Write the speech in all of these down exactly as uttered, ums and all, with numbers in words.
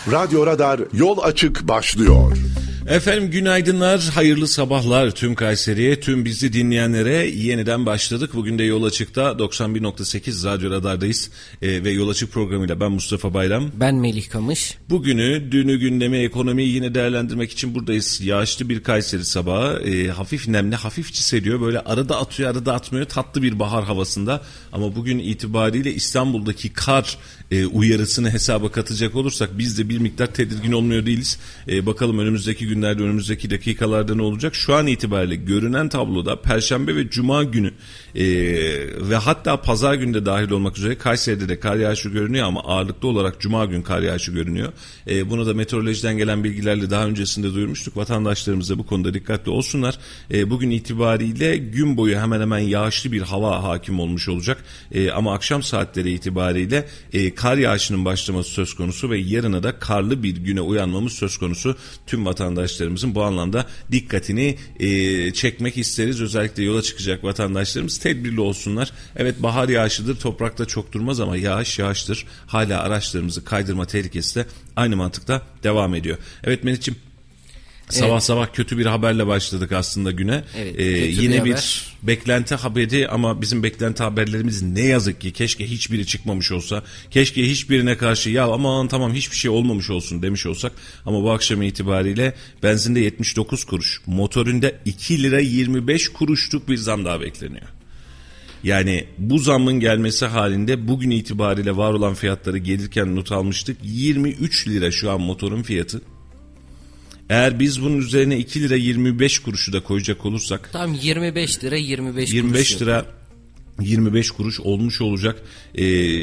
Radyo Radar Yol Açık başlıyor. Efendim günaydınlar, hayırlı sabahlar tüm Kayseri'ye, tüm bizi dinleyenlere. Yeniden başladık. Bugün de Yol Açık'ta doksan bir nokta sekiz Radyo Radar'dayız. Ee, ve Yol Açık programıyla ben Mustafa Bayram. Ben Melih Kamış. Bugünü, dünü, gündemi, ekonomiyi yine değerlendirmek için buradayız. Yağışlı bir Kayseri sabahı. Ee, hafif nemli, hafif çiseliyor. Böyle arada atıyor, arada atmıyor. Tatlı bir bahar havasında. Ama bugün itibariyle İstanbul'daki kar e, uyarısını hesaba katacak olursak biz de bir miktar tedirgin olmuyor değiliz. E, bakalım önümüzdeki günlerde, önümüzdeki dakikalarda ne olacak? Şu an itibariyle görünen tabloda Perşembe ve Cuma günü e, ve hatta Pazar günü de dahil olmak üzere Kayseri'de de kar yağışı görünüyor ama ağırlıklı olarak Cuma günü kar yağışı görünüyor. E, bunu da meteorolojiden gelen bilgilerle daha öncesinde duyurmuştuk. Vatandaşlarımız da bu konuda dikkatli olsunlar. E, bugün itibariyle gün boyu hemen hemen yağışlı bir hava hakim olmuş olacak. E, ama akşam saatleri itibariyle e, kar yağışının başlaması söz konusu ve yarına da karlı bir güne uyanmamız söz konusu. Tüm vatandaşlarımızın bu anlamda dikkatini e, çekmek isteriz. Özellikle yola çıkacak vatandaşlarımız tedbirli olsunlar. Evet, bahar yağışıdır, toprakta çok durmaz ama yağış yağıştır. Hala araçlarımızı kaydırma tehlikesi de aynı mantıkta devam ediyor. Evet Melih'ciğim, sabah evet. sabah kötü bir haberle başladık aslında güne. Evet, ee, yine bir, bir beklenti haberi ama bizim beklenti haberlerimiz ne yazık ki keşke hiçbiri çıkmamış olsa. Keşke hiçbirine karşı ya aman tamam hiçbir şey olmamış olsun demiş olsak. Ama bu akşam itibariyle benzinde yetmiş dokuz kuruş, motorinde iki lira yirmi beş kuruşluk bir zam daha bekleniyor. Yani bu zammın gelmesi halinde bugün itibariyle var olan fiyatları gelirken not almıştık. yirmi üç lira şu an motorun fiyatı. Eğer biz bunun üzerine iki lira yirmi beş kuruşu da koyacak olursak tam yirmi beş lira yirmi beş yirmi beş kuruş lira yirmi beş kuruş olmuş olacak. Ee,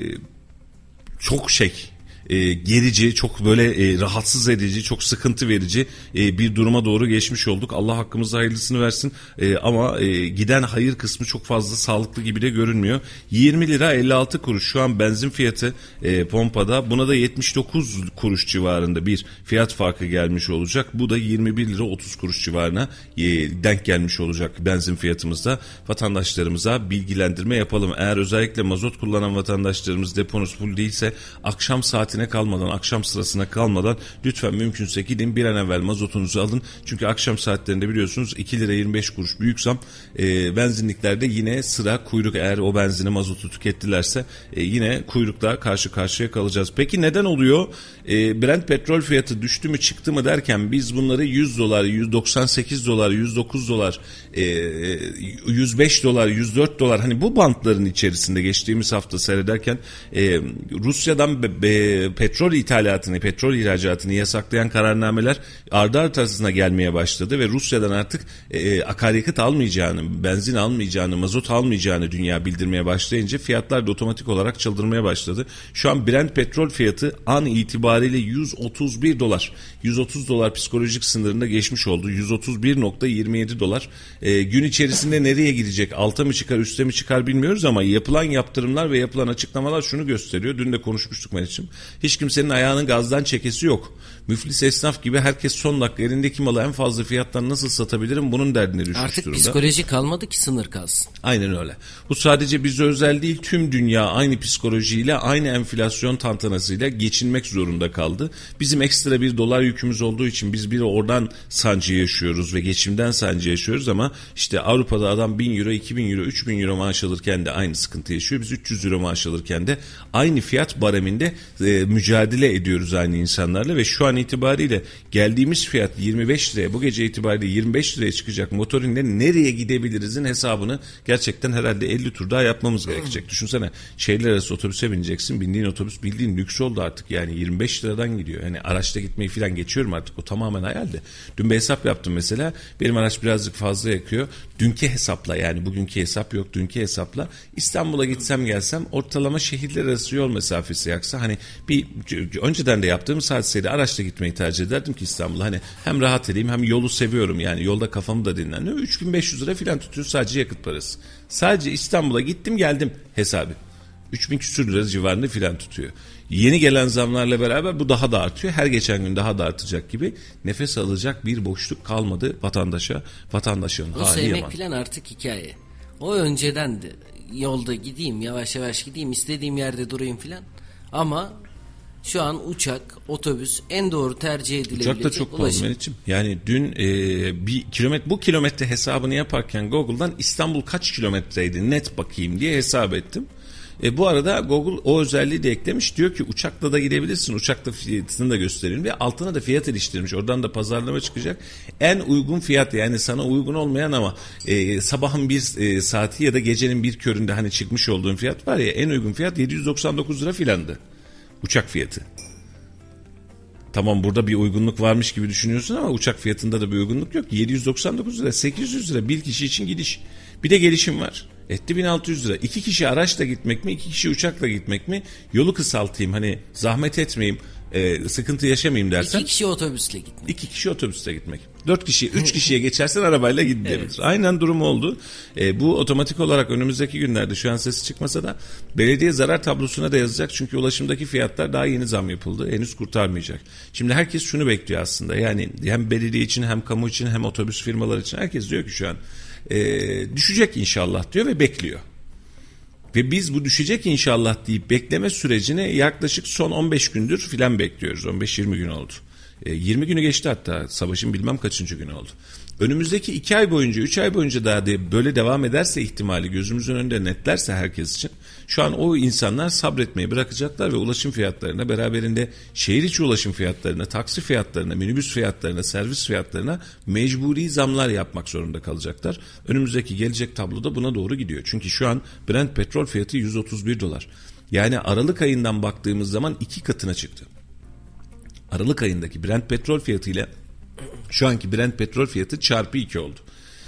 çok şey E, gerici, çok böyle e, rahatsız edici, çok sıkıntı verici e, bir duruma doğru geçmiş olduk. Allah hakkımızda hayırlısını versin. E, ama e, giden hayır kısmı çok fazla sağlıklı gibi de görünmüyor. yirmi lira elli altı kuruş şu an benzin fiyatı e, pompada. Buna da yetmiş dokuz kuruş civarında bir fiyat farkı gelmiş olacak. Bu da yirmi bir lira otuz kuruş civarına e, denk gelmiş olacak benzin fiyatımızda. Vatandaşlarımıza bilgilendirme yapalım. Eğer özellikle mazot kullanan vatandaşlarımız deponuz full değilse akşam saati kalmadan, akşam sırasına kalmadan lütfen mümkünse gidin bir an evvel mazotunuzu alın. Çünkü akşam saatlerinde biliyorsunuz iki lira yirmi beş kuruş büyük zam. E, benzinliklerde yine sıra, kuyruk, eğer o benzini mazotu tükettilerse e, yine kuyrukla karşı karşıya kalacağız. Peki neden oluyor? E, Brent petrol fiyatı düştü mü çıktı mı derken biz bunları yüz dolar, yüz doksan sekiz dolar, yüz dokuz dolar, e, yüz beş dolar, yüz dört dolar hani bu bantların içerisinde geçtiğimiz hafta seyrederken e, Rusya'dan be, be, petrol ithalatını, petrol ihracatını yasaklayan kararnameler ardı arkasına gelmeye başladı ve Rusya'dan artık e, akaryakıt almayacağını, benzin almayacağını, mazot almayacağını dünya bildirmeye başlayınca fiyatlar da otomatik olarak çıldırmaya başladı. Şu an Brent petrol fiyatı an itibariyle yüz otuz bir dolar. yüz otuz dolar psikolojik sınırında geçmiş oldu. yüz otuz bir nokta yirmi yedi dolar. E, gün içerisinde nereye gidecek? Alta mı çıkar, üste mi çıkar bilmiyoruz ama yapılan yaptırımlar ve yapılan açıklamalar şunu gösteriyor. Dün de konuşmuştuk Melih'ciğim. Hiç kimsenin ayağının gazdan çekesi yok. Müflis esnaf gibi herkes son dakika elindeki malı en fazla fiyattan nasıl satabilirim bunun derdine düşmüş Artık durumda. Artık psikoloji kalmadı ki sınır kalsın. Aynen öyle. Bu sadece bize özel değil, tüm dünya aynı psikolojiyle, aynı enflasyon tantanasıyla geçinmek zorunda kaldı. Bizim ekstra bir dolar yükümüz olduğu için biz bir oradan sancı yaşıyoruz ve geçimden sancı yaşıyoruz ama işte Avrupa'da adam bin euro, iki bin euro, üç bin euro maaş alırken de aynı sıkıntı yaşıyor. Biz üç yüz euro maaş alırken de aynı fiyat bareminde e, mücadele ediyoruz aynı insanlarla ve şu an itibariyle geldiğimiz fiyat yirmi beş liraya, bu gece itibariyle yirmi beş liraya çıkacak motorinle nereye gidebilirizin hesabını gerçekten herhalde elli tur daha yapmamız gerekecek. Düşünsene, şehirler arası otobüse bineceksin, bindiğin otobüs bildiğin lüks oldu artık yani yirmi beş liradan gidiyor. Yani araçta gitmeyi falan geçiyorum artık, o tamamen hayaldi. Dün bir hesap yaptım mesela, benim araç birazcık fazla yakıyor. Dünkü hesapla, yani bugünkü hesap yok, dünkü hesapla İstanbul'a gitsem gelsem ortalama şehirler arası yol mesafesi yaksa hani bir önceden de yaptığım hadiseydi araçla gitmeyi tercih ederdim ki İstanbul'a, hani hem rahat edeyim hem yolu seviyorum yani yolda kafamı da dinleniyor. üç bin beş yüz lira falan tutuyor sadece yakıt parası. Sadece İstanbul'a gittim geldim hesabı. üç bin küsür lira civarında filan tutuyor. Yeni gelen zamlarla beraber bu daha da artıyor. Her geçen gün daha da artacak gibi, nefes alacak bir boşluk kalmadı vatandaşa. Vatandaşın o hali yaman. O sevmek filan artık hikaye. O önceden de yolda gideyim, yavaş yavaş gideyim, istediğim yerde durayım filan. Ama Şu an uçak, otobüs en doğru tercih edilebilecek Uçak da çok pahalı ulaşım. Meriç'im. Yani dün e, bir kilometre bu kilometre hesabını yaparken Google'dan İstanbul kaç kilometreydi net bakayım diye hesap ettim. E, bu arada Google o özelliği de eklemiş. Diyor ki uçakla da gidebilirsin. Uçakta fiyatını da gösterelim ve altına da fiyat iliştirmiş. Oradan da pazarlama çıkacak. En uygun fiyat, yani sana uygun olmayan ama e, sabahın bir e, saati ya da gecenin bir köründe hani çıkmış olduğun fiyat var ya, en uygun fiyat yedi yüz doksan dokuz lira filandı. Uçak fiyatı. Tamam, burada bir uygunluk varmış gibi düşünüyorsun ama uçak fiyatında da bir uygunluk yok. yedi yüz doksan dokuz lira, sekiz yüz lira bir kişi için gidiş. Bir de gelişim var. Etti bin altı yüz lira. İki kişi araçla gitmek mi, iki kişi uçakla gitmek mi? Yolu kısaltayım, hani zahmet etmeyeyim, e, sıkıntı yaşamayayım dersen. İki kişi otobüsle gitmek. İki kişi otobüste gitmek. Dört kişi, üç kişiye geçersen arabayla gidilebilir. Evet. Aynen durum oldu. E, bu otomatik olarak önümüzdeki günlerde, şu an sesi çıkmasa da belediye zarar tablosuna da yazacak. Çünkü ulaşımdaki fiyatlar daha yeni zam yapıldı. Henüz kurtarmayacak. Şimdi herkes şunu bekliyor aslında. Yani hem belediye için, hem kamu için, hem otobüs firmaları için herkes diyor ki şu an e, düşecek inşallah diyor ve bekliyor. Ve biz bu düşecek inşallah deyip bekleme sürecini yaklaşık son on beş gündür filan bekliyoruz. on beş yirmi gün oldu. E, yirmi günü geçti, hatta savaşın bilmem kaçıncı günü oldu. Önümüzdeki iki ay boyunca, üç ay boyunca daha de böyle devam ederse, ihtimali gözümüzün önünde netlerse herkes için, şu an o insanlar sabretmeyi bırakacaklar ve ulaşım fiyatlarına, beraberinde şehir içi ulaşım fiyatlarına, taksi fiyatlarına, minibüs fiyatlarına, servis fiyatlarına mecburi zamlar yapmak zorunda kalacaklar. Önümüzdeki gelecek tablo da buna doğru gidiyor. Çünkü şu an Brent petrol fiyatı yüz otuz bir dolar. Yani Aralık ayından baktığımız zaman iki katına çıktı. Aralık ayındaki Brent petrol fiyatı ile şu anki Brent petrol fiyatı çarpı iki oldu.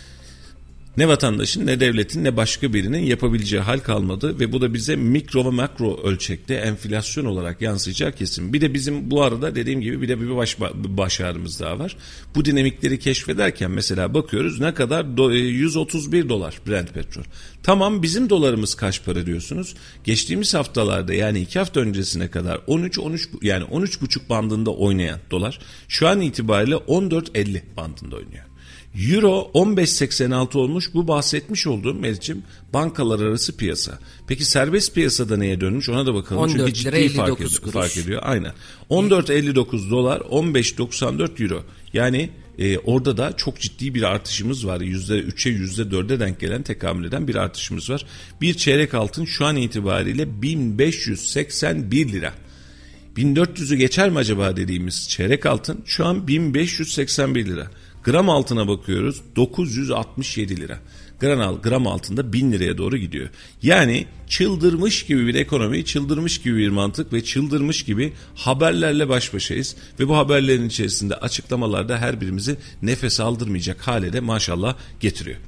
Ne vatandaşın, ne devletin, ne başka birinin yapabileceği hal kalmadı ve bu da bize mikro ve makro ölçekte enflasyon olarak yansıyacak kesin. Bir de bizim bu arada dediğim gibi bir de bir baş, baş ağrımız daha var. Bu dinamikleri keşfederken mesela bakıyoruz ne kadar do, yüz otuz bir dolar Brent petrol. Tamam, bizim dolarımız kaç para diyorsunuz? Geçtiğimiz haftalarda, yani iki hafta öncesine kadar on üç on üç yani on üç buçuk bandında oynayan dolar şu an itibariyle on dört elli bandında oynuyor. Euro on beş seksen altı olmuş. Bu bahsetmiş olduğum Meriç'im bankalar arası piyasa. Peki serbest piyasada neye dönmüş, ona da bakalım. Çünkü ciddi fark, ed- fark ediyor. Aynen. on dört elli dokuz dolar, on beş doksan dört euro. Yani e, orada da çok ciddi bir artışımız var. yüzde üçe yüzde dörde denk gelen, tekamül eden bir artışımız var. Bir çeyrek altın şu an itibariyle bin beş yüz seksen bir lira. bin dört yüzü geçer mi acaba dediğimiz çeyrek altın şu an bin beş yüz seksen bir lira. Gram altına bakıyoruz, dokuz yüz altmış yedi lira. Gram, gram altında bin liraya doğru gidiyor. Yani çıldırmış gibi bir ekonomi, çıldırmış gibi bir mantık ve çıldırmış gibi haberlerle baş başayız. Ve bu haberlerin içerisinde açıklamalarda her birimizi nefes aldırmayacak hale de maşallah getiriyor.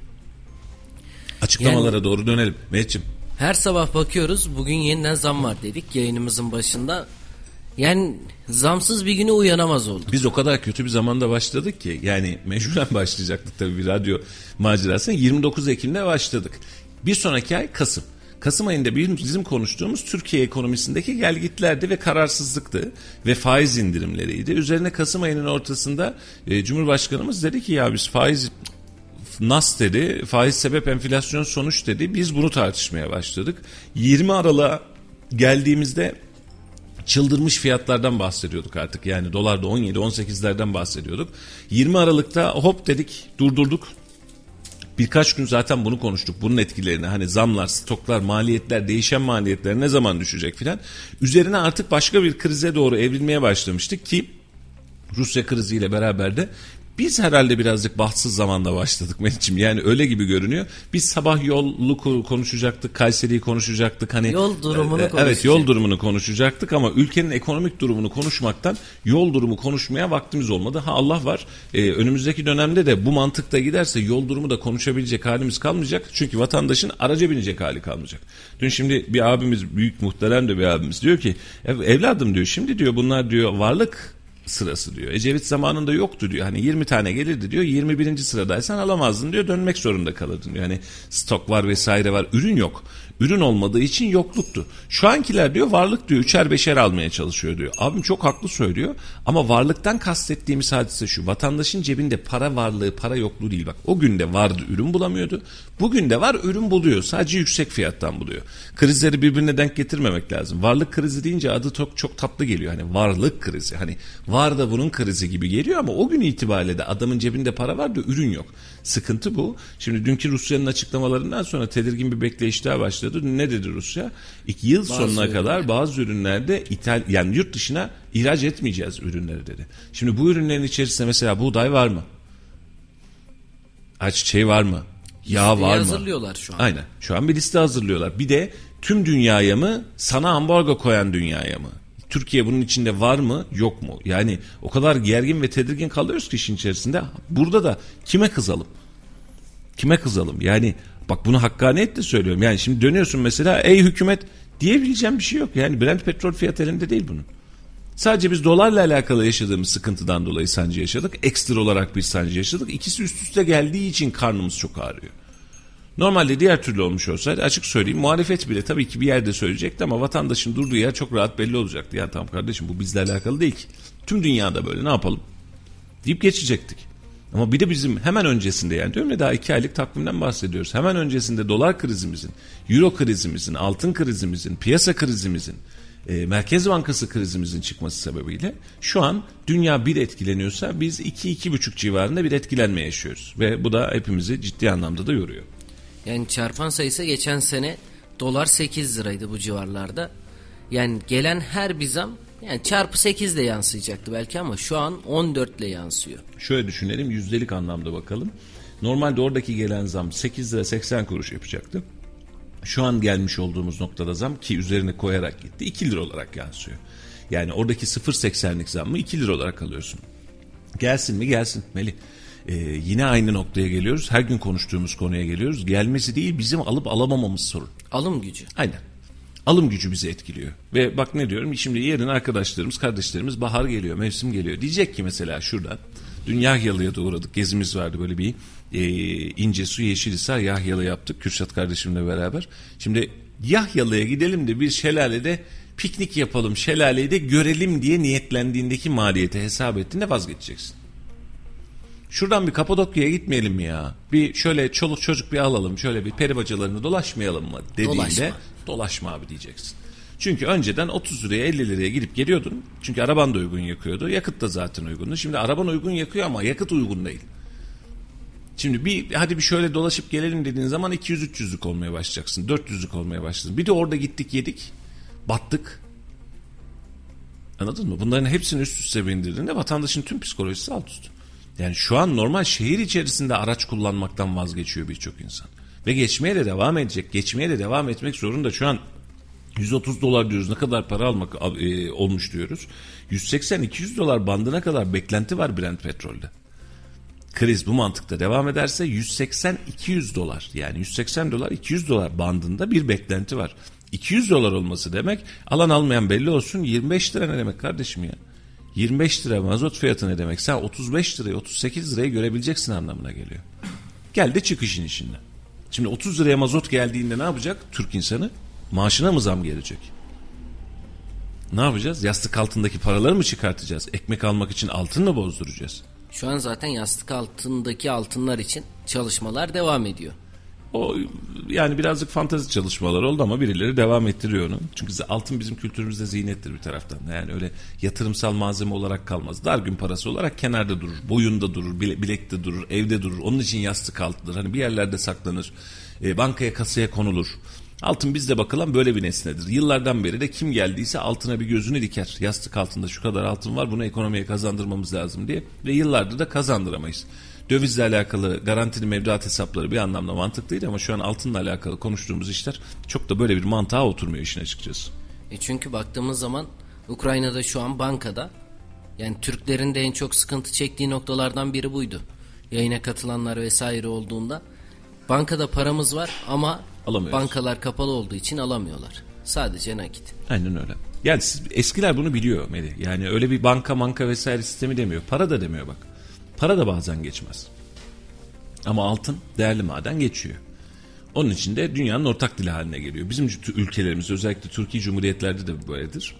Açıklamalara yani, doğru dönelim Mehmetciğim. Her sabah bakıyoruz, bugün yeniden zam var dedik yayınımızın başında. Yani zamsız bir güne uyanamaz olduk. Biz o kadar kötü bir zamanda başladık ki, yani mecburen başlayacaktık tabii bir radyo macerasına. yirmi dokuz Ekim'de başladık. Bir sonraki ay Kasım. Kasım ayında bizim konuştuğumuz Türkiye ekonomisindeki gelgitlerdi ve kararsızlıktı ve faiz indirimleriydi. Üzerine Kasım ayının ortasında e, Cumhurbaşkanımız dedi ki ya biz faiz nas dedi, faiz sebep enflasyon sonuç dedi. Biz bunu tartışmaya başladık. yirmi Aralık'a geldiğimizde çıldırmış fiyatlardan bahsediyorduk artık. Yani dolarda on yedi on sekizlerden bahsediyorduk. yirmi Aralık'ta hop dedik, durdurduk. Birkaç gün zaten bunu konuştuk. Bunun etkilerini, hani zamlar, stoklar, maliyetler, değişen maliyetler ne zaman düşecek filan. Üzerine artık başka bir krize doğru evrilmeye başlamıştık ki Rusya kriziyle beraber de biz herhalde birazcık bahtsız zamanda başladık Mehmetciğim. Yani öyle gibi görünüyor. Biz sabah yolu konuşacaktık, Kayseri'yi konuşacaktık. Hani yol durumunu e, konuşacaktık. Evet, yol durumunu konuşacaktık ama ülkenin ekonomik durumunu konuşmaktan yol durumu konuşmaya vaktimiz olmadı. Ha Allah var. E, önümüzdeki dönemde de bu mantıkta giderse yol durumu da konuşabilecek halimiz kalmayacak. Çünkü vatandaşın araca binecek hali kalmayacak. Dün şimdi bir abimiz, büyük muhterem de bir abimiz diyor ki evladım diyor, şimdi diyor bunlar diyor varlık sırası diyor. Ecevit zamanında yoktu diyor. Hani yirmi tane gelirdi diyor. yirmi birinci sıradaysan alamazdın diyor. Dönmek zorunda kalırdın diyor. Hani stok var vesaire var. Ürün yok. Ürün olmadığı için yokluktu. Şu ankiler diyor varlık diyor üçer beşer almaya çalışıyor diyor. Abim çok haklı söylüyor ama varlıktan kastettiğimiz hadise şu: vatandaşın cebinde para varlığı para yokluğu değil. Bak, o günde vardı ürün bulamıyordu. Bugün de var ürün buluyor, sadece yüksek fiyattan buluyor. Krizleri birbirine denk getirmemek lazım. Varlık krizi deyince adı çok, çok tatlı geliyor. Hani varlık krizi, hani var da bunun krizi gibi geliyor ama o gün itibariyle de adamın cebinde para var da ürün yok. Sıkıntı bu. Şimdi dünkü Rusya'nın açıklamalarından sonra tedirgin bir bekleyiş daha başladı. Ne dedi Rusya? İki yıl bazı sonuna ürünler. kadar bazı ürünlerde ithal, yani yurt dışına ihraç etmeyeceğiz ürünleri dedi. Şimdi bu ürünlerin içerisinde mesela buğday var mı? Ayçiçeği var mı? Yağ Listeyi var mı? hazırlıyorlar şu an. Aynen. Şu an bir liste hazırlıyorlar. Bir de tüm dünyaya mı, sana ambargo koyan dünyaya mı? Türkiye bunun içinde var mı, yok mu? Yani o kadar gergin ve tedirgin kalıyoruz ki işin içerisinde. Burada da kime kızalım? Kime kızalım? Yani bak, bunu hakkaniyetle söylüyorum. Yani şimdi dönüyorsun mesela, ey hükümet diyebileceğim bir şey yok. Yani Brent petrol fiyatı elinde değil bunun. Sadece biz dolarla alakalı yaşadığımız sıkıntıdan dolayı sancı yaşadık. Ekstra olarak bir sancı yaşadık. İkisi üst üste geldiği için karnımız çok ağrıyor. Normalde diğer türlü olmuş olsaydı, açık söyleyeyim, muhalefet bile tabii ki bir yerde söyleyecekti ama vatandaşın durduğu yer çok rahat belli olacaktı. Ya tamam kardeşim, bu bizle alakalı değil ki. Tüm dünyada böyle, ne yapalım deyip geçecektik. Ama bir de bizim hemen öncesinde, yani diyorum ya, daha iki aylık takvimden bahsediyoruz. Hemen öncesinde dolar krizimizin, euro krizimizin, altın krizimizin, piyasa krizimizin, e, Merkez Bankası krizimizin çıkması sebebiyle şu an dünya bir etkileniyorsa biz iki iki buçuk civarında bir etkilenme yaşıyoruz. Ve bu da hepimizi ciddi anlamda da yoruyor. Yani çarpan sayısı geçen sene dolar sekiz liraydı bu civarlarda. Yani gelen her bir zam, yani çarpı sekiz ile yansıyacaktı belki ama şu an on dört ile yansıyor. Şöyle düşünelim, yüzdelik anlamda bakalım. Normalde oradaki gelen zam sekiz lira seksen kuruş yapacaktı. Şu an gelmiş olduğumuz noktada zam, ki üzerine koyarak gitti, iki lira olarak yansıyor. Yani oradaki sıfır virgül seksenlik zammı iki lira olarak alıyorsun. Gelsin mi? Gelsin Melih. Ee, yine aynı noktaya geliyoruz. Her gün konuştuğumuz konuya geliyoruz. Gelmesi değil, bizim alıp alamamamız sorun. Alım gücü. Aynen. Alım gücü bizi etkiliyor. Ve bak ne diyorum, şimdi yarın arkadaşlarımız, kardeşlerimiz, bahar geliyor, mevsim geliyor. Diyecek ki mesela şuradan, dün Yahyalı'ya da uğradık. Gezimiz vardı, böyle bir e, İncesu Yeşilhisar Yahyalı yaptık Kürşat kardeşimle beraber. Şimdi Yahyalı'ya gidelim de bir şelalede piknik yapalım, şelaleyi de görelim diye niyetlendiğindeki maliyete hesap ettiğinde vazgeçeceksin. Şuradan bir Kapadokya'ya gitmeyelim mi ya? Bir şöyle çoluk çocuk bir alalım, şöyle bir peri bacalarını dolaşmayalım mı dediğinde, dolaşma, dolaşma abi diyeceksin. Çünkü önceden otuz liraya elli liraya gidip geliyordun. Çünkü araban da uygun yakıyordu. Yakıt da zaten uygundu. Şimdi araban uygun yakıyor ama yakıt uygun değil. Şimdi bir hadi bir şöyle dolaşıp gelelim dediğin zaman iki yüz üç yüzlük olmaya başlayacaksın. dört yüzlük olmaya başlayacaksın. Bir de orada gittik yedik, battık. Anladın mı? Bunların hepsini üst üste bindirdiğinde vatandaşın tüm psikolojisi alt üst. Yani şu an normal şehir içerisinde araç kullanmaktan vazgeçiyor birçok insan. Ve geçmeye de devam edecek. Geçmeye de devam etmek zorunda. Şu an yüz otuz dolar diyoruz. Ne kadar para almak e, olmuş diyoruz. yüz seksen iki yüz dolar bandına kadar beklenti var Brent petrolde. Kriz bu mantıkta devam ederse yüz seksen iki yüz dolar, yani yüz seksen dolar iki yüz dolar bandında bir beklenti var. iki yüz dolar olması demek, alan almayan belli olsun, yirmi beş lira ne demek kardeşim ya? yirmi beş lira mazot fiyatı ne demek? Sen otuz beş lirayı otuz sekiz lirayı görebileceksin anlamına geliyor. Gel de çık işin içinden. Şimdi otuz liraya mazot geldiğinde ne yapacak Türk insanı? Maaşına mı zam gelecek? Ne yapacağız? Yastık altındaki paraları mı çıkartacağız? Ekmek almak için altın mı bozduracağız? Şu an zaten yastık altındaki altınlar için çalışmalar devam ediyor. O yani birazcık fantezi çalışmalar oldu ama birileri devam ettiriyor onu. Çünkü altın bizim kültürümüzde ziynettir bir taraftan. Yani öyle yatırımsal malzeme olarak kalmaz. Dar gün parası olarak kenarda durur, boyunda durur, bilekte durur, evde durur. Onun için yastık altıdır. Hani bir yerlerde saklanır, e, bankaya, kasaya konulur. Altın bizde bakılan böyle bir nesnedir. Yıllardan beri de kim geldiyse altına bir gözünü diker. Yastık altında şu kadar altın var, bunu ekonomiye kazandırmamız lazım diye. Ve yıllardır da kazandıramayız. Dövizle alakalı garantili mevduat hesapları bir anlamda mantıklıydı ama şu an altınla alakalı konuştuğumuz işler çok da böyle bir mantığa oturmuyor işin açıkçası. E çünkü baktığımız zaman Ukrayna'da şu an bankada, yani Türklerin de en çok sıkıntı çektiği noktalardan biri buydu. Yayına katılanlar vesaire olduğunda bankada paramız var ama bankalar kapalı olduğu için alamıyorlar. Sadece nakit. Aynen öyle. Yani siz, eskiler bunu biliyor Melih. Yani öyle bir banka manka vesaire sistemi demiyor. Para da demiyor bak. Para da bazen geçmez. Ama altın değerli maden geçiyor. Onun için de dünyanın ortak dili haline geliyor. Bizim ülkelerimiz, özellikle Türkiye Cumhuriyetlerde de böyledir.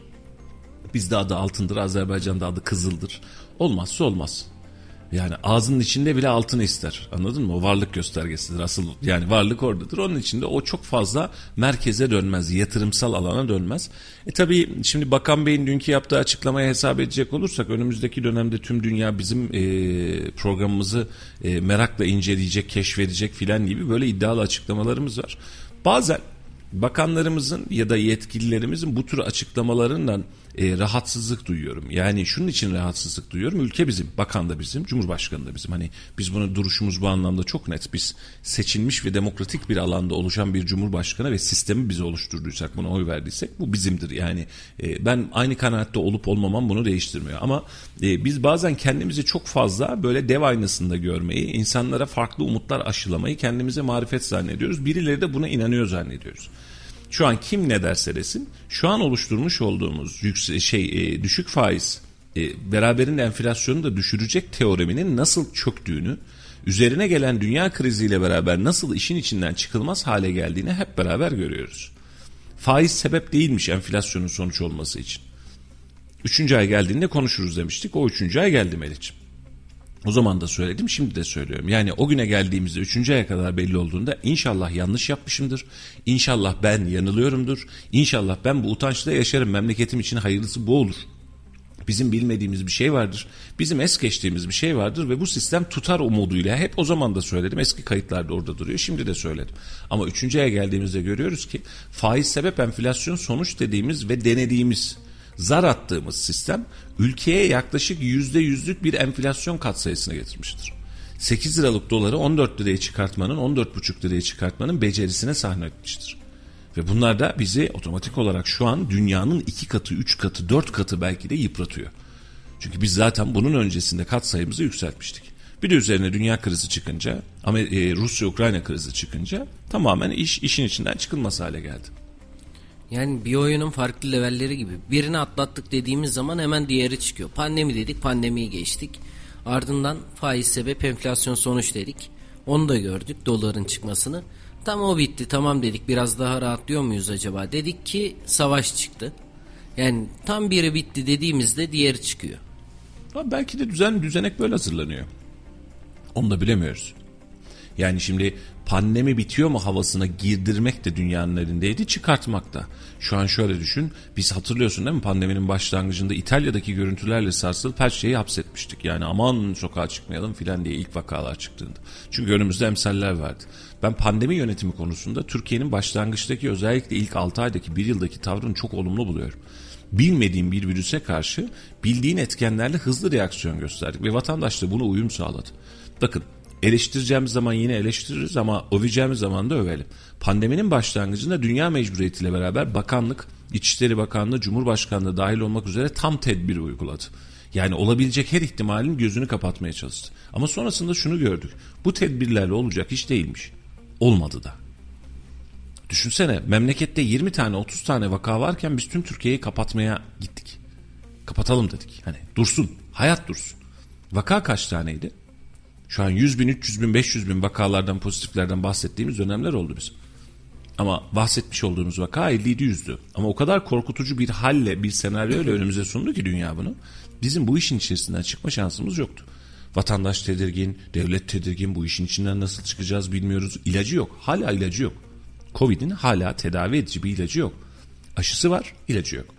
Bizde adı altındır, Azerbaycan'da adı kızıldır. Olmazsa olmaz. Yani ağzının içinde bile altın ister. Anladın mı? O varlık göstergesidir asıl. Yani varlık oradadır. Onun için de o çok fazla merkeze dönmez. Yatırımsal alana dönmez. E tabii şimdi Bakan Bey'in dünkü yaptığı açıklamaya hesap edecek olursak önümüzdeki dönemde tüm dünya bizim e, programımızı e, merakla inceleyecek, keşfedecek filan gibi böyle iddialı açıklamalarımız var. Bazen bakanlarımızın ya da yetkililerimizin bu tür açıklamalarından e, rahatsızlık duyuyorum. Yani şunun için rahatsızlık duyuyorum. Ülke bizim, bakan da bizim, cumhurbaşkanı da bizim. Hani biz bunu duruşumuz bu anlamda çok net. Biz seçilmiş ve demokratik bir alanda oluşan bir cumhurbaşkanı ve sistemi bize oluşturduysak, buna oy verdiysek bu bizimdir. Yani e, ben aynı kanaatte olup olmamam bunu değiştirmiyor. Ama e, biz bazen kendimizi çok fazla böyle dev aynasında görmeyi, insanlara farklı umutlar aşılamayı kendimize marifet zannediyoruz. Birileri de buna inanıyor zannediyoruz. Şu an kim ne derse desin, şu an oluşturmuş olduğumuz yüksek, şey e, düşük faiz e, beraberinde enflasyonu da düşürecek teoreminin nasıl çöktüğünü, üzerine gelen dünya kriziyle beraber nasıl işin içinden çıkılmaz hale geldiğini hep beraber görüyoruz. Faiz sebep değilmiş enflasyonun sonuç olması için. Üçüncü ay geldiğinde konuşuruz demiştik. O üçüncü ay geldi Melih'ciğim. O zaman da söyledim, şimdi de söylüyorum. Yani o güne geldiğimizde üçüncü aya kadar belli olduğunda inşallah yanlış yapmışımdır. İnşallah ben yanılıyorumdur. İnşallah ben bu utançla yaşarım. Memleketim için hayırlısı bu olur. Bizim bilmediğimiz bir şey vardır. Bizim es geçtiğimiz bir şey vardır ve bu sistem tutar umuduyla. Hep o zaman da söyledim. Eski kayıtlarda orada duruyor. Şimdi de söyledim. Ama üçüncü aya geldiğimizde görüyoruz ki faiz sebep enflasyon sonuç dediğimiz ve denediğimiz, zar attığımız sistem ülkeye yaklaşık yüzde yüzlük bir enflasyon katsayısına getirmiştir. sekiz liralık doları on dört liraya çıkartmanın, on dört buçuk liraya çıkartmanın becerisine sahne etmiştir. Ve bunlar da bizi otomatik olarak şu an dünyanın iki katı, üç katı, dört katı belki de yıpratıyor. Çünkü biz zaten bunun öncesinde katsayımızı yükseltmiştik. Bir de üzerine dünya krizi çıkınca, Rusya-Ukrayna krizi çıkınca tamamen iş işin içinden çıkılmaz hale geldi. Yani bir oyunun farklı levelleri gibi. Birini atlattık dediğimiz zaman hemen diğeri çıkıyor. Pandemi dedik, pandemiyi geçtik. Ardından faiz sebep enflasyon sonuç dedik. Onu da gördük, doların çıkmasını. Tam o bitti, tamam dedik, biraz daha rahatlıyor muyuz acaba? Dedik ki savaş çıktı. Yani tam biri bitti dediğimizde diğeri çıkıyor. Ha, belki de düzen düzenek böyle hazırlanıyor. Onu da bilemiyoruz. Yani şimdi pandemi bitiyor mu havasına girdirmek de dünyanın elindeydi, çıkartmak da. Şu an şöyle düşün, biz hatırlıyorsun değil mi, pandeminin başlangıcında İtalya'daki görüntülerle sarsılıp her şeyi hapsetmiştik. Yani aman sokağa çıkmayalım filan diye ilk vakalar çıktığında. Çünkü önümüzde emsaller vardı. Ben pandemi yönetimi konusunda Türkiye'nin başlangıçtaki, özellikle ilk altı aydaki bir yıldaki tavrını çok olumlu buluyorum. Bilmediğim bir virüse karşı bildiğin etkenlerle hızlı reaksiyon gösterdik ve vatandaş da buna uyum sağladı. Bakın, eleştireceğimiz zaman yine eleştiririz ama öveceğimiz zaman da övelim. Pandeminin başlangıcında dünya mecburiyetiyle beraber bakanlık, İçişleri Bakanlığı, Cumhurbaşkanlığı dahil olmak üzere tam tedbir uyguladı. Yani olabilecek her ihtimalin gözünü kapatmaya çalıştı. Ama sonrasında şunu gördük. Bu tedbirlerle olacak iş değilmiş. Olmadı da. Düşünsene, memlekette yirmi tane otuz tane vaka varken biz tüm Türkiye'yi kapatmaya gittik. Kapatalım dedik. Hani dursun, hayat dursun. Vaka kaç taneydi? Şu an yüz bin, üç yüz bin, beş yüz bin vakalardan, pozitiflerden bahsettiğimiz dönemler oldu bizim. Ama bahsetmiş olduğumuz vaka elli yedi yüzdü. Ama o kadar korkutucu bir halle, bir senaryoyla önümüze sundu ki dünya bunu. Bizim bu işin içerisinden çıkma şansımız yoktu. Vatandaş tedirgin, devlet tedirgin, bu işin içinden nasıl çıkacağız bilmiyoruz. İlacı yok, hala ilacı yok. Covid'in hala tedavi edici bir ilacı yok. Aşısı var, ilacı yok.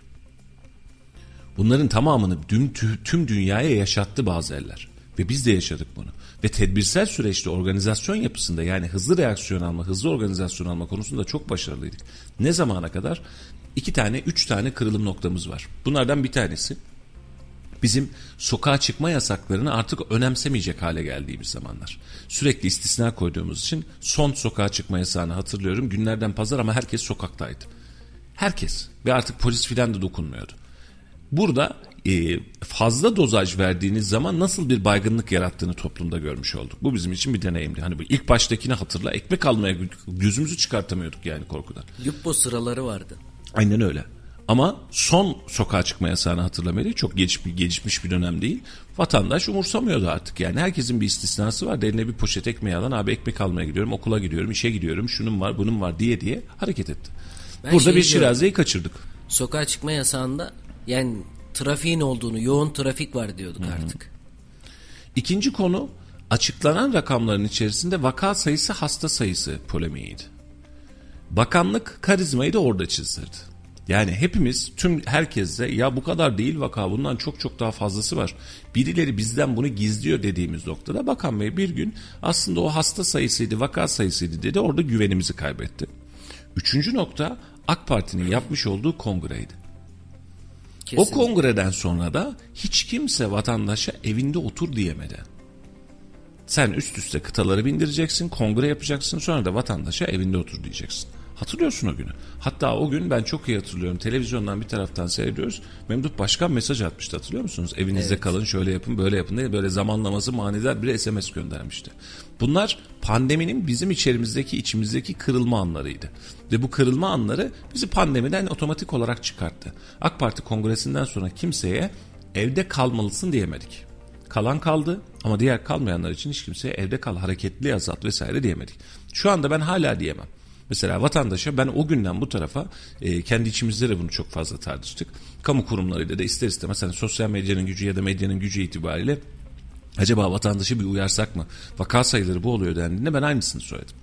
Bunların tamamını tüm, tüm dünyaya yaşattı bazı eller. Ve biz de yaşadık bunu. Ve tedbirsel süreçte organizasyon yapısında, yani hızlı reaksiyon alma, hızlı organizasyon alma konusunda çok başarılıydık. Ne zamana kadar? İki tane, üç tane kırılım noktamız var. Bunlardan bir tanesi, bizim sokağa çıkma yasaklarını artık önemsemeyecek hale geldiğimiz zamanlar. Sürekli istisna koyduğumuz için son sokağa çıkma yasağını hatırlıyorum. Günlerden pazar ama herkes sokaktaydı. Herkes. Ve artık polis filan da dokunmuyordu. Burada e, fazla dozaj verdiğiniz zaman nasıl bir baygınlık yarattığını toplumda görmüş olduk. Bu bizim için bir deneyimdi. Hani bu ilk baştakini hatırla, ekmek almaya gözümüzü çıkartamıyorduk yani korkudan. Lupo sıraları vardı. Aynen öyle. Ama son sokağa çıkma yasağını hatırlamayı çok gelişmiş, gelişmiş bir dönem değil. Vatandaş umursamıyordu artık. Yani herkesin bir istisnası var. Eline bir poşet ekmeği alan, abi ekmek almaya gidiyorum, okula gidiyorum, işe gidiyorum, şunun var bunun var diye diye hareket etti. Ben Burada şey bir Şiraze'yi kaçırdık. Sokağa çıkma yasağında yani trafiğin olduğunu, yoğun trafik var diyorduk Hı-hı. artık. İkinci konu, açıklanan rakamların içerisinde vaka sayısı, hasta sayısı polemiğiydi. Bakanlık karizmayı da orada çizdirdi. Yani hepimiz, tüm herkesle ya bu kadar değil vaka, bundan çok çok daha fazlası var, birileri bizden bunu gizliyor dediğimiz noktada Bakan Bey bir gün aslında o hasta sayısıydı, vaka sayısıydı dedi, orada güvenimizi kaybetti. Üçüncü nokta, AK Parti'nin yapmış olduğu kongreydi. Kesinlikle. O kongreden sonra da hiç kimse vatandaşa evinde otur diyemedi. Sen üst üste kıtaları bindireceksin, kongre yapacaksın, sonra da vatandaşa evinde otur diyeceksin. Hatırlıyorsun o günü. Hatta o gün ben çok iyi hatırlıyorum. Televizyondan bir taraftan seyrediyoruz. Memduh Başkan mesaj atmıştı, hatırlıyor musunuz? Evinizde evet. kalın, şöyle yapın, böyle yapın diye, böyle zamanlaması manidar bir S M S göndermişti. Bunlar pandeminin bizim içerimizdeki, içimizdeki kırılma anlarıydı. Ve bu kırılma anları bizi pandemiden otomatik olarak çıkarttı. AK Parti kongresinden sonra kimseye evde kalmalısın diyemedik. Kalan kaldı ama diğer kalmayanlar için hiç kimseye evde kal, hareketli azalt vesaire diyemedik. Şu anda ben hala diyemem. Mesela vatandaşa ben o günden bu tarafa e, kendi içimizde de bunu çok fazla tartıştık. Kamu kurumlarıyla da ister istemez hani sosyal medyanın gücü ya da medyanın gücü itibariyle acaba vatandaşı bir uyarsak mı? Vaka sayıları bu oluyor dendiğinde ben aynısını söyledim.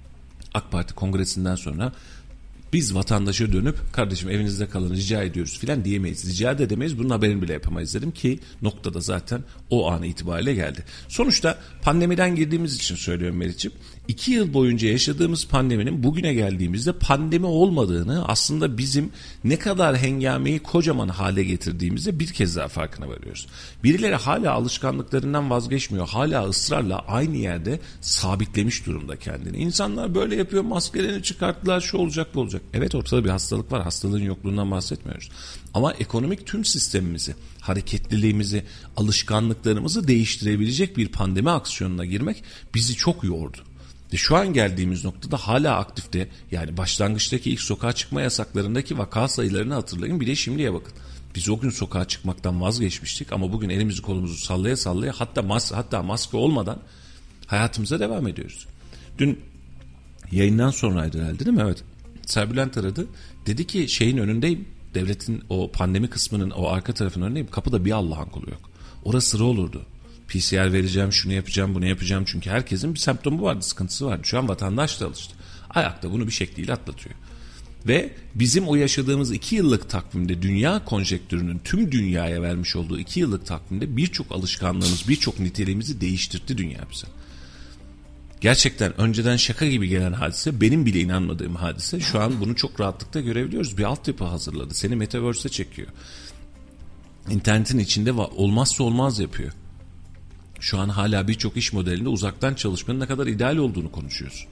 AK Parti kongresinden sonra biz vatandaşa dönüp kardeşim evinizde kalın rica ediyoruz filan diyemeyiz. Rica da edemeyiz, bunun haberini bile yapamayız dedim ki noktada zaten o an itibariyle geldi. Sonuçta pandemiden girdiğimiz için söylüyorum Meriç'ciğim. İki yıl boyunca yaşadığımız pandeminin bugüne geldiğimizde pandemi olmadığını, aslında bizim ne kadar hengameyi kocaman hale getirdiğimizde bir kez daha farkına varıyoruz. Birileri hala alışkanlıklarından vazgeçmiyor. Hala ısrarla aynı yerde sabitlemiş durumda kendini. İnsanlar böyle yapıyor, maskelerini çıkarttılar, şu olacak bu olacak. Evet, ortada bir hastalık var. Hastalığın yokluğundan bahsetmiyoruz. Ama ekonomik tüm sistemimizi, hareketliliğimizi, alışkanlıklarımızı değiştirebilecek bir pandemi aksiyonuna girmek bizi çok yordu. Ve şu an geldiğimiz noktada hala aktifte, yani başlangıçtaki ilk sokağa çıkma yasaklarındaki vaka sayılarını hatırlayın, bir de şimdiye bakın. Biz o gün sokağa çıkmaktan vazgeçmiştik ama bugün elimizi kolumuzu sallaya sallaya, hatta mas hatta maske olmadan hayatımıza devam ediyoruz. Dün yayından sonraydı herhalde, değil mi? Evet. Serbülent aradı. Dedi ki şeyin önündeyim. Devletin o pandemi kısmının o arka tarafının önündeyim. Kapıda bir Allah'ın kulu yok. Orası sıra olurdu. P C R vereceğim, şunu yapacağım, bunu yapacağım. Çünkü herkesin bir semptomu vardı, sıkıntısı vardı. Şu an vatandaş da alıştı. Ayakta bunu bir şekliyle atlatıyor. Ve bizim o yaşadığımız iki yıllık takvimde, dünya konjektürünün tüm dünyaya vermiş olduğu iki yıllık takvimde birçok alışkanlığımız, birçok niteliğimizi değiştirdi dünya bize. Gerçekten önceden şaka gibi gelen hadise, benim bile inanmadığım hadise, şu an bunu çok rahatlıkla görebiliyoruz. Bir altyapı hazırladı. Seni Metaverse'e çekiyor. İnternetin içinde olmazsa olmaz yapıyor. Şu an hala birçok iş modelinde uzaktan çalışmanın ne kadar ideal olduğunu konuşuyoruz.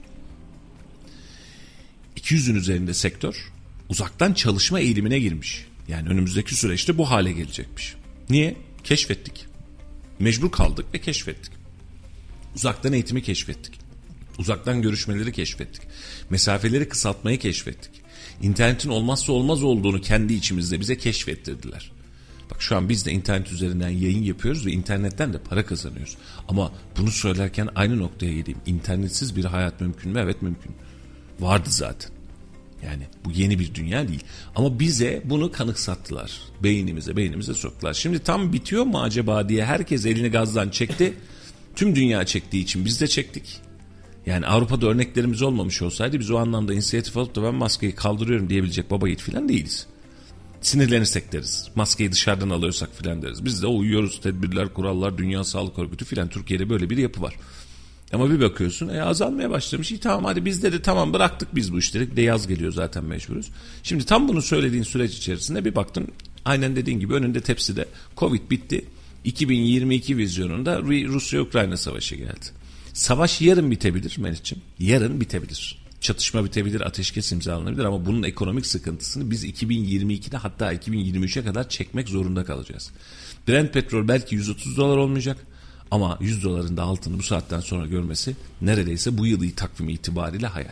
iki yüzün üzerinde sektör uzaktan çalışma eğilimine girmiş. Yani önümüzdeki süreçte bu hale gelecekmiş. Niye? Keşfettik. Mecbur kaldık ve keşfettik. Uzaktan eğitimi keşfettik. Uzaktan görüşmeleri keşfettik. Mesafeleri kısaltmayı keşfettik. İnternetin olmazsa olmaz olduğunu kendi içimizde bize keşfettirdiler. Bak şu an biz de internet üzerinden yayın yapıyoruz ve internetten de para kazanıyoruz. Ama bunu söylerken aynı noktaya geleyim. İnternetsiz bir hayat mümkün mü? Evet, mümkün. Vardı zaten. Yani bu yeni bir dünya değil. Ama bize bunu kanıksattılar. Beynimize, beynimize soktular. Şimdi tam bitiyor mu acaba diye herkes elini gazdan çekti. Tüm dünya çektiği için biz de çektik. Yani Avrupa'da örneklerimiz olmamış olsaydı biz o anlamda inisiyatif alıp da ben maskeyi kaldırıyorum diyebilecek baba yiğit falan değiliz. Sinirlenirsek deriz. Maskeyi dışarıdan alıyorsak filan deriz. Biz de uyuyoruz, tedbirler, kurallar, Dünya Sağlık Örgütü filan. Türkiye'de böyle bir yapı var. Ama bir bakıyorsun e, azalmaya başlamış. İyi tamam hadi biz de, de tamam bıraktık biz bu işleri. De yaz geliyor zaten, mecburuz. Şimdi tam bunu söylediğin süreç içerisinde bir baktın, aynen dediğin gibi önünde tepside Covid bitti. iki bin yirmi iki vizyonunda Rusya-Ukrayna savaşı geldi. Savaş yarın bitebilir Melih'ciğim. Yarın bitebilir. Çatışma bitebilir, ateşkes imzalanabilir ama bunun ekonomik sıkıntısını biz iki bin yirmi ikide hatta iki bin yirmi üçe kadar çekmek zorunda kalacağız. Brent petrol belki yüz otuz dolar olmayacak ama yüz doların da altını bu saatten sonra görmesi neredeyse bu yılı takvimi itibariyle hayal.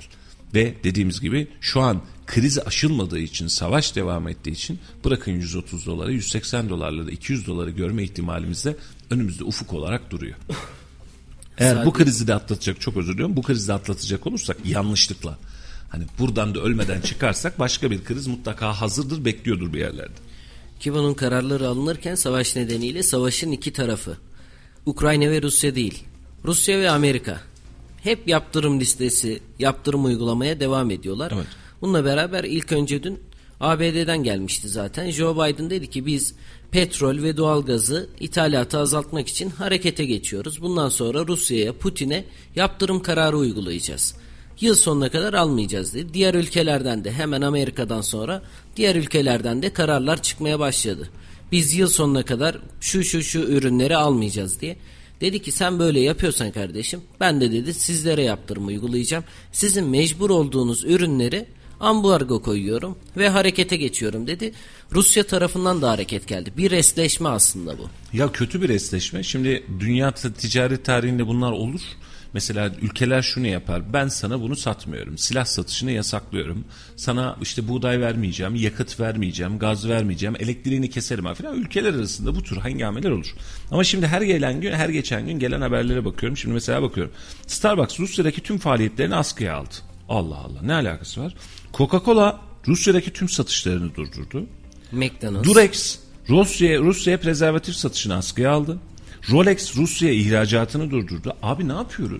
Ve dediğimiz gibi şu an kriz aşılmadığı için, savaş devam ettiği için bırakın yüz otuz doları, yüz seksen dolarla da iki yüz doları görme ihtimalimiz de önümüzde ufuk olarak duruyor. Eğer Sadece... bu krizi de atlatacak, çok özür diliyorum, bu krizi de atlatacak olursak yanlışlıkla, hani buradan da ölmeden çıkarsak başka bir kriz mutlaka hazırdır, bekliyordur bir yerlerde. Ki bunun kararları alınırken savaş nedeniyle savaşın iki tarafı, Ukrayna ve Rusya değil, Rusya ve Amerika hep yaptırım listesi, yaptırım uygulamaya devam ediyorlar. Evet. Bununla beraber ilk önce dün A B D'den gelmişti zaten. Joe Biden dedi ki biz petrol ve doğalgazı ithalatı azaltmak için harekete geçiyoruz. Bundan sonra Rusya'ya, Putin'e yaptırım kararı uygulayacağız. Yıl sonuna kadar almayacağız dedi. Diğer ülkelerden de hemen Amerika'dan sonra diğer ülkelerden de kararlar çıkmaya başladı. Biz yıl sonuna kadar şu şu şu ürünleri almayacağız diye. Dedi ki sen böyle yapıyorsan kardeşim, ben de dedi sizlere yaptırım uygulayacağım. Sizin mecbur olduğunuz ürünleri ambargo koyuyorum ve harekete geçiyorum dedi. Rusya tarafından da hareket geldi. Bir resleşme aslında bu. Ya kötü bir resleşme. Şimdi dünya ticaret tarihinde bunlar olur. Mesela ülkeler şunu yapar: ben sana bunu satmıyorum, silah satışını yasaklıyorum, sana işte buğday vermeyeceğim, yakıt vermeyeceğim, gaz vermeyeceğim, elektriğini keserim falan. Ülkeler arasında bu tür hengameler olur. Ama şimdi her gelen gün, her geçen gün gelen haberlere bakıyorum. Şimdi mesela bakıyorum, Starbucks Rusya'daki tüm faaliyetlerini askıya aldı. Allah Allah, ne alakası var? Coca-Cola Rusya'daki tüm satışlarını durdurdu. McDonald's, Durex Rusya Rusya'ya prezervatif satışını askıya aldı. Rolex Rusya ihracatını durdurdu. Abi ne yapıyoruz?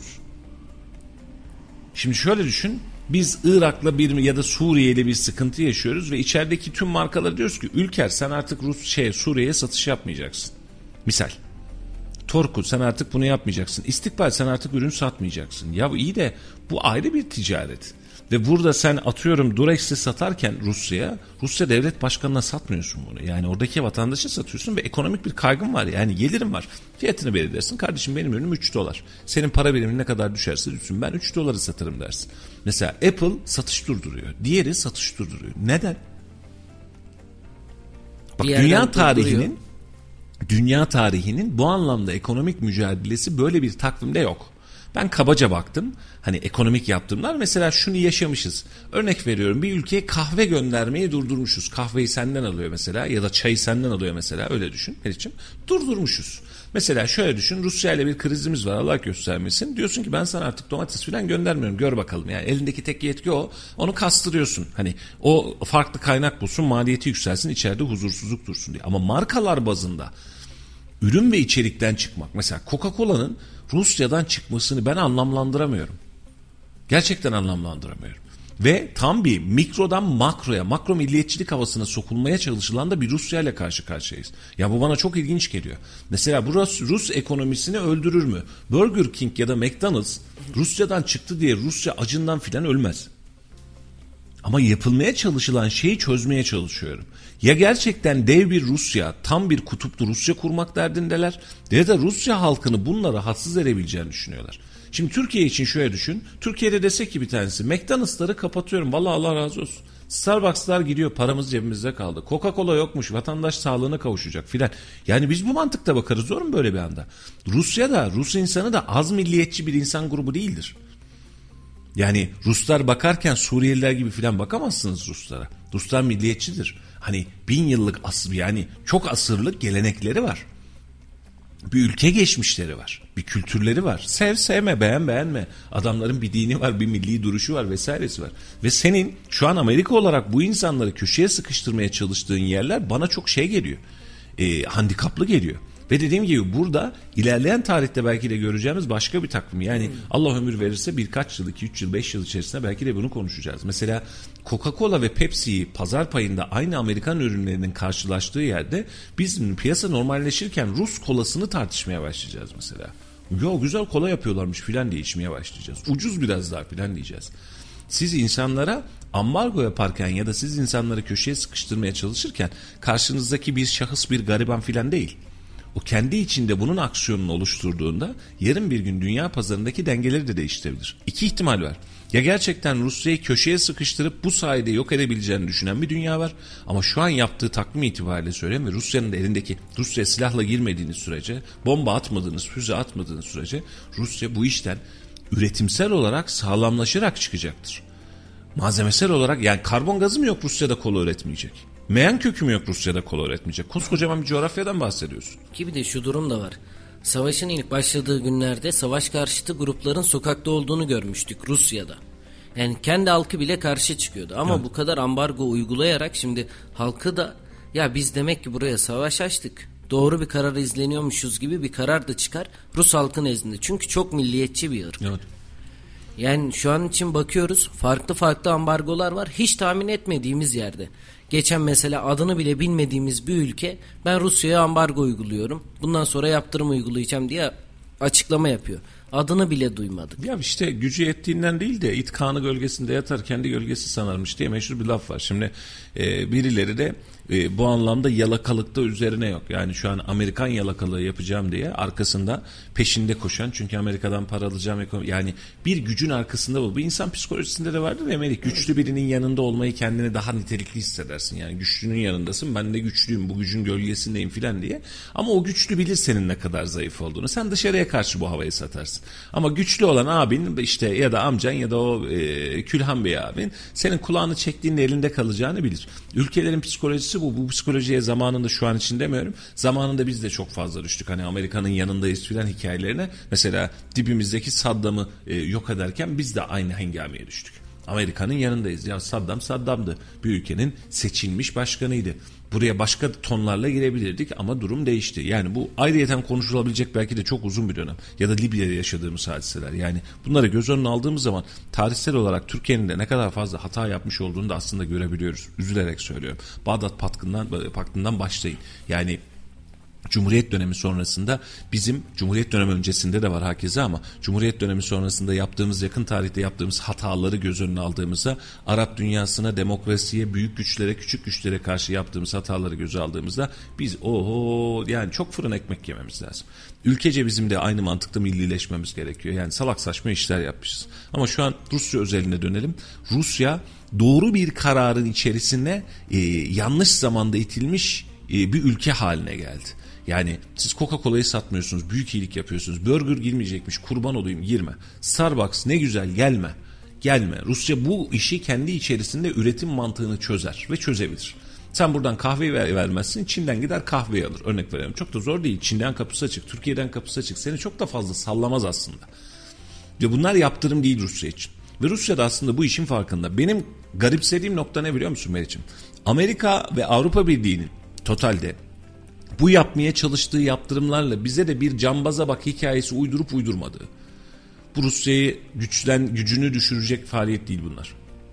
Şimdi şöyle düşün. Biz Irak'la bir ya da Suriye'yle bir sıkıntı yaşıyoruz ve içerideki tüm markalara diyoruz ki Ülker sen artık Rus şey Suriye'ye satış yapmayacaksın. Misal. Torku sen artık bunu yapmayacaksın. İstikbal sen artık ürün satmayacaksın. Ya iyi de bu ayrı bir ticaret. Ve burada sen atıyorum Durex'i satarken Rusya'ya, Rusya devlet başkanına satmıyorsun bunu. Yani oradaki vatandaşa satıyorsun ve ekonomik bir kaygın var. Yani gelirim var. Fiyatını belirlersin. Kardeşim benim ürünüm üç dolar. Senin para birimin ne kadar düşerse düşsün, ben üç doları satarım dersin. Mesela Apple satış durduruyor. Diğeri satış durduruyor. Neden? Bak dünya tarihinin dünya tarihinin bu anlamda ekonomik mücadelesi böyle bir takvimde yok. Ben kabaca baktım. Hani ekonomik yaptırımlar, mesela şunu yaşamışız. Örnek veriyorum, bir ülkeye kahve göndermeyi durdurmuşuz. Kahveyi senden alıyor mesela ya da çayı senden alıyor mesela, öyle düşün Meriç'im. Durdurmuşuz. Mesela şöyle düşün, Rusya ile bir krizimiz var, Allah göstermesin. Diyorsun ki ben sana artık domates falan göndermiyorum, gör bakalım. Yani elindeki tek yetki o. Onu kastırıyorsun. Hani o farklı kaynak bulsun, maliyeti yükselsin, içeride huzursuzluk dursun diye. Ama markalar bazında ürün ve içerikten çıkmak. Mesela Coca-Cola'nın Rusya'dan çıkmasını ben anlamlandıramıyorum. Gerçekten anlamlandıramıyorum. Ve tam bir mikrodan makroya, makro milliyetçilik havasına sokulmaya çalışılan da bir Rusya ile karşı karşıyayız. Ya bu bana çok ilginç geliyor. Mesela bu Rus, Rus ekonomisini öldürür mü? Burger King ya da McDonald's Rusya'dan çıktı diye Rusya acından filan ölmez. Ama yapılmaya çalışılan şeyi çözmeye çalışıyorum. Ya gerçekten dev bir Rusya, tam bir kutuplu Rusya kurmak derdindeler ya da Rusya halkını bununla rahatsız edebileceğini düşünüyorlar. Şimdi Türkiye için şöyle düşün. Türkiye'de desek ki bir tanesi, McDonald's'ları kapatıyorum. Vallahi Allah razı olsun. Starbucks'lar gidiyor, paramız cebimizde kaldı. Coca-Cola yokmuş, vatandaş sağlığına kavuşacak filan. Yani biz bu mantıkta bakarız, zor mu böyle bir anda? Rusya da, Rus insanı da az milliyetçi bir insan grubu değildir. Yani Ruslar bakarken Suriyeliler gibi filan bakamazsınız Ruslara. Ruslar milliyetçidir. Hani bin yıllık asır, yani çok asırlık gelenekleri var. Bir ülke geçmişleri var. Bir kültürleri var. Sev sevme, beğen beğenme. Adamların bir dini var, bir milli duruşu var vesairesi var. Ve senin şu an Amerika olarak bu insanları köşeye sıkıştırmaya çalıştığın yerler bana çok şey geliyor. E, handikaplı geliyor. Ve dediğim gibi burada ilerleyen tarihte belki de göreceğimiz başka bir takvim. Yani Allah ömür verirse birkaç yıl, iki üç yıl, beş yıl içerisinde belki de bunu konuşacağız. Mesela Coca-Cola ve Pepsi'yi pazar payında aynı Amerikan ürünlerinin karşılaştığı yerde biz piyasa normalleşirken Rus kolasını tartışmaya başlayacağız mesela. Ya güzel kola yapıyorlarmış filan diye içmeye başlayacağız. Ucuz biraz daha filan diyeceğiz. Siz insanlara ambargo yaparken ya da siz insanları köşeye sıkıştırmaya çalışırken karşınızdaki bir şahıs, bir gariban filan değil. O kendi içinde bunun aksiyonunu oluşturduğunda yarın bir gün dünya pazarındaki dengeleri de değiştirebilir. İki ihtimal var. Ya gerçekten Rusya'yı köşeye sıkıştırıp bu sayede yok edebileceğini düşünen bir dünya var. Ama şu an yaptığı takvim itibariyle söyleyeyim ve Rusya'nın da elindeki, Rusya'ya silahla girmediğiniz sürece, bomba atmadığınız, füze atmadığınız sürece Rusya bu işten üretimsel olarak sağlamlaşarak çıkacaktır. malzemesel olarak yani karbon gazı mı yok Rusya'da kola üretmeyecek? Meyan kökü mü yok Rusya'da kola üretmeyecek? Koskocaman bir coğrafyadan bahsediyorsun. Ki bir de şu durum da var. Savaşın ilk başladığı günlerde savaş karşıtı grupların sokakta olduğunu görmüştük Rusya'da. Yani kendi halkı bile karşı çıkıyordu. Ama evet. Bu kadar ambargo uygulayarak şimdi halkı da ya biz demek ki buraya savaş açtık, doğru bir karar izleniyormuşuz gibi bir karar da çıkar Rus halkı nezdinde. Çünkü çok milliyetçi bir ırk. Evet. Yani şu an için bakıyoruz, farklı farklı ambargolar var. Hiç tahmin etmediğimiz yerde. Geçen mesela adını bile bilmediğimiz bir ülke, ben Rusya'ya ambargo uyguluyorum, bundan sonra yaptırım uygulayacağım diye açıklama yapıyor. Adını bile duymadık. Ya işte gücü yettiğinden değil de it kanı gölgesinde yatar kendi gölgesi sanarmış diye meşhur bir laf var. Şimdi e, birileri de e, bu anlamda yalakalıkta üzerine yok. Yani şu an Amerikan yalakalığı yapacağım diye arkasında peşinde koşan, çünkü Amerika'dan para alacağım, yani bir gücün arkasında bu. Bu insan psikolojisinde de vardır ya Melih. Güçlü birinin yanında olmayı kendini daha nitelikli hissedersin. Yani güçlünün yanındasın, ben de güçlüyüm, bu gücün gölgesindeyim filan diye. Ama o güçlü bilir senin ne kadar zayıf olduğunu. Sen dışarıya karşı bu havayı satarsın. Ama güçlü olan abin işte ya da amcan ya da o e, Külhan Bey abin senin kulağını çektiğinde elinde kalacağını bilir. Ülkelerin psikolojisi bu. Bu psikolojiye zamanında, şu an için demiyorum, zamanında biz de çok fazla düştük. Hani Amerika'nın yanındayız filan hikayelerine. Mesela dibimizdeki Saddam'ı e, yok ederken biz de aynı hengameye düştük. Amerika'nın yanındayız. Ya Saddam Saddam'dı. Bir ülkenin seçilmiş başkanıydı. Buraya başka tonlarla girebilirdik ama durum değişti. Yani bu ayrıyeten konuşulabilecek belki de çok uzun bir dönem. Ya da Libya'da yaşadığımız hadiseler. Yani bunları göz önüne aldığımız zaman tarihsel olarak Türkiye'nin de ne kadar fazla hata yapmış olduğunu da aslında görebiliyoruz. Üzülerek söylüyorum. Bağdat Paktı'ndan, Paktı'ndan başlayın. Yani Cumhuriyet dönemi sonrasında bizim, Cumhuriyet dönemi öncesinde de var hakeza, ama Cumhuriyet dönemi sonrasında yaptığımız, yakın tarihte yaptığımız hataları göz önüne aldığımızda, Arap dünyasına, demokrasiye, büyük güçlere, küçük güçlere karşı yaptığımız hataları göze aldığımızda biz oho yani çok fırın ekmek yememiz lazım. Ülkece bizim de aynı mantıkta millileşmemiz gerekiyor. Yani salak saçma işler yapmışız. Ama şu an Rusya özeline dönelim. Rusya doğru bir kararın içerisine e, yanlış zamanda itilmiş e, bir ülke haline geldi. Yani siz Coca-Cola'yı satmıyorsunuz, büyük iyilik yapıyorsunuz. Burger girmeyecekmiş, kurban olayım, girme. Starbucks ne güzel, gelme. Gelme. Rusya bu işi kendi içerisinde üretim mantığını çözer ve çözebilir. Sen buradan kahveyi ver, vermezsin, Çin'den gider kahveyi alır. Örnek verelim. Çok da zor değil. Çin'den kapısı açık, Türkiye'den kapısı açık. Seni çok da fazla sallamaz aslında. Ve bunlar yaptırım değil Rusya için. Ve Rusya da aslında bu işin farkında. Benim garipsediğim nokta ne biliyor musun Meriç'im? Amerika ve Avrupa Birliği'nin totalde bu yapmaya çalıştığı yaptırımlarla bize de bir cambaza bak hikayesi uydurup uydurmadığı. Bu Rusya'yı güçlen, gücünü düşürecek faaliyet değil bunlar.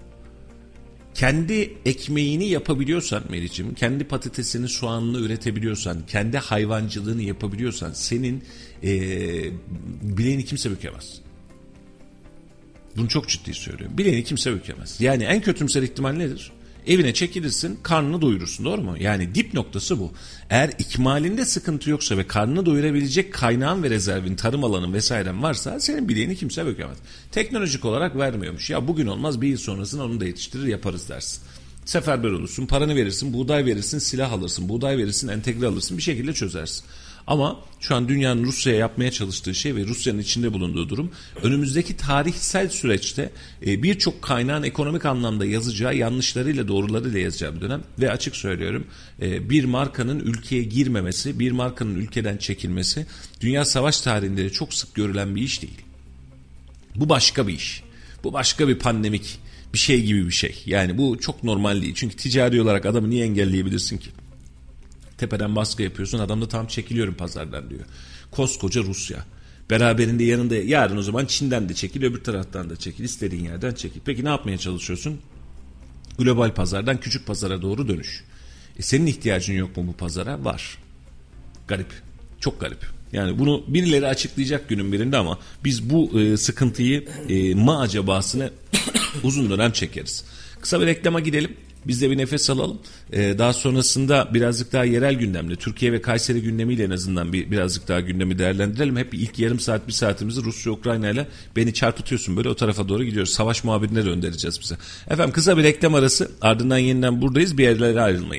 Kendi ekmeğini yapabiliyorsan Meriç'im, kendi patatesini, soğanını üretebiliyorsan, kendi hayvancılığını yapabiliyorsan senin ee, bileğini kimse bükemez. Bunu çok ciddi söylüyorum. Bileğini kimse bükemez. Yani en kötümser ihtimal nedir? Evine çekilirsin, karnını doyurursun, doğru mu? Yani dip noktası bu. Eğer ikmalinde sıkıntı yoksa ve karnını doyurabilecek kaynağın ve rezervin, tarım alanın vesairen varsa senin bileğini kimse bükemez. Teknolojik olarak vermiyormuş. Ya bugün olmaz, bir yıl sonrasında onu da yetiştirir yaparız dersin. Seferber olursun, paranı verirsin, buğday verirsin, silah alırsın, buğday verirsin, entegre alırsın, bir şekilde çözersin. Ama şu an dünyanın Rusya'ya yapmaya çalıştığı şey ve Rusya'nın içinde bulunduğu durum, önümüzdeki tarihsel süreçte birçok kaynağın ekonomik anlamda yazacağı, yanlışlarıyla doğrularıyla yazacağı bir dönem. Ve açık söylüyorum, bir markanın ülkeye girmemesi, bir markanın ülkeden çekilmesi dünya savaş tarihinde çok sık görülen bir iş değil. Bu başka bir iş. Bu başka bir pandemik bir şey gibi bir şey. Yani bu çok normal değil. Çünkü ticari olarak adamı niye engelleyebilirsin ki? Tepeden baskı yapıyorsun, adam da tam çekiliyorum pazardan diyor. Koskoca Rusya. Beraberinde yanında yarın o zaman Çin'den de çekil, öbür taraftan da çekil, istediğin yerden çekil. Peki ne yapmaya çalışıyorsun? Global pazardan küçük pazara doğru dönüş. E senin ihtiyacın yok mu bu pazara? Var. Garip. Çok garip. Yani bunu birileri açıklayacak günün birinde ama biz bu e, sıkıntıyı e, ma acabasını uzun dönem çekeriz. Kısa bir reklama gidelim. Biz de bir nefes alalım. Ee, daha sonrasında birazcık daha yerel gündemle, Türkiye ve Kayseri gündemiyle en azından bir birazcık daha gündemi değerlendirelim. Hep ilk yarım saat, bir saatimizi Rusya-Ukrayna ile beni çarpıtıyorsun, böyle o tarafa doğru gidiyoruz. Savaş muhabirine döndüreceğiz bize. Efendim kısa bir reklam arası, ardından yeniden buradayız. Bir yerlere ayrılmayın.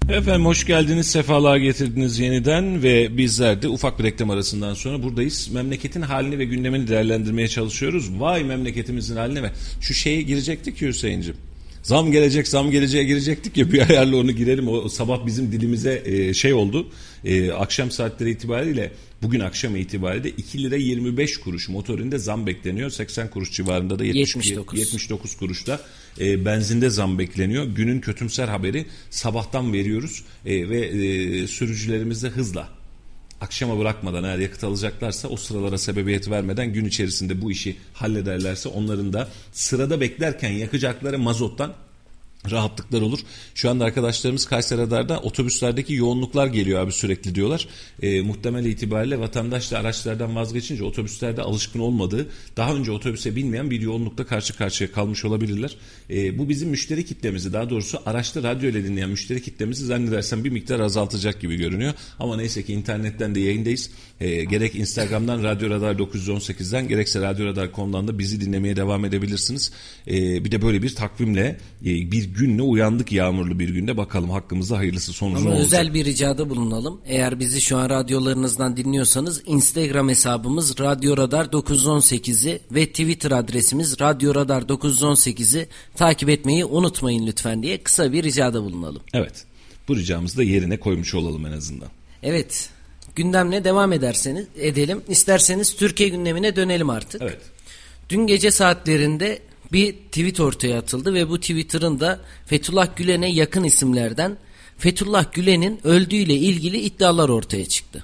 Efendim hoş geldiniz, sefalar getirdiniz yeniden ve bizler de ufak bir reklam arasından sonra buradayız. Memleketin halini ve gündemini değerlendirmeye çalışıyoruz. Vay memleketimizin haline ve şu şeye girecektik ki Hüseyin'cim. Zam gelecek, zam geleceğe girecektik ya, bir ayarla onu girelim. O sabah bizim dilimize e, şey oldu. E, akşam saatleri itibariyle, bugün akşam itibariyle iki lira yirmi beş kuruş motorinde zam bekleniyor. seksen kuruş civarında da yetmiş, yetmiş dokuz. yetmiş dokuz kuruşta e, benzinde zam bekleniyor. Günün kötümser haberi sabahtan veriyoruz e, ve e, sürücülerimiz de hızla, akşama bırakmadan, eğer yakıt alacaklarsa o sıralara sebebiyet vermeden gün içerisinde bu işi hallederlerse onların da sırada beklerken yakacakları mazottan rahatlıklar olur. Şu anda arkadaşlarımız Kayseri Radar'da otobüslerdeki yoğunluklar geliyor abi sürekli diyorlar. E, muhtemel itibariyle vatandaş da araçlardan vazgeçince otobüslerde alışkın olmadığı, daha önce otobüse binmeyen bir yoğunlukla karşı karşıya kalmış olabilirler. E, bu bizim müşteri kitlemizi, daha doğrusu araçta radyo ile dinleyen müşteri kitlemizi zannedersem bir miktar azaltacak gibi görünüyor. Ama neyse ki internetten de yayındayız. E, gerek Instagram'dan Radyo Radar dokuz yüz on sekizden gerekse radyo radar nokta com'dan da bizi dinlemeye devam edebilirsiniz. E, bir de böyle bir takvimle e, bir günle uyandık, yağmurlu bir günde, bakalım hakkımızda hayırlısı sonucu Ama ne olacak. özel bir ricada bulunalım. Eğer bizi şu an radyolarınızdan dinliyorsanız Instagram hesabımız Radyo Radar dokuz yüz on sekizi ve Twitter adresimiz Radyo Radar dokuz yüz on sekizi takip etmeyi unutmayın lütfen diye kısa bir ricada bulunalım. Evet, bu ricamızı da yerine koymuş olalım en azından. Evet, gündemle devam ederseniz edelim. İsterseniz Türkiye gündemine dönelim artık. Evet. Dün gece saatlerinde bir tweet ortaya atıldı ve bu Twitter'ın da Fethullah Gülen'e yakın isimlerden Fethullah Gülen'in öldüğüyle ilgili iddialar ortaya çıktı.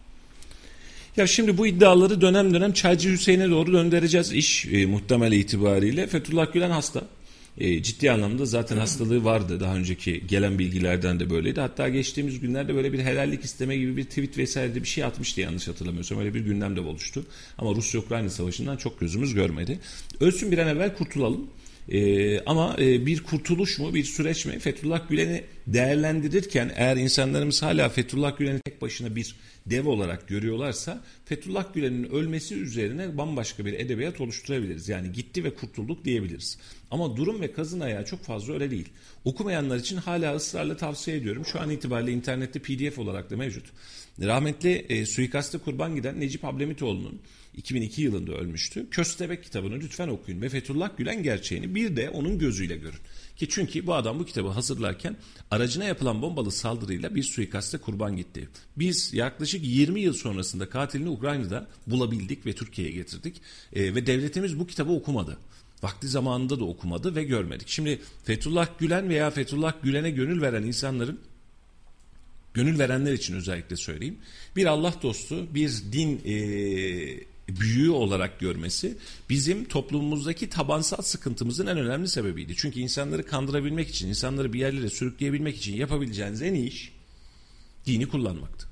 Ya şimdi bu iddiaları dönem dönem Çaycı Hüseyin'e doğru döndüreceğiz iş e, muhtemel itibariyle. Fethullah Gülen hasta. E, ciddi anlamda zaten hastalığı vardı. Daha önceki gelen bilgilerden de böyleydi. Hatta geçtiğimiz günlerde böyle bir helallik isteme gibi bir tweet vesaire de bir şey atmıştı yanlış hatırlamıyorsam. Öyle bir gündem de oluştu. Ama Rusya-Ukrayna savaşından çok gözümüz görmedi. Ölsün, bir an evvel kurtulalım. Ee, ama e, bir kurtuluş mu, bir süreç mi? Fethullah Gülen'i değerlendirirken eğer insanlarımız hala Fethullah Gülen'i tek başına bir dev olarak görüyorlarsa, Fethullah Gülen'in ölmesi üzerine bambaşka bir edebiyat oluşturabiliriz. Yani gitti ve kurtulduk diyebiliriz. Ama durum ve kazın ayağı çok fazla öyle değil. Okumayanlar için hala ısrarla tavsiye ediyorum. Şu an itibariyle internette P D F olarak da mevcut. Rahmetli e, suikaste kurban giden Necip Hablemitoğlu'nun iki bin iki yılında ölmüştü. Köstebek kitabını lütfen okuyun ve Fethullah Gülen gerçeğini bir de onun gözüyle görün. Ki çünkü bu adam bu kitabı hazırlarken aracına yapılan bombalı saldırıyla bir suikaste kurban gitti. Biz yaklaşık yirmi yıl sonrasında katilini Ukrayna'da bulabildik ve Türkiye'ye getirdik. E, ve devletimiz bu kitabı okumadı. Vakti zamanında da okumadı ve görmedik. Şimdi Fethullah Gülen veya Fethullah Gülen'e gönül veren insanların, gönül verenler için özellikle söyleyeyim, bir Allah dostu, bir din e, büyüğü olarak görmesi bizim toplumumuzdaki tabansal sıkıntımızın en önemli sebebiydi. Çünkü insanları kandırabilmek için, insanları bir yerlere sürükleyebilmek için yapabileceğiniz en iyi iş dini kullanmaktı.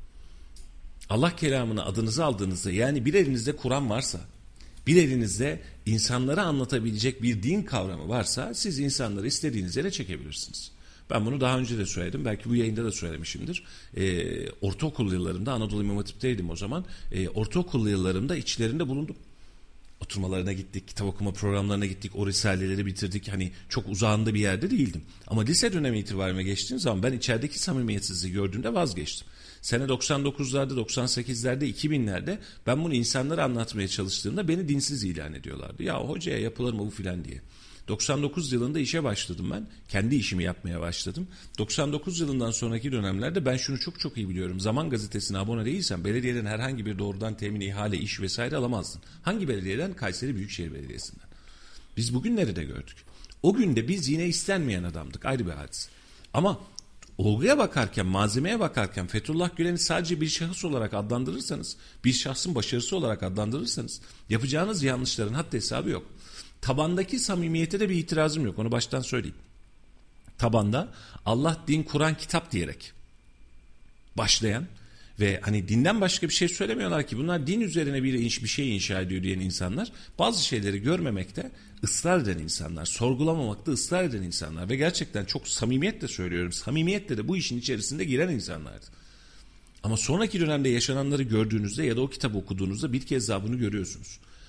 Allah kelamını adınıza aldığınızda, yani bir elinizde Kur'an varsa, bir elinizde insanlara anlatabilecek bir din kavramı varsa, siz insanları istediğiniz yere çekebilirsiniz. Ben bunu daha önce de söyledim. Belki bu yayında da söylemişimdir. Ee, ortaokul yıllarında, Anadolu İmam Hatip'teydim o zaman. Ee, ortaokul yıllarında içlerinde bulundum. Oturmalarına gittik, kitap okuma programlarına gittik, o risaleleri bitirdik. Hani çok uzağında bir yerde değildim. Ama lise dönemi itibarime geçtiğim zaman ben içerideki samimiyetsizliği gördüğümde vazgeçtim. Sene doksan dokuzlarda, doksan sekizlerde, iki binlerde ben bunu insanlara anlatmaya çalıştığımda beni dinsiz ilan ediyorlardı. Ya hocaya yapılır mı bu filan diye. doksan dokuz yılında işe başladım ben. Kendi işimi yapmaya başladım. doksan dokuz yılından sonraki dönemlerde ben şunu çok çok iyi biliyorum. Zaman Gazetesi'ne abone değilsen belediyeden herhangi bir doğrudan temin, ihale, iş vesaire alamazdın. Hangi belediyeden? Kayseri Büyükşehir Belediyesi'nden. Biz bugün nerede gördük? O günde biz yine istenmeyen adamdık. Ayrı bir hadise. Ama olguya bakarken, malzemeye bakarken Fethullah Gülen'i sadece bir şahıs olarak adlandırırsanız, bir şahsın başarısı olarak adlandırırsanız yapacağınız yanlışların haddi hesabı yok. Tabandaki samimiyete de bir itirazım yok. Onu baştan söyleyeyim. Tabanda Allah, din, Kur'an, kitap diyerek başlayan ve hani dinden başka bir şey söylemiyorlar ki, bunlar din üzerine bir, inş, bir şey inşa ediyor diyen insanlar, bazı şeyleri görmemekte ısrar eden insanlar, sorgulamamakta ısrar eden insanlar ve gerçekten çok samimiyetle söylüyorum, samimiyetle de bu işin içerisinde giren insanlardı. Ama sonraki dönemde yaşananları gördüğünüzde ya da o kitabı okuduğunuzda bir kez daha bunu görüyorsunuz.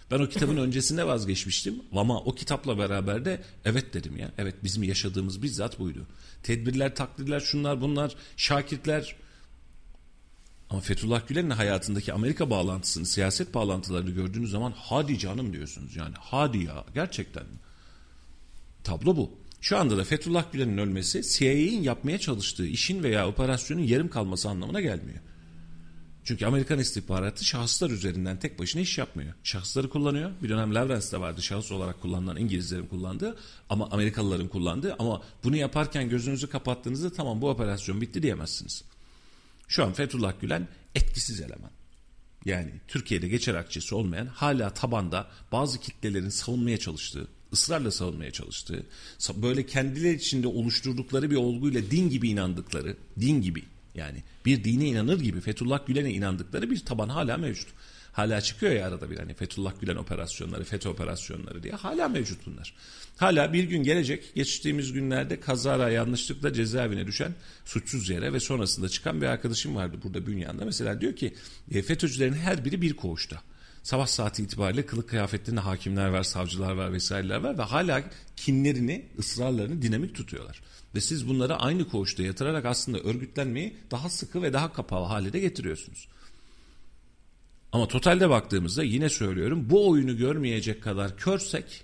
Ben o kitabın öncesinde vazgeçmiştim ama o kitapla beraber de evet dedim ya. Evet, bizim yaşadığımız bizzat buydu. Tedbirler, takdirler, şunlar bunlar, şakirtler. Ama Fethullah Gülen'in hayatındaki Amerika bağlantısını, siyaset bağlantılarını gördüğünüz zaman hadi canım diyorsunuz yani. Hadi ya, gerçekten. Tablo bu. Şu anda da Fethullah Gülen'in ölmesi C I A'nin yapmaya çalıştığı işin veya operasyonun yarım kalması anlamına gelmiyor. Çünkü Amerikan istihbaratı şahıslar üzerinden tek başına iş yapmıyor. Şahısları kullanıyor. Bir dönem Lawrence'de vardı şahıs olarak kullanılan, İngilizlerin kullandığı ama Amerikalıların kullandığı, ama bunu yaparken gözünüzü kapattığınızda tamam bu operasyon bitti diyemezsiniz. Şu an Fethullah Gülen etkisiz eleman. Yani Türkiye'de geçer akçesi olmayan, hala tabanda bazı kitlelerin savunmaya çalıştığı, ısrarla savunmaya çalıştığı, böyle kendileri içinde oluşturdukları bir olguyla din gibi inandıkları, din gibi yani bir dine inanır gibi Fethullah Gülen'e inandıkları bir taban hala mevcut. Hala çıkıyor ya arada bir hani Fethullah Gülen operasyonları, FETÖ operasyonları diye, hala mevcut bunlar. Hala bir gün gelecek, geçtiğimiz günlerde kazara yanlışlıkla cezaevine düşen, suçsuz yere ve sonrasında çıkan bir arkadaşım vardı burada Bünyan'da. Mesela diyor ki e, FETÖ'cülerin her biri bir koğuşta. Sabah saati itibariyle kılık kıyafetlerinde hakimler var, savcılar var vesaireler var ve hala kinlerini, ısrarlarını dinamik tutuyorlar. Ve siz bunları aynı koğuşta yatırarak aslında örgütlenmeyi daha sıkı ve daha kapalı hale de getiriyorsunuz. Ama totalde baktığımızda yine söylüyorum, bu oyunu görmeyecek kadar körsek,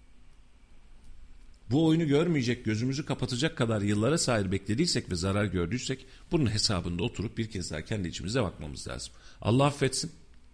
bu oyunu görmeyecek, gözümüzü kapatacak kadar yıllara sahip beklediysek ve zarar gördüysek, bunun hesabında oturup bir kez daha kendi içimize bakmamız lazım. Allah affetsin.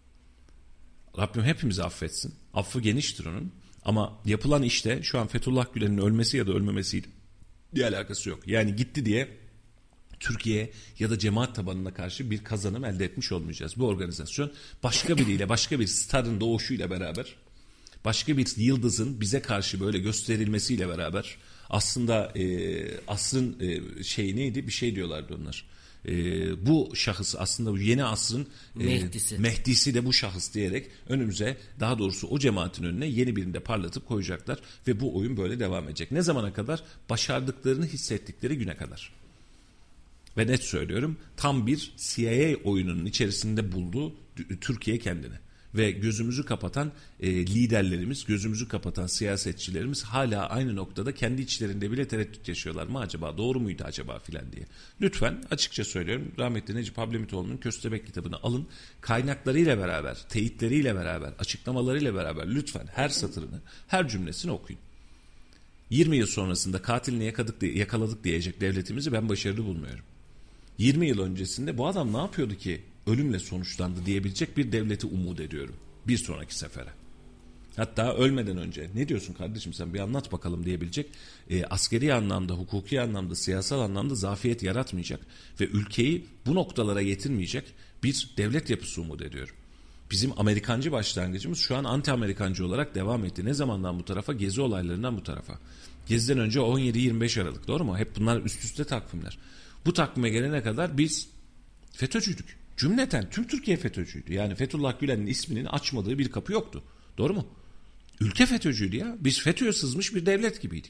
Rabbim hepimizi affetsin. Affı geniştir onun. Ama yapılan işte şu an Fethullah Gülen'in ölmesi ya da ölmemesiyle bir alakası yok. Yani gitti diye Türkiye ya da cemaat tabanına karşı bir kazanım elde etmiş olmayacağız. Bu organizasyon başka biriyle, başka bir starın doğuşuyla beraber, başka bir yıldızın bize karşı böyle gösterilmesiyle beraber, aslında e, asrın e, şey neydi, bir şey diyorlardı onlar. E, bu şahıs aslında bu yeni asrın e, Mehdisi. Mehdisi de bu şahıs diyerek önümüze, daha doğrusu o cemaatin önüne yeni birini de parlatıp koyacaklar ve bu oyun böyle devam edecek. Ne zamana kadar? Başardıklarını hissettikleri güne kadar. Ve net söylüyorum, tam bir C I A oyununun içerisinde buldu Türkiye kendini. Ve gözümüzü kapatan e, liderlerimiz, gözümüzü kapatan siyasetçilerimiz hala aynı noktada kendi içlerinde bile tereddüt yaşıyorlar mı acaba, doğru muydu acaba filan diye. Lütfen açıkça söylüyorum, rahmetli Necip Hablemitoğlu'nun Köstebek kitabını alın, kaynaklarıyla beraber, teyitleriyle beraber, açıklamalarıyla beraber lütfen her satırını, her cümlesini okuyun. yirmi yıl sonrasında katilini yakaladık, yakaladık diyecek devletimizi ben başarılı bulmuyorum. yirmi yıl öncesinde bu adam ne yapıyordu ki ölümle sonuçlandı diyebilecek bir devleti umut ediyorum bir sonraki sefere. Hatta ölmeden önce ne diyorsun kardeşim sen bir anlat bakalım diyebilecek, e, askeri anlamda, hukuki anlamda, siyasal anlamda zafiyet yaratmayacak ve ülkeyi bu noktalara getirmeyecek bir devlet yapısı umut ediyorum. Bizim Amerikancı başlangıcımız şu an anti-Amerikancı olarak devam etti. Ne zamandan bu tarafa? Gezi olaylarından bu tarafa. Gezi'den önce on yedi yirmi beş Aralık, doğru mu? Hep bunlar üst üste takvimler. Bu takvime gelene kadar biz FETÖ'cüydük. Cümleten tüm Türkiye FETÖ'cüydü. Yani Fethullah Gülen'in isminin açmadığı bir kapı yoktu. Doğru mu? Ülke FETÖ'cüydü ya. Biz FETÖ'ye sızmış bir devlet gibiydik.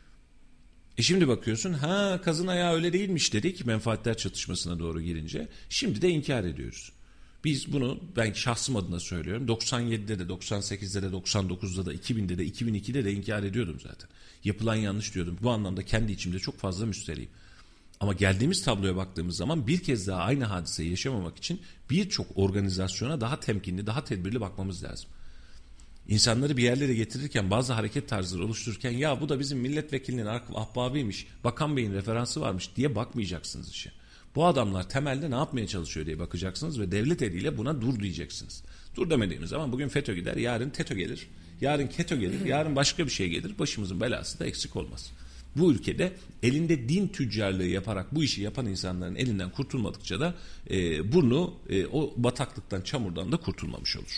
E şimdi bakıyorsun, ha kazın ayağı öyle değilmiş dedik menfaatler çatışmasına doğru girince. Şimdi de inkar ediyoruz. Biz bunu, ben şahsım adına söylüyorum, doksan yedide de, doksan sekizde de, doksan dokuzda da, iki binde de, iki bin ikide de inkar ediyordum zaten. Yapılan yanlış diyordum. Bu anlamda kendi içimde çok fazla müsterihim. Ama geldiğimiz tabloya baktığımız zaman bir kez daha aynı hadiseyi yaşamamak için birçok organizasyona daha temkinli, daha tedbirli bakmamız lazım. İnsanları bir yerlere getirirken, bazı hareket tarzları oluştururken, ya bu da bizim milletvekilinin ahbabıymış, bakan beyin referansı varmış diye bakmayacaksınız işe. Bu adamlar temelde ne yapmaya çalışıyor diye bakacaksınız ve devlet eliyle buna dur diyeceksiniz. Dur demediğimiz zaman bugün FETÖ gider, yarın TETÖ gelir, yarın KETÖ gelir, yarın başka bir şey gelir, başımızın belası da eksik olmaz. Bu ülkede elinde din tüccarlığı yaparak bu işi yapan insanların elinden kurtulmadıkça da e, burnu e, o bataklıktan, çamurdan da kurtulmamış olur.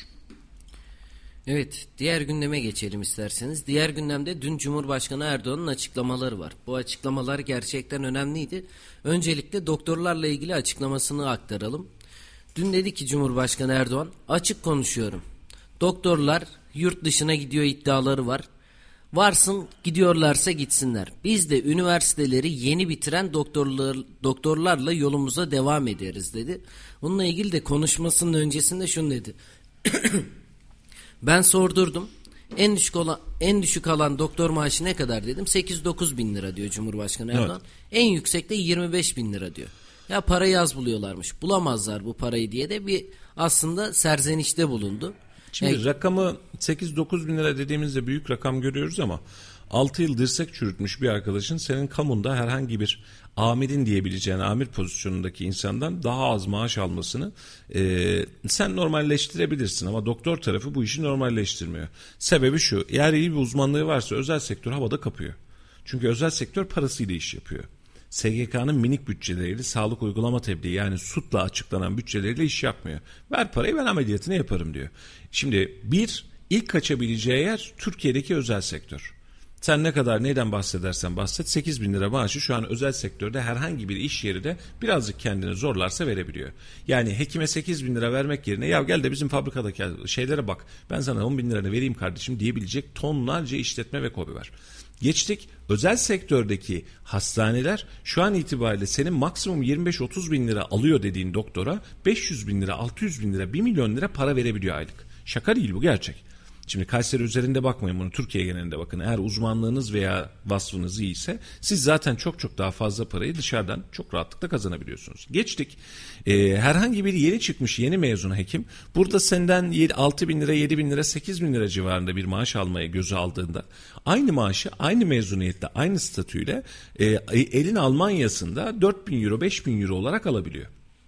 Evet, diğer gündeme geçelim isterseniz. Diğer gündemde dün Cumhurbaşkanı Erdoğan'ın açıklamaları var. Bu açıklamalar gerçekten önemliydi. Öncelikle doktorlarla ilgili açıklamasını aktaralım. Dün dedi ki Cumhurbaşkanı Erdoğan, açık konuşuyorum. Doktorlar yurt dışına gidiyor iddiaları var. Varsın, gidiyorlarsa gitsinler. Biz de üniversiteleri yeni bitiren doktorlar, doktorlarla yolumuza devam ederiz dedi. Bununla ilgili de konuşmasının öncesinde şunu dedi. Ben sordurdum. En düşük olan en düşük alan doktor maaşı ne kadar dedim. sekiz dokuz bin lira diyor Cumhurbaşkanı Erdoğan. Evet. En yüksek de yirmi beş bin lira diyor. Ya parayı az buluyorlarmış. Bulamazlar bu parayı diye de bir aslında serzenişte bulundu. Şimdi yani, rakamı sekiz dokuz bin lira dediğimizde büyük rakam görüyoruz ama altı yıl dirsek çürütmüş bir arkadaşın senin kamunda herhangi bir amirin diyebileceğin amir pozisyonundaki insandan daha az maaş almasını e, sen normalleştirebilirsin ama doktor tarafı bu işi normalleştirmiyor. Sebebi şu, eğer iyi bir uzmanlığı varsa özel sektör havada kapıyor. Çünkü özel sektör parasıyla iş yapıyor. S G K'nın minik bütçeleriyle sağlık uygulama tebliği yani S U T'la açıklanan bütçeleriyle iş yapmıyor. Ver parayı ben ameliyatını yaparım diyor. Şimdi bir ilk kaçabileceği yer Türkiye'deki özel sektör. Sen ne kadar neyden bahsedersen bahset sekiz bin lira maaşı şu an özel sektörde herhangi bir iş yeri de birazcık kendini zorlarsa verebiliyor. Yani hekime sekiz bin lira vermek yerine ya gel de bizim fabrikadaki şeylere bak ben sana on bin liranı vereyim kardeşim diyebilecek tonlarca işletme ve KOBİ var. Geçtik özel sektördeki hastaneler şu an itibariyle senin maksimum yirmi beş otuz bin lira alıyor dediğin doktora beş yüz bin lira altı yüz bin lira bir milyon lira para verebiliyor aylık. Şaka değil bu gerçek. Şimdi Kayseri üzerinde bakmayın bunu Türkiye genelinde bakın. Eğer uzmanlığınız veya vasfınız iyiyse siz zaten çok çok daha fazla parayı dışarıdan çok rahatlıkla kazanabiliyorsunuz. Geçtik. Ee, herhangi bir yeni çıkmış yeni mezun hekim burada senden altı bin lira yedi bin lira sekiz bin lira civarında bir maaş almaya göze aldığında aynı maaşı aynı mezuniyetle aynı statüyle e, elin Almanya'sında dört bin euro beş bin euro olarak alabiliyor.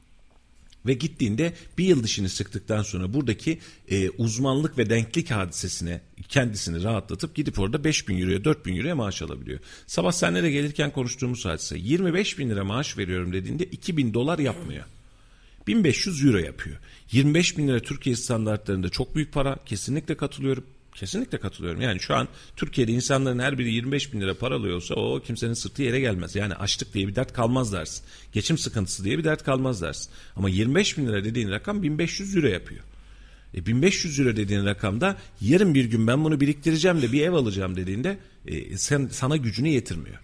Ve gittiğinde bir yıl dişini sıktıktan sonra buradaki e, uzmanlık ve denklik hadisesine kendisini rahatlatıp gidip orada beş bin euroya dört bin euroya maaş alabiliyor. Sabah senlere gelirken konuştuğumuz hadise yirmi beş bin lira maaş veriyorum dediğinde iki bin dolar yapmıyor. bin beş yüz euro yapıyor. yirmi beş bin lira Türkiye standartlarında çok büyük para, kesinlikle katılıyorum. Kesinlikle katılıyorum. Yani şu an Türkiye'de insanların her biri yirmi beş bin lira para alıyorsa o kimsenin sırtı yere gelmez. Yani açlık diye bir dert kalmaz dersin. Geçim sıkıntısı diye bir dert kalmaz dersin. Ama yirmi beş bin lira dediğin rakam bin beş yüz euro yapıyor. E bin beş yüz euro dediğin rakamda yarın bir gün ben bunu biriktireceğim de bir ev alacağım dediğinde e, sen, sana gücünü yetirmiyor.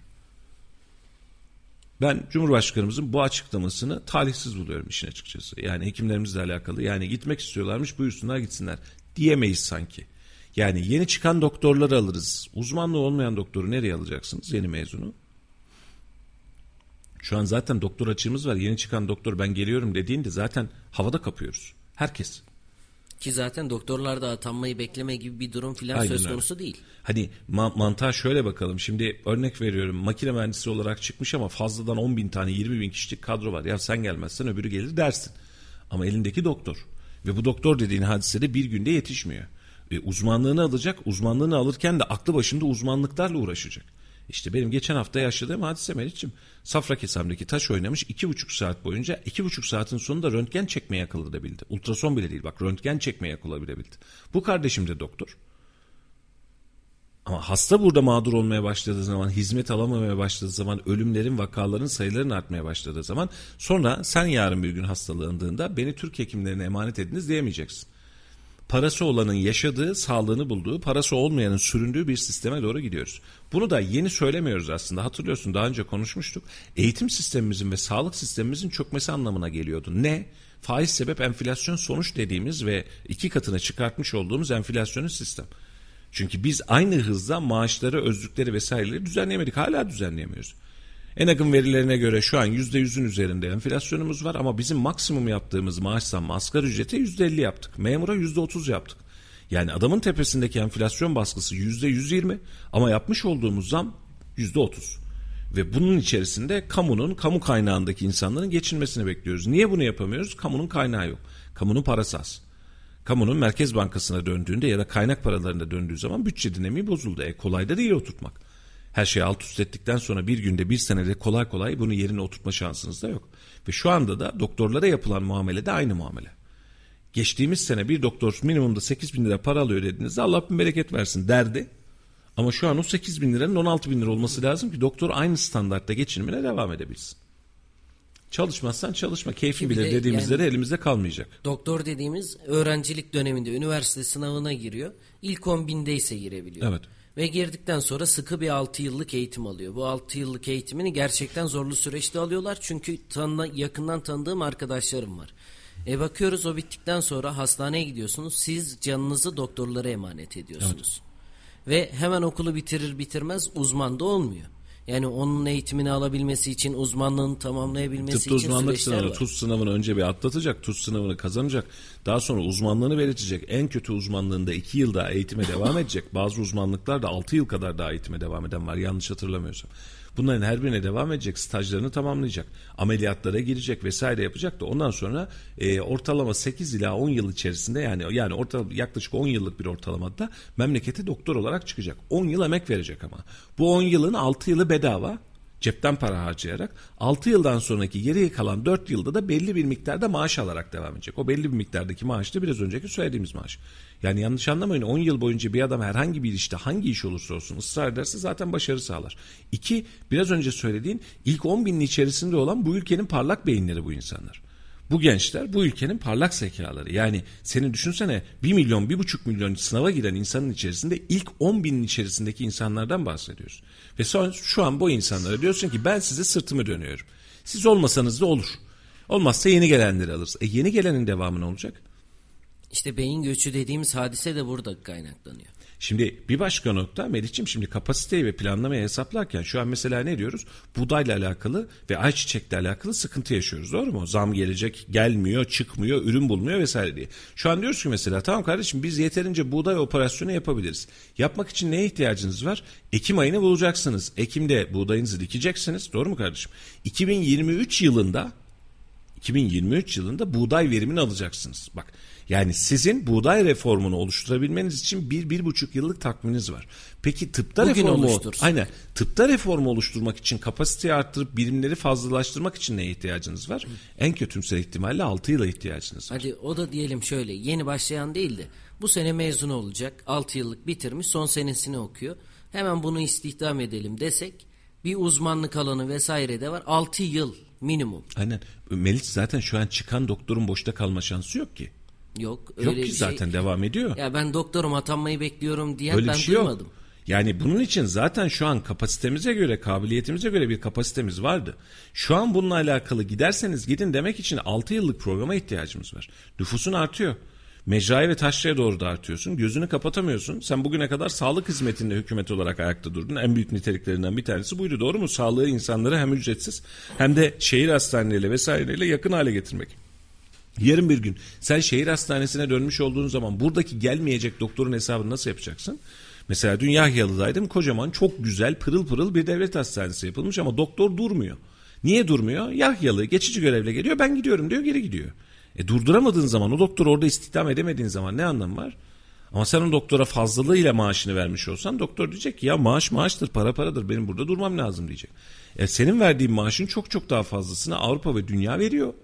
Ben Cumhurbaşkanımızın bu açıklamasını talihsiz buluyorum işin açıkçası. Yani hekimlerimizle alakalı yani gitmek istiyorlarmış buyursunlar gitsinler diyemeyiz sanki. Yani yeni çıkan doktorları alırız. Uzmanlığı olmayan doktoru nereye alacaksınız? Yeni mezunu. Şu an zaten doktor açığımız var. Yeni çıkan doktor ben geliyorum dediğinde zaten havada kapıyoruz. Herkes. Ki zaten doktorlarda atanmayı bekleme gibi bir durum filan Aynen söz öyle. konusu değil. Hani ma- mantığa şöyle bakalım. Şimdi örnek veriyorum makine mühendisi olarak çıkmış ama fazladan on bin tane yirmi bin kişilik kadro var. Ya sen gelmezsen öbürü gelir dersin. Ama elindeki doktor. Ve bu doktor dediğin hadisede bir günde yetişmiyor. E, uzmanlığını alacak, uzmanlığını alırken de aklı başında uzmanlıklarla uğraşacak. İşte benim geçen hafta yaşadığım hadise Meriç'ciğim. Safrakesam'daki taş oynamış iki buçuk saat boyunca iki buçuk saatin sonunda röntgen çekmeye akıl edebildi. Ultrason bile değil bak röntgen çekmeye akıl edebildi. Bu kardeşim de doktor. Ama hasta burada mağdur olmaya başladığı zaman, hizmet alamamaya başladığı zaman, ölümlerin, vakaların sayılarının artmaya başladığı zaman sonra sen yarın bir gün hastalandığında beni Türk hekimlerine emanet ediniz diyemeyeceksin. Parası olanın yaşadığı, sağlığını bulduğu, parası olmayanın süründüğü bir sisteme doğru gidiyoruz. Bunu da yeni söylemiyoruz aslında. Hatırlıyorsun daha önce konuşmuştuk. Eğitim sistemimizin ve sağlık sistemimizin çökmesi anlamına geliyordu. Ne? Faiz sebep enflasyon sonuç dediğimiz ve iki katına çıkartmış olduğumuz enflasyonist sistem. Çünkü biz aynı hızda maaşları, özlükleri vesaireleri düzenleyemedik. Hala düzenleyemiyoruz. ENAG'ın verilerine göre şu an yüzde yüzün üzerinde enflasyonumuz var ama bizim maksimum yaptığımız maaş zammı asgari ücrete yüzde elli yaptık. Memura yüzde otuz yaptık. Yani adamın tepesindeki enflasyon baskısı yüzde yüz yirmi ama yapmış olduğumuz zam yüzde otuz. Ve bunun içerisinde kamunun, kamu kaynağındaki insanların geçinmesini bekliyoruz. Niye bunu yapamıyoruz? Kamunun kaynağı yok. Kamunun parası az. Kamunun Merkez Bankası'na döndüğünde ya da kaynak paralarına döndüğü zaman bütçe dinamiği bozuldu. E kolay da değil oturtmak. Her şeyi alt üst ettikten sonra bir günde bir senede kolay kolay bunu yerine oturtma şansınız da yok. Ve şu anda da doktorlara yapılan muamele de aynı muamele. Geçtiğimiz sene bir doktor minimumda sekiz bin lira para alıyor dediğinizde Allah bin bereket versin derdi. Ama şu an o sekiz bin liranın on altı bin lira olması lazım ki doktor aynı standartta geçinimine devam edebilsin. Çalışmazsan çalışma, keyfin bilir de dediğimizde yani, de elimizde kalmayacak. Doktor dediğimiz öğrencilik döneminde üniversite sınavına giriyor. İlk on bindeyse girebiliyor. Evet. Ve girdikten sonra sıkı bir altı yıllık eğitim alıyor. Bu altı yıllık eğitimini gerçekten zorlu süreçte alıyorlar. Çünkü tanı, yakından tanıdığım arkadaşlarım var. E bakıyoruz o bittikten sonra hastaneye gidiyorsunuz. Siz canınızı doktorlara emanet ediyorsunuz. Evet. Ve hemen okulu bitirir bitirmez uzman da olmuyor. Yani onun eğitimini alabilmesi için, uzmanlığını tamamlayabilmesi Tıpta için uzmanlık süreçler sınavı, var. TUS sınavını önce bir atlatacak, TUS sınavını kazanacak. Daha sonra uzmanlığını verecek. En kötü uzmanlığında iki yıl daha eğitime devam edecek. Bazı uzmanlıklar da altı yıl kadar daha eğitime devam eden var, yanlış hatırlamıyorsam. Bunların her birine devam edecek, stajlarını tamamlayacak, ameliyatlara girecek vesaire yapacak da ondan sonra e, ortalama sekiz ila on yıl içerisinde, yani yani ortalama yaklaşık on yıllık bir ortalamada memlekete doktor olarak çıkacak. on yıl emek verecek ama. Bu on yılın altı yılı bedava, cepten para harcayarak, altı yıldan sonraki geriye kalan dört yılda da belli bir miktarda maaş alarak devam edecek. O belli bir miktardaki maaş da biraz önceki söylediğimiz maaş. Yani yanlış anlamayın, on yıl boyunca bir adam herhangi bir işte, hangi iş olursa olsun ısrar ederse zaten başarı sağlar. İki, biraz önce söylediğin ilk on binin içerisinde olan bu ülkenin parlak beyinleri bu insanlar. Bu gençler bu ülkenin parlak zekaları. Yani seni düşünsene, bir milyon, bir buçuk milyon sınava giren insanın içerisinde ilk on binin içerisindeki insanlardan bahsediyoruz. Ve sonra şu an bu insanlara diyorsun ki ben size sırtımı dönüyorum. Siz olmasanız da olur. Olmazsa yeni gelenleri alırız. E yeni gelenin devamı ne olacak? İşte beyin göçü dediğimiz hadise de burada kaynaklanıyor. Şimdi bir başka nokta Melih'ciğim, şimdi kapasiteyi ve planlamayı hesaplarken şu an mesela ne diyoruz? Buğdayla alakalı ve ayçiçekle alakalı sıkıntı yaşıyoruz, doğru mu? Zam gelecek, gelmiyor, çıkmıyor, ürün bulmuyor vesaire diye. Şu an diyoruz ki mesela tamam kardeşim, biz yeterince buğday operasyonu yapabiliriz. Yapmak için neye ihtiyacınız var? Ekim ayını bulacaksınız. Ekim'de buğdayınızı dikeceksiniz, doğru mu kardeşim? iki bin yirmi üç yılında iki bin yirmi üç yılında buğday verimini alacaksınız. Bak, yani sizin buğday reformunu oluşturabilmeniz için bir, bir buçuk yıllık takviminiz var. Peki tıpta Bugün reformu, oluştursun. aynen, tıpta reformu oluşturmak için, kapasiteyi arttırıp birimleri fazlalaştırmak için neye ihtiyacınız var? Hı. En kötümser ihtimalle altı yıla ihtiyacınız var. Hadi o da diyelim şöyle, yeni başlayan değil de bu sene mezun olacak, altı yıllık bitirmiş, son senesini okuyor. Hemen bunu istihdam edelim desek, bir uzmanlık alanı vesaire de var, altı yıl minimum. Aynen. Melih, zaten şu an çıkan doktorun boşta kalma şansı yok ki. Yok öyle yok ki bir zaten şey. Devam ediyor. Ya ben doktorum, atanmayı bekliyorum diyen öyle ben şey duymadım. Yok. Yani bunun için zaten şu an kapasitemize göre, kabiliyetimize göre bir kapasitemiz vardı. Şu an bununla alakalı giderseniz gidin demek için altı yıllık programa ihtiyacımız var. Nüfusun artıyor. Mecraya ve taşraya doğru da artıyorsun. Gözünü kapatamıyorsun. Sen bugüne kadar sağlık hizmetinde hükümet olarak ayakta durdun. En büyük niteliklerinden bir tanesi buydu, doğru mu? Sağlığı insanlara hem ücretsiz hem de şehir hastaneleriyle vesaireyle yakın hale getirmek. Yarın bir gün sen şehir hastanesine dönmüş olduğun zaman buradaki gelmeyecek doktorun hesabını nasıl yapacaksın? Mesela dün Yahyalı'daydım. Kocaman, çok güzel, pırıl pırıl bir devlet hastanesi yapılmış ama doktor durmuyor. Niye durmuyor? Yahyalı geçici görevle geliyor, ben gidiyorum diyor, geri gidiyor. E durduramadığın zaman, o doktoru orada istihdam edemediğin zaman ne anlamı var? Ama sen o doktora fazlalığıyla maaşını vermiş olsan, doktor diyecek ki ya maaş maaştır, para paradır, benim burada durmam lazım diyecek. E senin verdiğin maaşın çok çok daha fazlasını Avrupa ve dünya veriyor.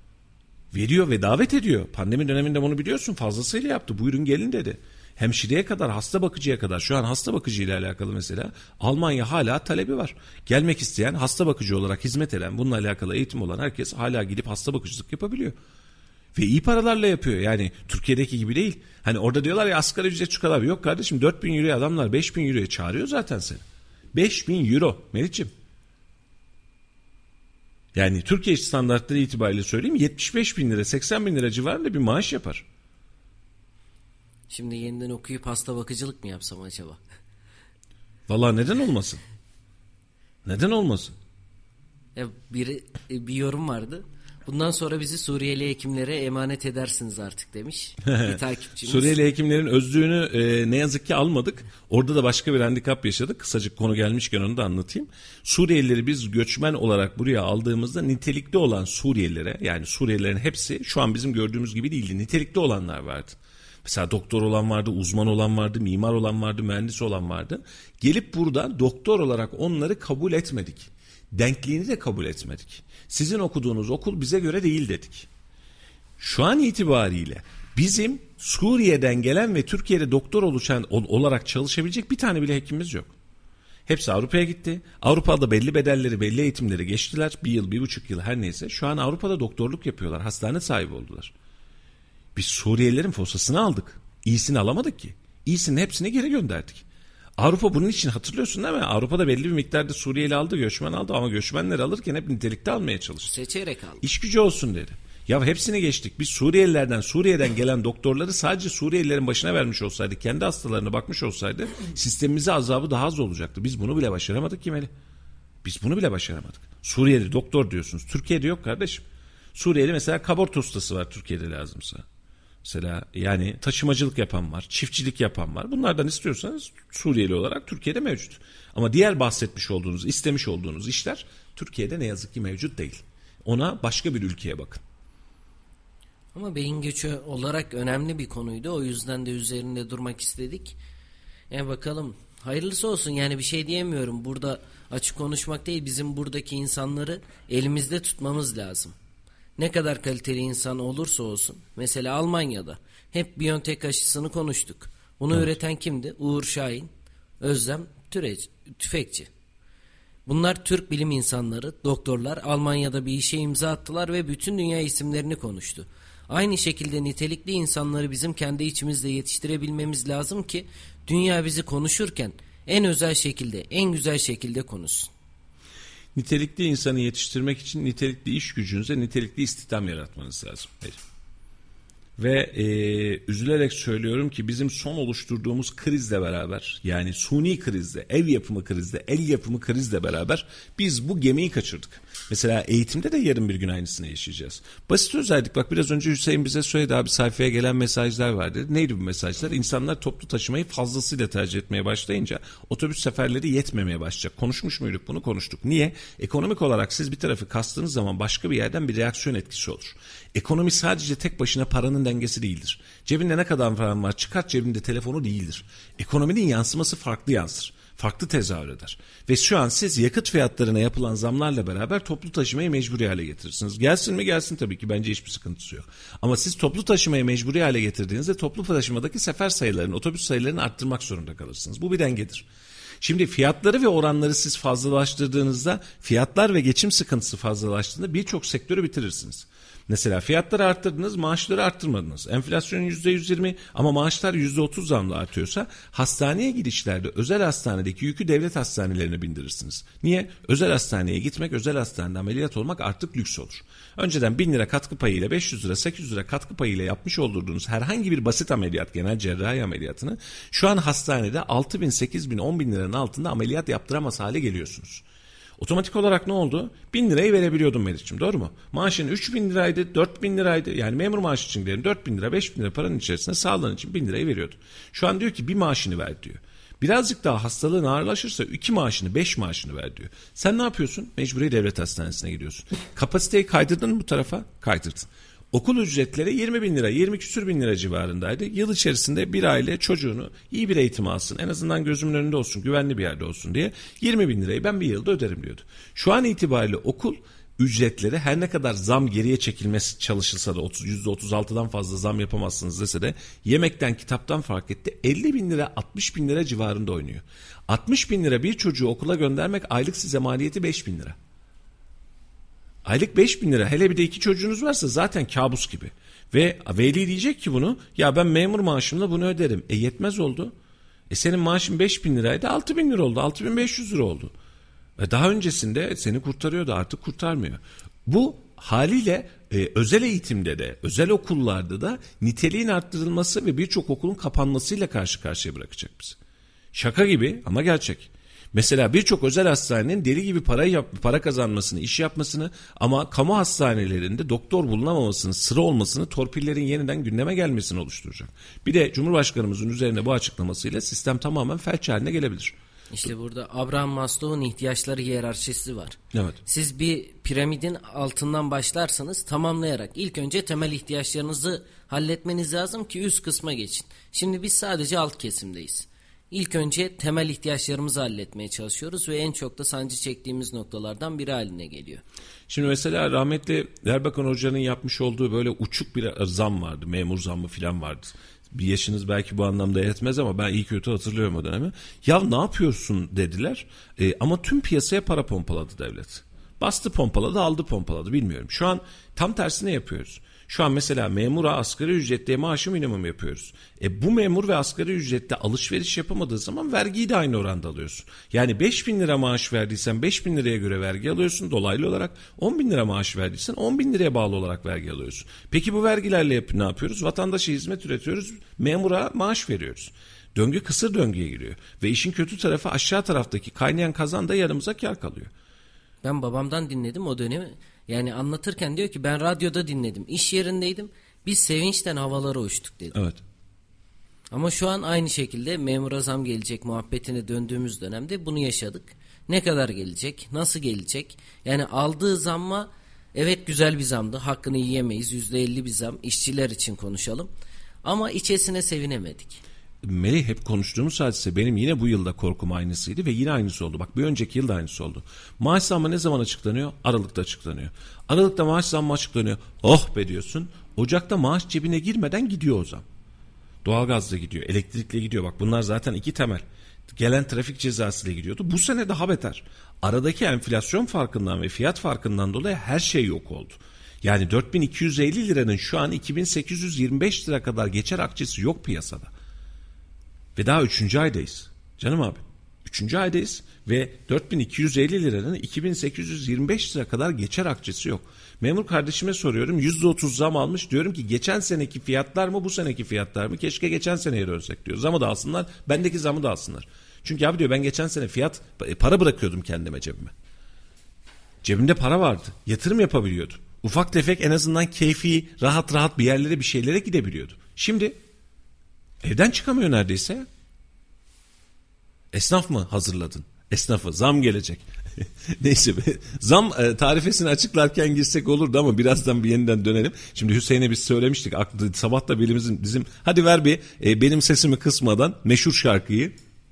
Veriyor ve davet ediyor. Pandemi döneminde bunu biliyorsun, fazlasıyla yaptı. Buyurun gelin dedi. Hemşireye kadar, hasta bakıcıya kadar, şu an hasta bakıcıyla alakalı mesela Almanya hala talebi var. Gelmek isteyen, hasta bakıcı olarak hizmet eden, bununla alakalı eğitim olan herkes hala gidip hasta bakıcılık yapabiliyor. Ve iyi paralarla yapıyor. Yani Türkiye'deki gibi değil. Hani orada diyorlar ya asgari ücret şu kadar. Yok kardeşim, dört bin euroya adamlar beş bin euroya çağırıyor zaten seni. beş bin euro Melih'ciğim. Yani Türkiye standartları itibariyle söyleyeyim, yetmiş beş bin lira, seksen bin lira civarında bir maaş yapar. Şimdi yeniden okuyup hasta bakıcılık mı yapsam acaba? Vallahi neden olmasın? Neden olmasın? Ya biri, bir yorum vardı. Bundan sonra bizi Suriyeli hekimlere emanet edersiniz artık demiş bir takipçimiz. Suriyeli hekimlerin özlüğünü e, ne yazık ki almadık. Orada da başka bir handikap yaşadık. Kısacık konu gelmişken onu da anlatayım. Suriyelileri biz göçmen olarak buraya aldığımızda nitelikli olan Suriyelilere, yani Suriyelilerin hepsi şu an bizim gördüğümüz gibi değildi. Nitelikli olanlar vardı. Mesela doktor olan vardı, uzman olan vardı, mimar olan vardı, mühendis olan vardı. Gelip burada doktor olarak onları kabul etmedik. Denkliğini de kabul etmedik. Sizin okuduğunuz okul bize göre değil dedik. Şu an itibariyle bizim Suriye'den gelen ve Türkiye'de doktor oluşan olarak çalışabilecek bir tane bile hekimimiz yok. Hepsi Avrupa'ya gitti. Avrupa'da belli bedelleri, belli eğitimleri geçtiler. Bir yıl, bir buçuk yıl her neyse. Şu an Avrupa'da doktorluk yapıyorlar. Hastane sahibi oldular. Biz Suriyelilerin fosasını aldık. İyisini alamadık ki. İyisinin hepsini geri gönderdik. Avrupa bunun için, hatırlıyorsun değil mi? Avrupa'da belli bir miktarda Suriyeli aldı, göçmen aldı ama göçmenleri alırken hep nitelikte almaya çalıştı. Seçerek aldı. İş gücü olsun dedi. Ya hepsini geçtik. Biz Suriyelilerden, Suriye'den gelen doktorları sadece Suriyelilerin başına vermiş olsaydık, kendi hastalarına bakmış olsaydı sistemimize azabı daha az olacaktı. Biz bunu bile başaramadık ki Melih. Biz bunu bile başaramadık. Suriyeli doktor diyorsunuz. Türkiye'de yok kardeşim. Suriyeli mesela kaborta ustası var Türkiye'de lazımsa. Mesela yani taşımacılık yapan var, çiftçilik yapan var. Bunlardan istiyorsanız Suriyeli olarak Türkiye'de mevcut. Ama diğer bahsetmiş olduğunuz, istemiş olduğunuz işler Türkiye'de ne yazık ki mevcut değil. Ona başka bir ülkeye bakın. Ama beyin göçü olarak önemli bir konuydu. O yüzden de üzerinde durmak istedik. Yani bakalım hayırlısı olsun, yani bir şey diyemiyorum. Burada açık konuşmak değil, bizim buradaki insanları elimizde tutmamız lazım. Ne kadar kaliteli insan olursa olsun. Mesela Almanya'da hep BioNTech aşısını konuştuk. Bunu evet. üreten kimdi? Uğur Şahin, Özlem Türeci, Tüfekçi. Bunlar Türk bilim insanları, doktorlar Almanya'da bir işe imza attılar ve bütün dünya isimlerini konuştu. Aynı şekilde nitelikli insanları bizim kendi içimizde yetiştirebilmemiz lazım ki dünya bizi konuşurken en özel şekilde, en güzel şekilde konuşsun. Nitelikli insanı yetiştirmek için nitelikli iş gücünüze nitelikli istihdam yaratmanız lazım. Ve e, üzülerek söylüyorum ki bizim son oluşturduğumuz krizle beraber, yani suni krizle, ev yapımı krizle, el yapımı krizle beraber biz bu gemiyi kaçırdık. Mesela eğitimde de yarın bir gün aynısını yaşayacağız. Basit özellik, bak biraz önce Hüseyin bize söyledi, abi sayfaya gelen mesajlar var dedi. Neydi bu mesajlar? İnsanlar toplu taşımayı fazlasıyla tercih etmeye başlayınca otobüs seferleri yetmemeye başlayacak. Konuşmuş muyduk? Bunu konuştuk. Niye? Ekonomik olarak siz bir tarafı kastığınız zaman başka bir yerden bir reaksiyon etkisi olur. Ekonomi sadece tek başına paranın dengesi değildir. Cebinde ne kadar paran var, çıkart cebinde telefonu değildir. Ekonominin yansıması farklı yansır. Farklı tezahür eder. Ve şu an siz yakıt fiyatlarına yapılan zamlarla beraber toplu taşımayı mecburi hale getirirsiniz. Gelsin mi? Gelsin tabii ki. Bence hiçbir sıkıntısı yok. Ama siz toplu taşımayı mecburi hale getirdiğinizde toplu taşımadaki sefer sayılarını, otobüs sayılarını arttırmak zorunda kalırsınız. Bu bir dengedir. Şimdi fiyatları ve oranları siz fazlalaştırdığınızda, fiyatlar ve geçim sıkıntısı fazlalaştığında birçok sektörü bitirirsiniz. Mesela fiyatları arttırdınız, maaşları arttırmadınız. Enflasyon yüzde yüz yirmi ama maaşlar yüzde otuz zamla artıyorsa hastaneye gidişlerde özel hastanedeki yükü devlet hastanelerine bindirirsiniz. Niye? Özel hastaneye gitmek, özel hastanede ameliyat olmak artık lüks olur. Önceden bin lira katkı payıyla, beş yüz lira, sekiz yüz lira katkı payıyla yapmış olduğunuz herhangi bir basit ameliyat, genel cerrahi ameliyatını şu an hastanede altı bin, sekiz bin, on bin liranın altında ameliyat yaptıramaz hale geliyorsunuz. Otomatik olarak ne oldu? bin lirayı verebiliyordum Melih'ciğim, doğru mu? Maaşın üç bin liraydı, dört bin liraydı. Yani memur maaşı için gidelim, dört bin lira, beş bin lira paranın içerisinde sağlığın için bin lirayı veriyordu. Şu an diyor ki bir maaşını ver diyor. Birazcık daha hastalığın ağırlaşırsa iki maaşını, beş maaşını ver diyor. Sen ne yapıyorsun? Mecburi devlet hastanesine gidiyorsun. Kapasiteyi kaydırdın mı bu tarafa? Kaydırdın. Okul ücretleri yirmi bin lira, yirmi küsür bin lira civarındaydı. Yıl içerisinde bir aile çocuğunu iyi bir eğitim alsın, en azından gözümün önünde olsun, güvenli bir yerde olsun diye yirmi bin lirayı ben bir yılda öderim diyordu. Şu an itibariyle okul ücretleri her ne kadar zam geriye çekilmesi çalışılsa da yüzde otuz altıdan fazla zam yapamazsınız dese de yemekten, kitaptan fark etti. elli bin lira, altmış bin lira civarında oynuyor. altmış bin lira bir çocuğu okula göndermek, aylık size maliyeti beş bin lira. Aylık beş bin lira, hele bir de iki çocuğunuz varsa zaten kabus gibi. Ve veli diyecek ki bunu, ya ben memur maaşımla bunu öderim. E yetmez oldu. E senin maaşın beş bin liraydı, altı bin lira oldu, altı bin beş yüz lira oldu. Ve daha öncesinde seni kurtarıyordu, artık kurtarmıyor. Bu haliyle e, özel eğitimde de, özel okullarda da niteliğin arttırılması ve birçok okulun kapanmasıyla karşı karşıya bırakacak bizi. Şaka gibi ama gerçek. Mesela birçok özel hastanenin deli gibi para yap, para kazanmasını, iş yapmasını ama kamu hastanelerinde doktor bulunamamasını, sıra olmasını, torpillerin yeniden gündeme gelmesini oluşturacak. Bir de Cumhurbaşkanımızın üzerine bu açıklamasıyla sistem tamamen felç haline gelebilir. İşte burada Abraham Maslow'un ihtiyaçları hiyerarşisi var. Evet. Siz bir piramidin altından başlarsanız tamamlayarak ilk önce temel ihtiyaçlarınızı halletmeniz lazım ki üst kısma geçin. Şimdi biz sadece alt kesimdeyiz. İlk önce temel ihtiyaçlarımızı halletmeye çalışıyoruz ve en çok da sancı çektiğimiz noktalardan biri haline geliyor. Şimdi mesela rahmetli Erbakan Hoca'nın yapmış olduğu böyle uçuk bir zam vardı. Memur zammı falan vardı. Bir yaşınız belki bu anlamda yetmez ama ben iyi kötü hatırlıyorum o dönemi. Ya ne yapıyorsun dediler e, ama tüm piyasaya para pompaladı devlet. Bastı pompaladı, aldı pompaladı, bilmiyorum. Şu an tam tersine yapıyoruz. Şu an mesela memura asgari ücretli maaşı minimum yapıyoruz. E bu memur ve asgari ücrette alışveriş yapamadığı zaman vergiyi de aynı oranda alıyorsun. Yani beş bin lira maaş verdiysen beş bin liraya göre vergi alıyorsun dolaylı olarak. on bin lira maaş verdiysen on bin liraya bağlı olarak vergi alıyorsun. Peki bu vergilerle yap, ne yapıyoruz? Vatandaşa hizmet üretiyoruz, memura maaş veriyoruz. Döngü kısır döngüye giriyor. Ve işin kötü tarafı aşağı taraftaki kaynayan kazan da yanımıza kar kalıyor. Ben babamdan dinledim o dönemi. Yani anlatırken diyor ki ben radyoda dinledim. İş yerindeydim. Biz sevinçten havalara uçtuk dedi. Evet. Ama şu an aynı şekilde memura zam gelecek muhabbetine döndüğümüz dönemde bunu yaşadık. Ne kadar gelecek? Nasıl gelecek? Yani aldığı zamma evet güzel bir zamdı. Hakkını yiyemeyiz. yüzde elli bir zam. İşçiler için konuşalım. Ama içesine sevinemedik. Melih hep konuştuğumuz hadise benim yine bu yılda korkum aynısıydı ve yine aynısı oldu. Bak bir önceki yılda aynısı oldu. Maaş zammı ne zaman açıklanıyor? Aralıkta açıklanıyor. Aralıkta maaş zammı açıklanıyor. Oh be diyorsun. Ocakta maaş cebine girmeden gidiyor o zam. Doğalgazla gidiyor, elektrikle gidiyor. Bak bunlar zaten iki temel. Gelen trafik cezasıyla gidiyordu. Bu sene daha beter. Aradaki enflasyon farkından ve fiyat farkından dolayı her şey yok oldu. Yani dört bin iki yüz elli liranın şu an iki bin sekiz yüz yirmi beş lira kadar geçer akçesi yok piyasada. Ve daha üçüncü aydayız. Canım abi. Üçüncü aydayız ve dört bin iki yüz elli liranın iki bin sekiz yüz yirmi beş lira kadar geçer akçesi yok. Memur kardeşime soruyorum, yüzde otuz zam almış. Diyorum ki geçen seneki fiyatlar mı bu seneki fiyatlar mı? Keşke geçen seneye dönsek diyor. Zamı da alsınlar, bendeki zamı da alsınlar. Çünkü abi diyor ben geçen sene fiyat para bırakıyordum kendime cebime. Cebimde para vardı. Yatırım yapabiliyordu. Ufak tefek en azından keyfi, rahat rahat bir yerlere bir şeylere gidebiliyordu. Şimdi evden çıkamıyor neredeyse. Esnaf mı hazırladın? Esnafı zam gelecek. Neyse zam e, tarifesini açıklarken girsek olurdu ama birazdan bir yeniden dönelim. Şimdi Hüseyin'e biz söylemiştik. Aklı, sabah da birimizin bizim hadi ver bir e, benim sesimi kısmadan meşhur şarkıyı.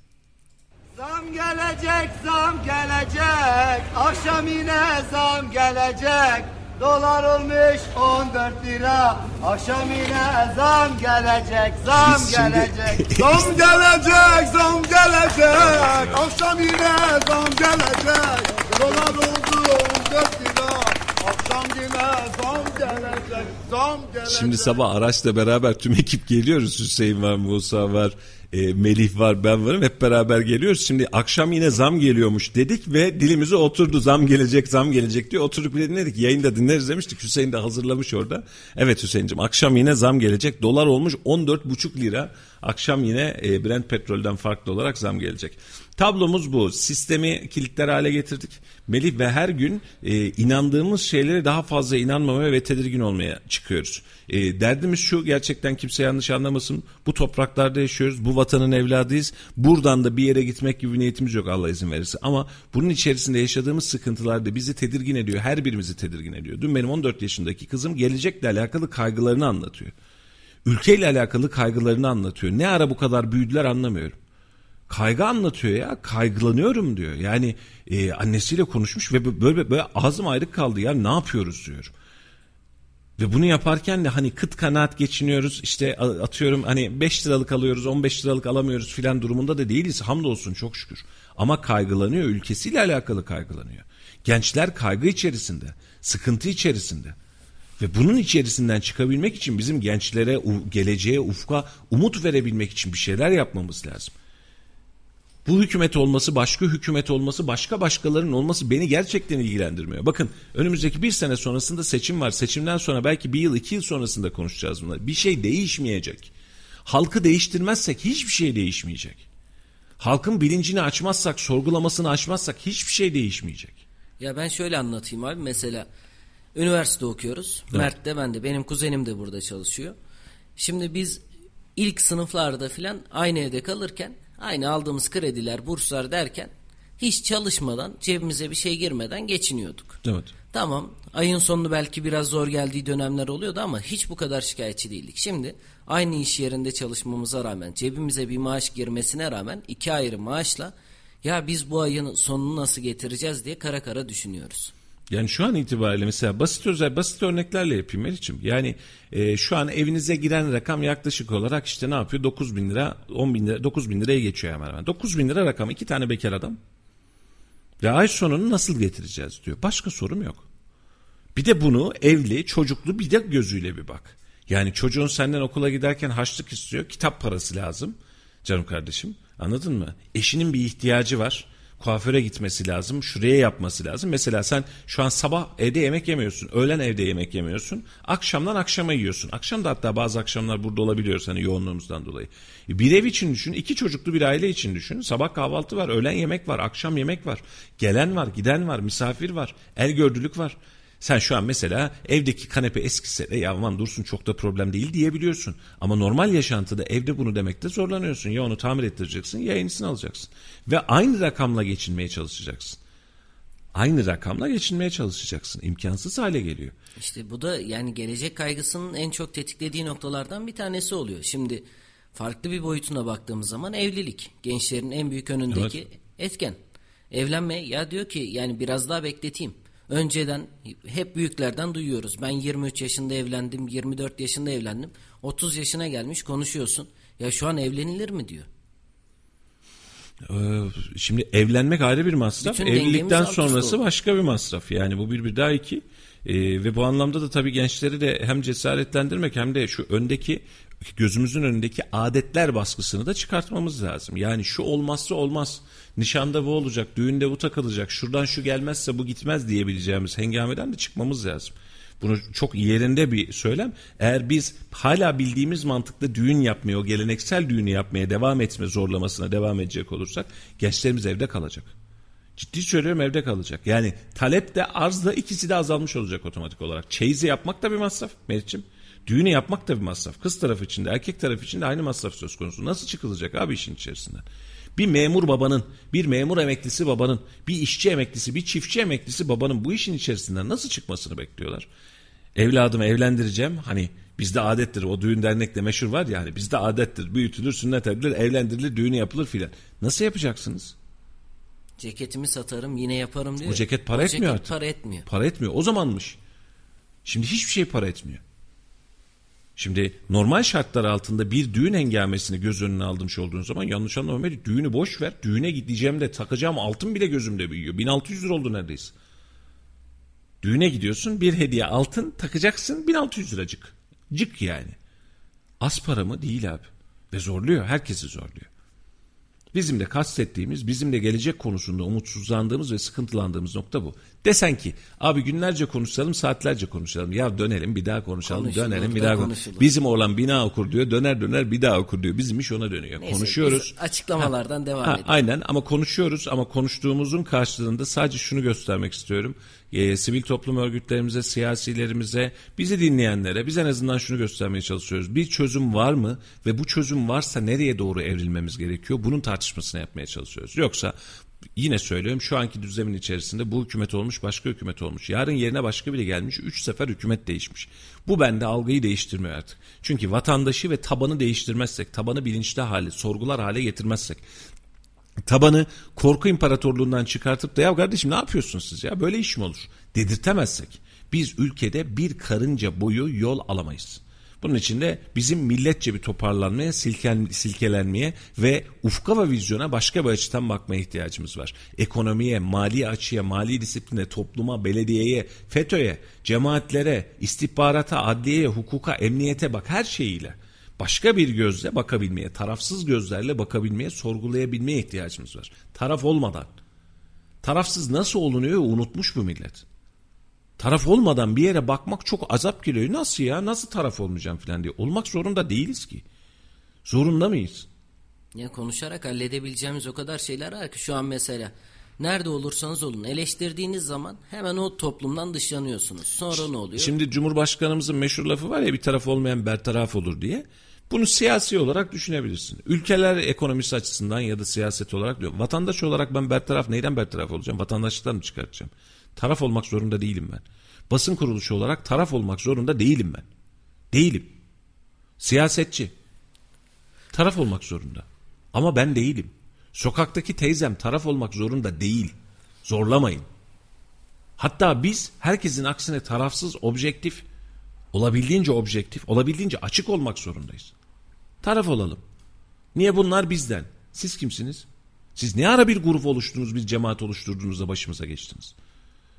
Zam gelecek, zam gelecek. Akşam yine zam gelecek. Dolar olmuş on dört lira. Akşam yine zam gelecek, zam Biz şimdi- gelecek. Zam gelecek, zam gelecek. Akşam yine zam gelecek. Dolar oldu on dört lira. Akşam yine zam gelecek, zam gelecek. Şimdi sabah araçla beraber tüm ekip geliyoruz. Hüseyin var, Musa var, e, Melih var, ben varım. Hep beraber geliyoruz. Şimdi akşam yine zam geliyormuş dedik ve dilimize oturdu. Zam gelecek, zam gelecek diyor. Oturduk bile dinledik. Yayında dinleriz demiştik. Hüseyin de hazırlamış orada. Evet Hüseyin'cim akşam yine zam gelecek. Dolar olmuş on dört buçuk lira. Akşam yine e, Brent petrolden farklı olarak zam gelecek. Tablomuz bu. Sistemi kilitler hale getirdik. Melih ve her gün e, inandığımız şeylere daha fazla inanmamaya ve tedirgin olmaya çıkıyoruz. E, derdimiz şu, gerçekten kimse yanlış anlamasın. Bu topraklarda yaşıyoruz. Bu vatanın evladıyız. Buradan da bir yere gitmek gibi bir niyetimiz yok Allah izin verirse. Ama bunun içerisinde yaşadığımız sıkıntılar da bizi tedirgin ediyor. Her birimizi tedirgin ediyor. Dün benim on dört yaşındaki kızım gelecekle alakalı kaygılarını anlatıyor. Ülkeyle alakalı kaygılarını anlatıyor. Ne ara bu kadar büyüdüler anlamıyorum. Kaygı anlatıyor ya, kaygılanıyorum diyor. Yani e, annesiyle konuşmuş ve böyle, böyle ağzım ayrık kaldı ya, ne yapıyoruz diyor. Ve bunu yaparken de hani kıt kanaat geçiniyoruz, işte atıyorum hani beş liralık alıyoruz, on beş liralık alamıyoruz filan durumunda da değiliz hamdolsun çok şükür. Ama kaygılanıyor, ülkesiyle alakalı kaygılanıyor. Gençler kaygı içerisinde, sıkıntı içerisinde. Ve bunun içerisinden çıkabilmek için bizim gençlere, geleceğe, ufka umut verebilmek için bir şeyler yapmamız lazım. Bu hükümet olması, başka hükümet olması, başka başkalarının olması beni gerçekten ilgilendirmiyor. Bakın önümüzdeki bir sene sonrasında seçim var. Seçimden sonra belki bir yıl, iki yıl sonrasında konuşacağız bunları. Bir şey değişmeyecek. Halkı değiştirmezsek hiçbir şey değişmeyecek. Halkın bilincini açmazsak, sorgulamasını açmazsak hiçbir şey değişmeyecek. Ya ben şöyle anlatayım abi, mesela üniversite okuyoruz. Evet. Mert de ben de, benim kuzenim de burada çalışıyor. Şimdi biz ilk sınıflarda filan aynı evde kalırken aynı aldığımız krediler, burslar derken hiç çalışmadan, cebimize bir şey girmeden geçiniyorduk. Evet. Tamam, ayın sonunu belki biraz zor geldiği dönemler oluyordu ama hiç bu kadar şikayetçi değildik. Şimdi aynı iş yerinde çalışmamıza rağmen, cebimize bir maaş girmesine rağmen iki ayrı maaşla ya biz bu ayın sonunu nasıl getireceğiz diye kara kara düşünüyoruz. Yani şu an itibariyle mesela basit özel basit örneklerle yapayım Melih'ciğim. Yani e, şu an evinize giren rakam yaklaşık olarak işte ne yapıyor? dokuz bin lira, on bin lira, dokuz bin liraya geçiyor hemen hemen. dokuz bin lira rakam, iki tane bekar adam. Ve ay sonunu nasıl getireceğiz diyor. Başka sorum yok. Bir de bunu evli, çocuklu bir de gözüyle bir bak. Yani çocuğun senden okula giderken harçlık istiyor, kitap parası lazım canım kardeşim, anladın mı? Eşinin bir ihtiyacı var, kuaföre gitmesi lazım, şuraya yapması lazım. Mesela sen şu an sabah evde yemek yemiyorsun, öğlen evde yemek yemiyorsun, akşamdan akşama yiyorsun. Akşam da hatta bazı akşamlar burada olabiliyoruz hani yoğunluğumuzdan dolayı. Bir ev için düşün, iki çocuklu bir aile için düşün. Sabah kahvaltı var, öğlen yemek var, akşam yemek var. Gelen var, giden var, misafir var, el gördülük var. Sen şu an mesela evdeki kanepe eskise de ya aman dursun çok da problem değil diyebiliyorsun. Ama normal yaşantıda evde bunu demekte zorlanıyorsun. Ya onu tamir ettireceksin ya yenisini alacaksın. Ve aynı rakamla geçinmeye çalışacaksın. Aynı rakamla geçinmeye çalışacaksın. İmkansız hale geliyor. İşte bu da yani gelecek kaygısının en çok tetiklediği noktalardan bir tanesi oluyor. Şimdi farklı bir boyutuna baktığımız zaman evlilik. Gençlerin en büyük önündeki evet. etken. Evlenme ya diyor ki yani biraz daha bekleteyim. Önceden hep büyüklerden duyuyoruz. Ben yirmi üç yaşında evlendim, yirmi dört yaşında evlendim. otuz yaşına gelmiş konuşuyorsun. Ya şu an evlenilir mi diyor. Ee, şimdi evlenmek ayrı bir masraf. Bütün evlilikten sonrası başka bir masraf. Yani bu bir bir daha iki. Ee, ve bu anlamda da tabii gençleri de hem cesaretlendirmek hem de şu öndeki gözümüzün önündeki adetler baskısını da çıkartmamız lazım. Yani şu olmazsa olmaz. Nişanda bu olacak, düğünde bu takılacak, şuradan şu gelmezse bu gitmez diyebileceğimiz hengameden de çıkmamız lazım. Bunu çok yerinde bir söylem. Eğer biz hala bildiğimiz mantıkla düğün yapmaya, o geleneksel düğünü yapmaya devam etme zorlamasına devam edecek olursak gençlerimiz evde kalacak. Ciddi söylüyorum, evde kalacak. Yani talep de arz da ikisi de azalmış olacak otomatik olarak. Çeyizi yapmak da bir masraf Meriç'ciğim. Düğünü yapmak da bir masraf. Kız tarafı için de erkek tarafı için de aynı masraf söz konusu. Nasıl çıkılacak abi işin içerisinden? Bir memur babanın, bir memur emeklisi babanın, bir işçi emeklisi, bir çiftçi emeklisi babanın bu işin içerisinden nasıl çıkmasını bekliyorlar? Evladımı evlendireceğim. Hani bizde adettir, o düğün dernekte meşhur var ya, hani bizde adettir, büyütülür, sünnet edilir, evlendirilir, düğünü yapılır filan. Nasıl yapacaksınız? Ceketimi satarım yine yaparım diyor. O ceket para o etmiyor ceket artık. para etmiyor. Para etmiyor. O zamanmış. Şimdi hiçbir şey para etmiyor. Şimdi normal şartlar altında bir düğün hengamesini göz önüne almış olduğun zaman yanlış anlama, düğünü boş ver. Düğüne gideceğim de takacağım altın bile gözümde büyüyor. bin altı yüz lira oldu neredeyse. Düğüne gidiyorsun, bir hediye altın takacaksın, bin altı yüz liracık. Cık yani. Az para mı? Değil abi. Ve zorluyor. Herkesi zorluyor. Bizim de kastettiğimiz, bizim de gelecek konusunda umutsuzlandığımız ve sıkıntılandığımız nokta bu. Desen ki abi günlerce konuşalım, saatlerce konuşalım. Ya dönelim bir daha konuşalım, konuşulur, dönelim bir daha konuşalım. Bizim oğlan bina okur diyor, döner döner bir daha okur diyor. Bizim iş ona dönüyor. Neyse, konuşuyoruz. Açıklamalardan ha, devam ha, edelim. Aynen ama konuşuyoruz ama konuştuğumuzun karşılığında sadece şunu göstermek istiyorum. E, sivil toplum örgütlerimize, siyasilerimize, bizi dinleyenlere biz en azından şunu göstermeye çalışıyoruz. Bir çözüm var mı ve bu çözüm varsa nereye doğru evrilmemiz gerekiyor? Bunun tartışmasını yapmaya çalışıyoruz. Yoksa yine söylüyorum, şu anki düzenin içerisinde bu hükümet olmuş, başka hükümet olmuş. Yarın yerine başka biri gelmiş, üç sefer hükümet değişmiş. Bu bende algıyı değiştirmiyor artık. Çünkü vatandaşı ve tabanı değiştirmezsek, tabanı bilinçli hale, sorgular hale getirmezsek, tabanı korku imparatorluğundan çıkartıp da ya kardeşim ne yapıyorsunuz siz ya, böyle iş mi olur dedirtemezsek biz ülkede bir karınca boyu yol alamayız. Bunun için de bizim milletçe bir toparlanmaya, silken, silkelenmeye ve ufka ve vizyona başka bir açıdan bakmaya ihtiyacımız var. Ekonomiye, mali açıya, mali disipline, topluma, belediyeye, FETÖ'ye, cemaatlere, istihbarata, adliyeye, hukuka, emniyete bak, her şeyiyle başka bir gözle bakabilmeye, tarafsız gözlerle bakabilmeye, sorgulayabilmeye ihtiyacımız var. Taraf olmadan. Tarafsız nasıl olunuyor unutmuş bu millet. Taraf olmadan bir yere bakmak çok azap geliyor. Nasıl ya? Nasıl taraf olmayacağım falan diye. Olmak zorunda değiliz ki. Zorunda mıyız? Ya konuşarak halledebileceğimiz o kadar şeyler var ki şu an mesela nerede olursanız olun eleştirdiğiniz zaman hemen o toplumdan dışlanıyorsunuz. Sonra ne oluyor? Şimdi Cumhurbaşkanımızın meşhur lafı var ya, bir taraf olmayan bertaraf olur diye. Bunu siyasi olarak düşünebilirsin. Ülkeler ekonomisi açısından ya da siyaset olarak diyor. Vatandaş olarak ben bertaraf, neyden bertaraf olacağım? Vatandaşlıktan mı çıkartacağım? Taraf olmak zorunda değilim ben. Basın kuruluşu olarak taraf olmak zorunda değilim ben. Değilim. Siyasetçi. Taraf olmak zorunda. Ama ben değilim. Sokaktaki teyzem taraf olmak zorunda değil. Zorlamayın. Hatta biz herkesin aksine tarafsız, objektif, olabildiğince objektif, olabildiğince açık olmak zorundayız. Taraf olalım. Niye bunlar bizden? Siz kimsiniz? Siz ne ara bir grup oluşturdunuz, bir cemaat oluşturduğunuzda başımıza geçtiniz?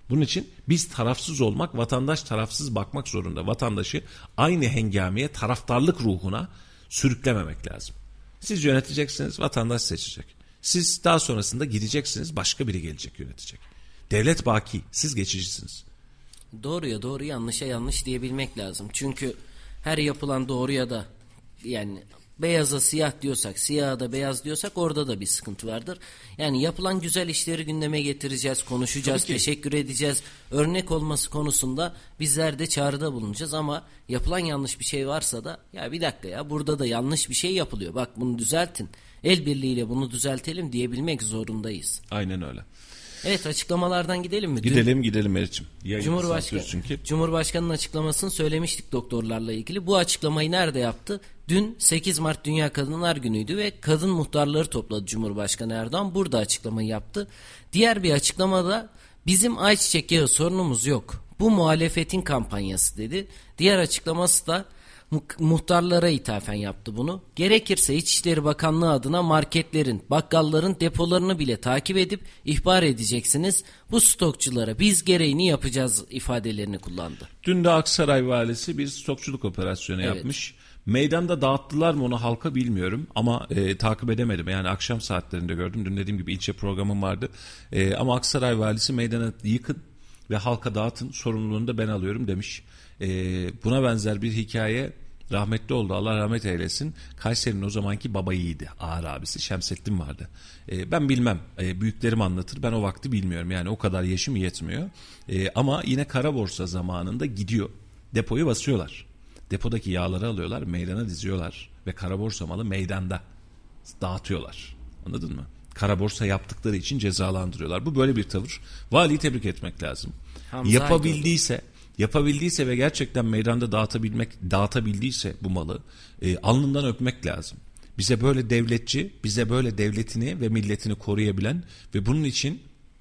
Bunun için biz tarafsız olmak, vatandaş tarafsız bakmak zorunda. Vatandaşı aynı hengameye, taraftarlık ruhuna sürüklememek lazım. Siz yöneteceksiniz, vatandaş seçecek. Siz daha sonrasında gideceksiniz, başka biri gelecek yönetecek. Devlet baki, siz geçicisiniz. Doğruya doğru, yanlışa yanlış diyebilmek lazım. Çünkü her yapılan doğruya da, yani beyaza siyah diyorsak, siyaha da beyaz diyorsak orada da bir sıkıntı vardır. Yani yapılan güzel işleri gündeme getireceğiz, konuşacağız, teşekkür edeceğiz. Örnek olması konusunda bizler de çağrıda bulunacağız ama yapılan yanlış bir şey varsa da ya bir dakika ya burada da yanlış bir şey yapılıyor. Bak bunu düzeltin. El birliğiyle bunu düzeltelim diyebilmek zorundayız. Aynen öyle. Evet, açıklamalardan gidelim mi? Gidelim Dün, gidelim Meriç'im. Cumhurbaşkanı, çünkü. Cumhurbaşkanı'nın açıklamasını söylemiştik doktorlarla ilgili. Bu açıklamayı nerede yaptı? Dün sekiz Mart Dünya Kadınlar Günü'ydü ve kadın muhtarları topladı Cumhurbaşkanı Erdoğan. Burada açıklamayı yaptı. Diğer bir açıklamada bizim ayçiçek yağı sorunumuz yok. Bu muhalefetin kampanyası dedi. Diğer açıklaması da muhtarlara ithafen yaptı bunu. Gerekirse İçişleri Bakanlığı adına marketlerin, bakkalların depolarını bile takip edip ihbar edeceksiniz. Bu stokçulara biz gereğini yapacağız ifadelerini kullandı. Dün de Aksaray valisi bir stokçuluk operasyonu evet. yapmış. Meydanda dağıttılar mı onu halka bilmiyorum ama e, takip edemedim. Yani akşam saatlerinde gördüm. Dün dediğim gibi ilçe programım vardı. E, ama Aksaray valisi meydana yıkın ve halka dağıtın, sorumluluğunu da ben alıyorum demiş. E, buna benzer bir hikaye rahmetli oldu, Allah rahmet eylesin. Kayseri'nin o zamanki baba yiğidi, ağır abisi Şemsettin vardı. E, ben bilmem, e, büyüklerim anlatır, ben o vakti bilmiyorum. Yani o kadar yaşım yetmiyor. E, ama yine kara borsa zamanında gidiyor, depoyu basıyorlar. Depodaki yağları alıyorlar, meydana diziyorlar ve kara borsa malı meydanda dağıtıyorlar. Anladın mı? Kara borsa yaptıkları için cezalandırıyorlar. Bu böyle bir tavır. Valiyi tebrik etmek lazım. Hamza yapabildiyse, yapabildiyse ve gerçekten meydanda dağıtabilmek, dağıtabildiyse bu malı e, alnından öpmek lazım. Bize böyle devletçi, bize böyle devletini ve milletini koruyabilen ve bunun için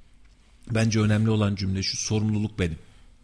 bence önemli olan cümle şu: sorumluluk benim.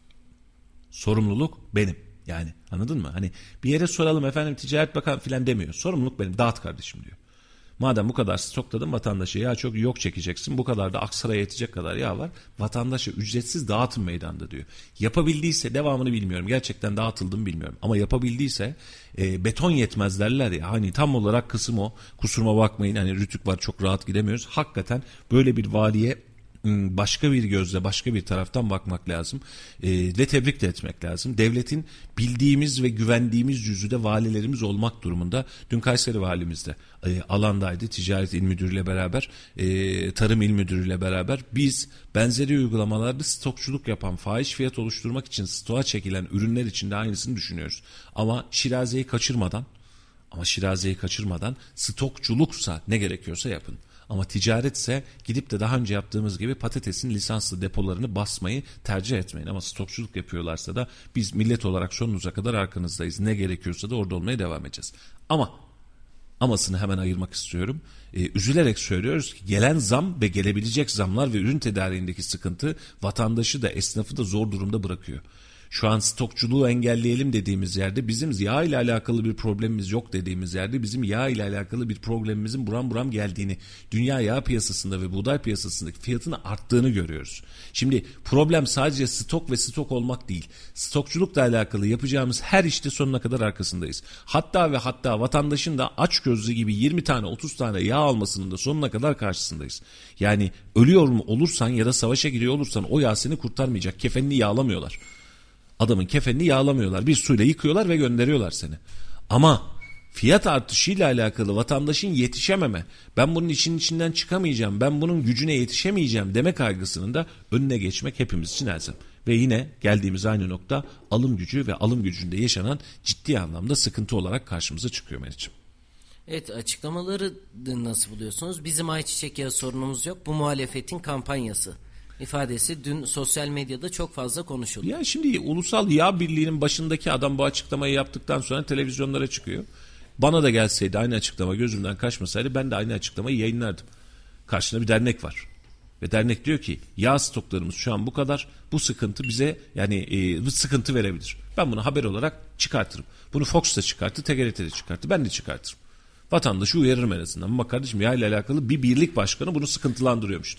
Sorumluluk benim. Yani anladın mı? Hani bir yere soralım efendim Ticaret Bakanı falan demiyor. Sorumluluk benim. Dağıt kardeşim diyor. Madem bu kadar stokladın vatandaşa ya çok yok çekeceksin. Bu kadar da Aksaray'a yetecek kadar yağ var. Vatandaşa ücretsiz dağıtın meydanda diyor. Yapabildiyse, devamını bilmiyorum. Gerçekten dağıtıldı mı bilmiyorum. Ama yapabildiyse e, beton yetmez derler ya. Hani tam olarak kısım o. Kusuruma bakmayın. Hani Rütük var, çok rahat gidemiyoruz. Hakikaten böyle bir valiye başka bir gözle, başka bir taraftan bakmak lazım e, ve tebrik de etmek lazım. Devletin bildiğimiz ve güvendiğimiz yüzü de valilerimiz olmak durumunda. Dün Kayseri valimiz de e, alandaydı. Ticaret İl Müdürü ile beraber, e, Tarım İl Müdürü ile beraber biz benzeri uygulamalarda stokçuluk yapan, fahiş fiyat oluşturmak için stoğa çekilen ürünler için de aynısını düşünüyoruz. Ama şirazeyi kaçırmadan, ama şirazeyi kaçırmadan stokçuluksa ne gerekiyorsa yapın. Ama ticaretse gidip de daha önce yaptığımız gibi patatesin lisanslı depolarını basmayı tercih etmeyin. Ama stokçuluk yapıyorlarsa da biz millet olarak sonunuza kadar arkanızdayız. Ne gerekiyorsa da orada olmaya devam edeceğiz. Ama amasını hemen ayırmak istiyorum. Ee, üzülerek söylüyoruz ki gelen zam ve gelebilecek zamlar ve ürün tedariğindeki sıkıntı vatandaşı da esnafı da zor durumda bırakıyor. Şu an stokçuluğu engelleyelim dediğimiz yerde, bizim yağ ile alakalı bir problemimiz yok dediğimiz yerde bizim yağ ile alakalı bir problemimizin buram buram geldiğini, dünya yağ piyasasında ve buğday piyasasındaki fiyatını arttığını görüyoruz. Şimdi problem sadece stok ve stok olmak değil. Stokçulukla alakalı yapacağımız her işte sonuna kadar arkasındayız. Hatta ve hatta vatandaşın da açgözlü gibi yirmi tane otuz tane yağ almasının da sonuna kadar karşısındayız. Yani ölüyor mu olursan ya da savaşa giriyor olursan o yağ seni kurtarmayacak. Kefenini yağlamıyorlar. Adamın kefenini yağlamıyorlar. Bir suyla yıkıyorlar ve gönderiyorlar seni. Ama fiyat artışıyla alakalı vatandaşın yetişememe, ben bunun için içinden çıkamayacağım, ben bunun gücüne yetişemeyeceğim deme kaygısının da önüne geçmek hepimiz için elzem. Ve yine geldiğimiz aynı nokta alım gücü ve alım gücünde yaşanan ciddi anlamda sıkıntı olarak karşımıza çıkıyor Meriç'im. Evet, açıklamaları nasıl buluyorsunuz? Bizim ayçiçek yağı sorunumuz yok. Bu muhalefetin kampanyası ifadesi dün sosyal medyada çok fazla konuşuldu. Ya şimdi Ulusal Yağ Birliği'nin başındaki adam bu açıklamayı yaptıktan sonra televizyonlara çıkıyor. Bana da gelseydi aynı açıklama gözümden kaçmasaydı ben de aynı açıklamayı yayınlardım. Karşında bir dernek var. Ve dernek diyor ki yağ stoklarımız şu an bu kadar. Bu sıkıntı bize yani e, bu sıkıntı verebilir. Ben bunu haber olarak çıkartırım. Bunu Fox da çıkarttı, T G R T de çıkarttı. Ben de çıkartırım. Vatandaşı uyarırım en azından. Ama kardeşim yağ ile alakalı bir birlik başkanı bunu sıkıntılandırıyormuş diye.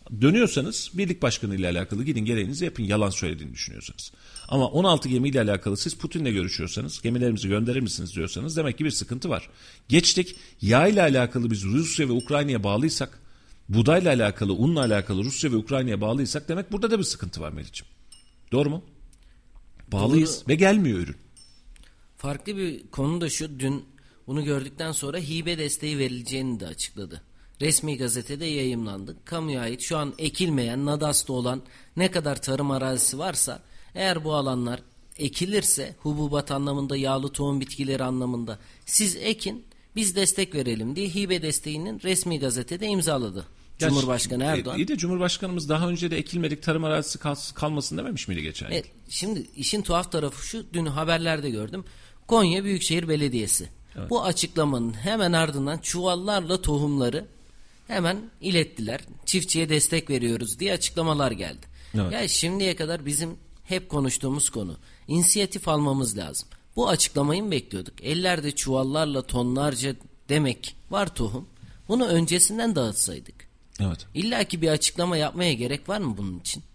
Dönüyorsanız birlik başkanı ile alakalı gidin gereğinizi yapın, yalan söylediğini düşünüyorsanız. Ama on altı gemiyle alakalı siz Putin'le görüşüyorsanız, gemilerimizi gönderir misiniz diyorsanız demek ki bir sıkıntı var. Geçtik, yağ ile alakalı biz Rusya ve Ukrayna'ya bağlıysak, buğdayla alakalı, unla alakalı Rusya ve Ukrayna'ya bağlıysak demek burada da bir sıkıntı var Melih'ciğim. Doğru mu? Bağlıyız Doğru. Ve gelmiyor ürün. Farklı bir konu da şu, dün bunu gördükten sonra hibe desteği verileceğini de açıkladı. Resmi gazetede yayımlandı. Kamuya ait şu an ekilmeyen, nadasta olan ne kadar tarım arazisi varsa, eğer bu alanlar ekilirse, hububat anlamında, yağlı tohum bitkileri anlamında siz ekin, biz destek verelim diye hibe desteğinin resmi gazetede imzaladı. Ya Cumhurbaşkanı Erdoğan. İyi de Cumhurbaşkanımız daha önce de ekilmedik tarım arazisi kal- kalmasın dememiş miydi geçen yıl? Evet, şimdi işin tuhaf tarafı şu, dün haberlerde gördüm. Konya Büyükşehir Belediyesi. Evet. Bu açıklamanın hemen ardından çuvallarla tohumları hemen ilettiler. Çiftçiye destek veriyoruz diye açıklamalar geldi. Evet. Yani şimdiye kadar bizim hep konuştuğumuz konu, İnisiyatif almamız lazım. Bu açıklamayı mı bekliyorduk? Ellerde çuvallarla tonlarca demek var tohum. Bunu öncesinden dağıtsaydık. Evet. İlla ki bir açıklama yapmaya gerek var mı bunun için?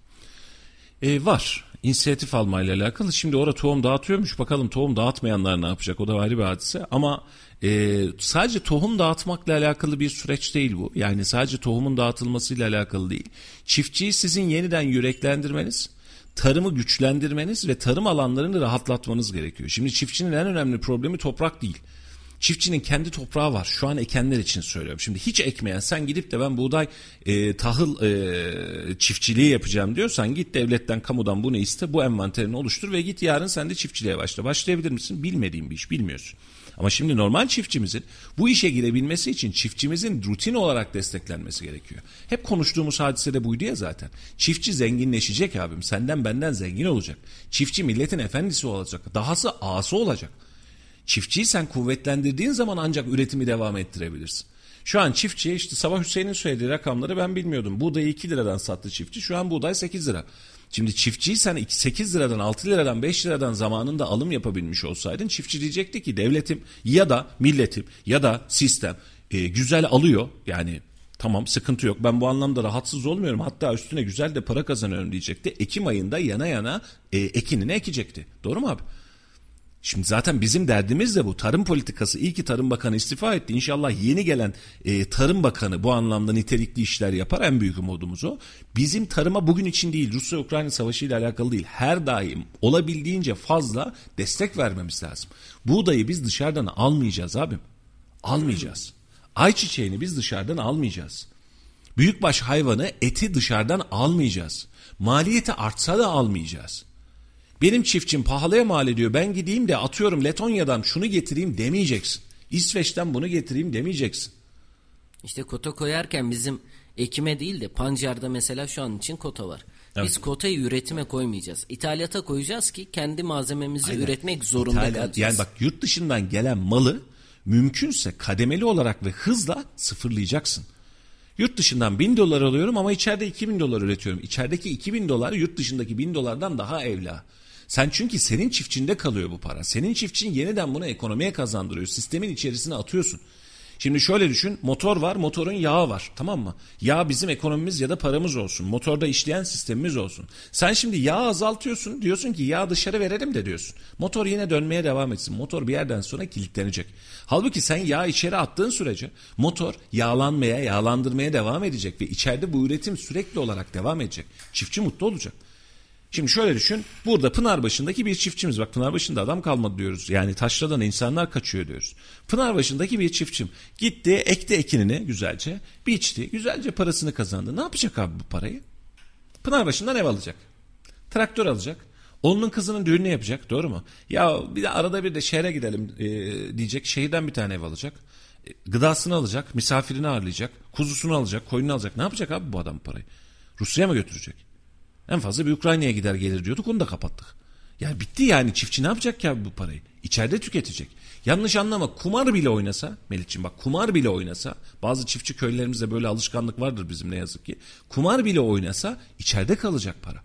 Ee, var. İnisiyatif almayla alakalı. Şimdi orada tohum dağıtıyormuş. Bakalım tohum dağıtmayanlar ne yapacak? O da ayrı bir hadise. Ama e, sadece tohum dağıtmakla alakalı bir süreç değil bu. Yani sadece tohumun dağıtılmasıyla alakalı değil. Çiftçiyi sizin yeniden yüreklendirmeniz, tarımı güçlendirmeniz ve tarım alanlarını rahatlatmanız gerekiyor. Şimdi çiftçinin en önemli problemi toprak değil. Çiftçinin kendi toprağı var. Şu an ekenler için söylüyorum. Şimdi hiç ekmeyen, sen gidip de ben buğday e, tahıl e, çiftçiliği yapacağım diyorsan, git devletten, kamudan bunu iste, bu envanterini oluştur ve git yarın sen de çiftçiliğe başla. Başlayabilir misin? Bilmediğin bir iş, bilmiyorsun. Ama şimdi normal çiftçimizin bu işe girebilmesi için çiftçimizin rutin olarak desteklenmesi gerekiyor. Hep konuştuğumuz hadise de buydu ya zaten. Çiftçi zenginleşecek abim. Senden benden zengin olacak. Çiftçi milletin efendisi olacak. Dahası ağası olacak. Çiftçiyi sen kuvvetlendirdiğin zaman ancak üretimi devam ettirebilirsin. Şu an çiftçiye, işte Sabah Hüseyin'in söylediği rakamları ben bilmiyordum. Buğdayı iki liradan sattı çiftçi. Şu an buğday sekiz lira. Şimdi çiftçiyi sen sekiz liradan, altı liradan, beş liradan zamanında alım yapabilmiş olsaydın, çiftçi diyecekti ki devletim ya da milletim ya da sistem e, güzel alıyor. Yani tamam, sıkıntı yok, ben bu anlamda rahatsız olmuyorum, hatta üstüne güzel de para kazanıyorum diyecekti. Ekim ayında yana yana e, ekinini ekecekti. Doğru mu abi? Şimdi zaten bizim derdimiz de bu. Tarım politikası. İyi ki Tarım Bakanı istifa etti. İnşallah yeni gelen e, Tarım Bakanı bu anlamda nitelikli işler yapar. En büyük umudumuz o. Bizim tarıma bugün için değil, Rusya-Ukrayna savaşı ile alakalı değil, her daim olabildiğince fazla destek vermemiz lazım. Buğdayı biz dışarıdan almayacağız abim. Almayacağız. Ayçiçeğini biz dışarıdan almayacağız. Büyükbaş hayvanı, eti dışarıdan almayacağız. Maliyeti artsa da almayacağız. Benim çiftçim pahalıya mal ediyor, ben gideyim de atıyorum Letonya'dan şunu getireyim demeyeceksin. İsveç'ten bunu getireyim demeyeceksin. İşte kota koyarken bizim ekime değil de pancarda mesela şu an için kota var. Evet. Biz kotayı üretime koymayacağız. İthalata koyacağız ki kendi malzememizi Aynen. üretmek zorunda İthalat, kalacağız. Yani bak, yurt dışından gelen malı mümkünse kademeli olarak ve hızla sıfırlayacaksın. Yurt dışından bin dolar alıyorum ama içeride iki bin dolar üretiyorum. İçerideki iki bin dolar yurt dışındaki bin dolardan daha evla. Sen çünkü senin çiftçinde kalıyor bu para. Senin çiftçin yeniden bunu ekonomiye kazandırıyor. Sistemin içerisine atıyorsun. Şimdi şöyle düşün, motor var, motorun yağı var, tamam mı? Yağ bizim ekonomimiz ya da paramız olsun. Motorda işleyen sistemimiz olsun. Sen şimdi yağı azaltıyorsun, diyorsun ki yağ dışarı verelim de diyorsun. Motor yine dönmeye devam etsin. Motor bir yerden sonra kilitlenecek. Halbuki sen yağı içeri attığın sürece motor yağlanmaya, yağlandırmaya devam edecek ve içeride bu üretim sürekli olarak devam edecek. Çiftçi mutlu olacak. Şimdi şöyle düşün, burada Pınarbaşı'ndaki bir çiftçimiz, bak Pınarbaşı'nda adam kalmadı diyoruz, yani taşradan insanlar kaçıyor diyoruz. Pınarbaşı'ndaki bir çiftçim gitti, ekti ekinini güzelce, biçti, güzelce parasını kazandı. Ne yapacak abi bu parayı? Pınarbaşı'ndan ev alacak, traktör alacak, oğlunun kızının düğününü yapacak, doğru mu? Ya bir de arada bir de şehre gidelim e, diyecek, şehirden bir tane ev alacak, e, gıdasını alacak, misafirini ağırlayacak, kuzusunu alacak, koyununu alacak. Ne yapacak abi bu adam parayı? Rusya'ya mı götürecek? En fazla bir Ukrayna'ya gider gelir diyorduk, onu da kapattık. Yani bitti yani, çiftçi ne yapacak ya bu parayı? İçeride tüketecek. Yanlış anlama, kumar bile oynasa Melih'ciğim, bak kumar bile oynasa, bazı çiftçi köylerimizde böyle alışkanlık vardır bizim ne yazık ki. Kumar bile oynasa içeride kalacak para.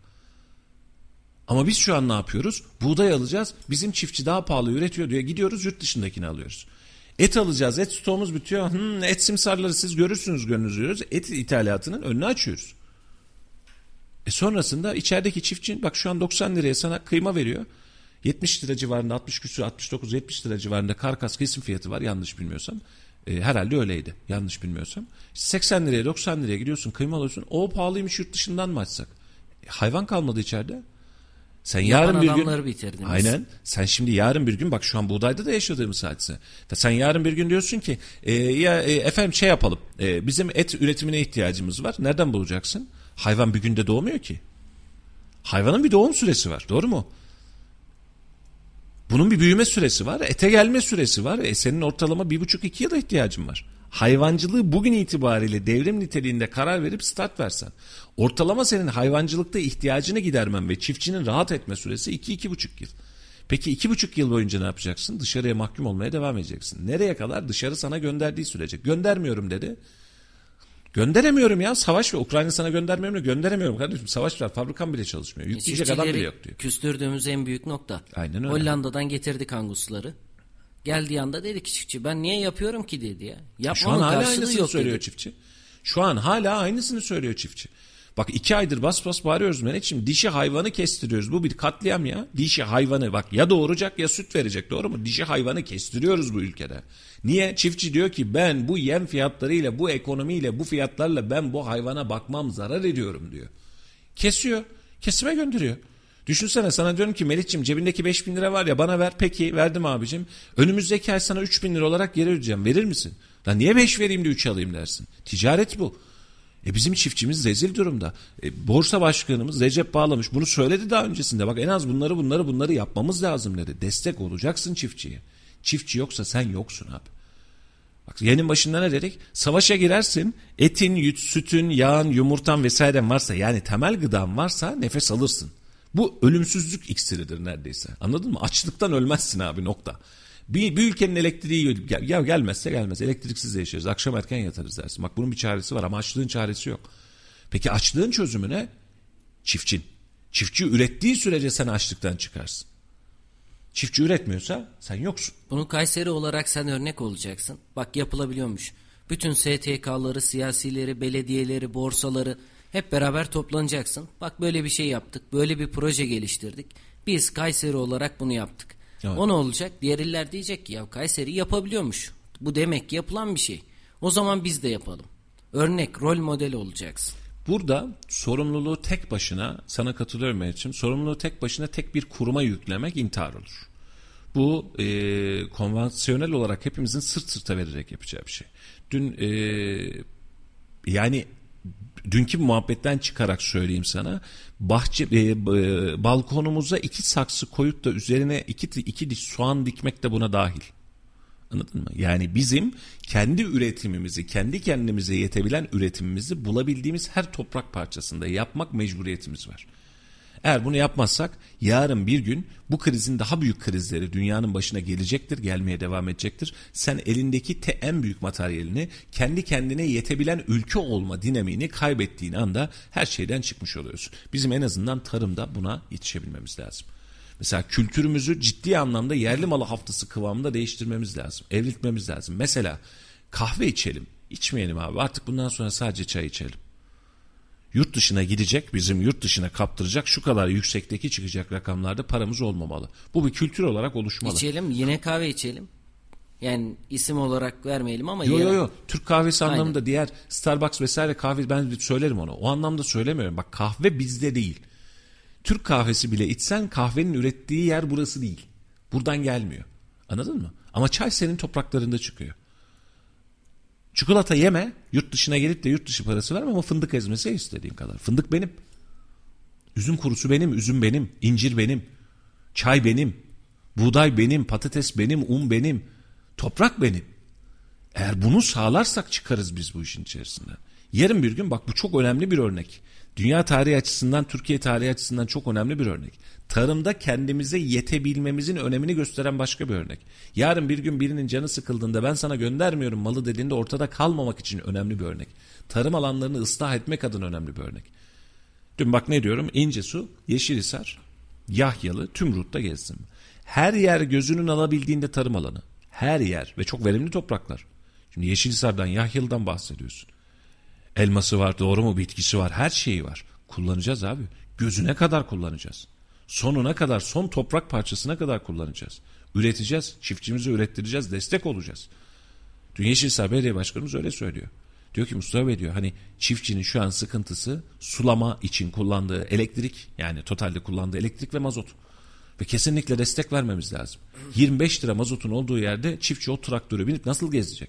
Ama biz şu an ne yapıyoruz? Buğday alacağız, bizim çiftçi daha pahalı üretiyor diye gidiyoruz yurt dışındakini alıyoruz. Et alacağız, et stoğumuz bitiyor. Hmm, et simsarları siz görürsünüz, gönlünüz diyoruz. Et ithalatının önünü açıyoruz. E sonrasında içerideki çiftçinin bak şu an doksan liraya sana kıyma veriyor. yetmiş lira civarında, altmış küsur, altmış dokuz yetmiş lira civarında karkas kesim fiyatı var yanlış bilmiyorsam. E, herhalde öyleydi yanlış bilmiyorsam. seksen liraya doksan liraya gidiyorsun kıyma alıyorsun. O pahalıymış, yurt dışından mı açsak? E, hayvan kalmadı içeride. Sen Yapan yarın bir gün adamları bitirdiniz. aynen. Sen şimdi yarın bir gün bak şu an buğdayda da yaşadığımız hadise. Sen yarın bir gün diyorsun ki e, ya e, efendim şey yapalım. E, bizim et üretimine ihtiyacımız var. Nereden bulacaksın? Hayvan bir günde doğmuyor ki. Hayvanın bir doğum süresi var. Doğru mu? Bunun bir büyüme süresi var. Ete gelme süresi var. E, senin ortalama bir buçuk iki yıla ihtiyacın var. Hayvancılığı bugün itibariyle devrim niteliğinde karar verip start versen, ortalama senin hayvancılıkta ihtiyacını gidermen ve çiftçinin rahat etme süresi iki iki buçuk yıl. Peki iki buçuk yıl boyunca ne yapacaksın? Dışarıya mahkum olmaya devam edeceksin. Nereye kadar? Dışarı sana gönderdiği sürece. Göndermiyorum dedi. Gönderemiyorum ya. Savaş ve Ukrayna sana göndermiyorum. Gönderemiyorum kardeşim. Savaş var. Fabrikam bile çalışmıyor. Yükleyecek adam bile yok diyor. Küstürdüğümüz en büyük nokta. Aynen öyle. Hollanda'dan getirdik angusları. Geldiği anda dedi ki çiftçi ben niye yapıyorum ki dedi ya. Yapmamın Şu an hala karşılığı aynısını yok söylüyor dedi. çiftçi. Şu an hala aynısını söylüyor çiftçi. Bak iki aydır bas bas bağırıyoruz Menekşim. Dişi hayvanı kestiriyoruz. Bu bir katliam ya. Dişi hayvanı bak ya doğuracak ya süt verecek, doğru mu? Dişi hayvanı kestiriyoruz bu ülkede. Niye? Çiftçi diyor ki ben bu yem fiyatlarıyla, bu ekonomiyle, bu fiyatlarla ben bu hayvana bakmam, zarar ediyorum diyor. Kesiyor. Kesime gönderiyor. Düşünsene, sana diyorum ki Melih'ciğim cebindeki beş bin lira var ya, bana ver. Peki verdim abicim. Önümüzdeki ay sana üç bin lira olarak geri ödeyeceğim. Verir misin? Lan niye beş vereyim de üç alayım dersin. Ticaret bu. E bizim çiftçimiz rezil durumda. E borsa başkanımız Recep Bağlamış bunu söyledi daha öncesinde. Bak en az bunları bunları bunları yapmamız lazım dedi. Destek olacaksın çiftçiye. Çiftçi yoksa sen yoksun abi. Bak yenin başında ne dedik? Savaşa girersin. Etin, sütün, yağın, yumurtan vesairen varsa, yani temel gıdan varsa nefes alırsın. Bu ölümsüzlük iksiridir neredeyse. Anladın mı? Açlıktan ölmezsin abi, nokta. Bir, bir ülkenin elektriği gel, ya gelmezse gelmez. Elektriksiz de yaşarız. Akşam erken yatarız dersin. Bak bunun bir çaresi var ama açlığın çaresi yok. Peki açlığın çözümü ne? Çiftçin. Çiftçi ürettiği sürece sen açlıktan çıkarsın. Çiftçi üretmiyorsa sen yoksun. Bunu Kayseri olarak sen örnek olacaksın. Bak yapılabiliyormuş. Bütün S T K'ları, siyasileri, belediyeleri, borsaları hep beraber toplanacaksın. Bak böyle bir şey yaptık. Böyle bir proje geliştirdik. Biz Kayseri olarak bunu yaptık. Evet. O ne olacak? Diğer iller diyecek ki ya Kayseri yapabiliyormuş. Bu demek ki yapılan bir şey. O zaman biz de yapalım. Örnek, rol modeli olacaksın. Burada sorumluluğu tek başına, sana katılıyorum Mehmetciğim, sorumluluğu tek başına tek bir kuruma yüklemek intihar olur. Bu e, konvansiyonel olarak hepimizin sırt sırta vererek yapacağı bir şey. Dün e, yani dünkü muhabbetten çıkarak söyleyeyim sana, bahçe e, e, balkonumuza iki saksı koyup da üzerine iki, iki diş soğan dikmek de buna dahil. Anladın mı? Yani bizim kendi üretimimizi, kendi kendimize yetebilen üretimimizi bulabildiğimiz her toprak parçasında yapmak mecburiyetimiz var. Eğer bunu yapmazsak yarın bir gün bu krizin daha büyük krizleri dünyanın başına gelecektir, gelmeye devam edecektir. Sen elindeki te en büyük materyalini, kendi kendine yetebilen ülke olma dinamiğini kaybettiğin anda her şeyden çıkmış oluyorsun. Bizim en azından tarımda buna yetişebilmemiz lazım. Mesela kültürümüzü ciddi anlamda yerli malı haftası kıvamında değiştirmemiz lazım. Evriltmemiz lazım. Mesela kahve içelim. İçmeyelim abi. Artık bundan sonra sadece çay içelim. Yurt dışına gidecek, bizim yurt dışına kaptıracak şu kadar yüksekteki çıkacak rakamlarda paramız olmamalı. Bu bir kültür olarak oluşmalı. İçelim, yine kahve içelim. Yani isim olarak vermeyelim ama... Yok yok yok. Türk kahvesi anlamında aynen. Diğer Starbucks vesaire kahve, ben söylerim onu. O anlamda söylemiyorum. Bak kahve bizde değil. Türk kahvesi bile içsen kahvenin ürettiği yer burası değil. Buradan gelmiyor. Anladın mı? Ama çay senin topraklarında çıkıyor. Çikolata yeme, yurt dışına gelip de yurt dışı parası verme ama fındık ezmesi istediğin kadar. Fındık benim. Üzüm kurusu benim, üzüm benim, incir benim, çay benim, buğday benim, patates benim, un benim, toprak benim. Eğer bunu sağlarsak çıkarız biz bu işin içerisinden. Yarın bir gün bak bu çok önemli bir örnek. Dünya tarihi açısından, Türkiye tarihi açısından çok önemli bir örnek. Tarımda kendimize yetebilmemizin önemini gösteren başka bir örnek. Yarın bir gün birinin canı sıkıldığında ben sana göndermiyorum malı dediğinde ortada kalmamak için önemli bir örnek. Tarım alanlarını ıslah etmek adına önemli bir örnek. Dün bak ne diyorum? İncesu, Yeşilhisar, Yahyalı, Tümrut'ta gezdim. Her yer gözünün alabildiğinde tarım alanı. Her yer ve çok verimli topraklar. Şimdi Yeşilhisar'dan, Yahyalı'dan bahsediyorsun. Elması var, doğru mu, bitkisi var, her şeyi var. Kullanacağız abi. Gözüne kadar kullanacağız. Sonuna kadar, son toprak parçasına kadar kullanacağız. Üreteceğiz, çiftçimizi ürettireceğiz, destek olacağız. Dün Yeşilsağ Belediye Başkanımız öyle söylüyor. Diyor ki Mustafa Bey diyor, hani çiftçinin şu an sıkıntısı sulama için kullandığı elektrik, yani totalde kullandığı elektrik ve mazot. Ve kesinlikle destek vermemiz lazım. yirmi beş lira mazotun olduğu yerde çiftçi o traktöre binip nasıl gezecek?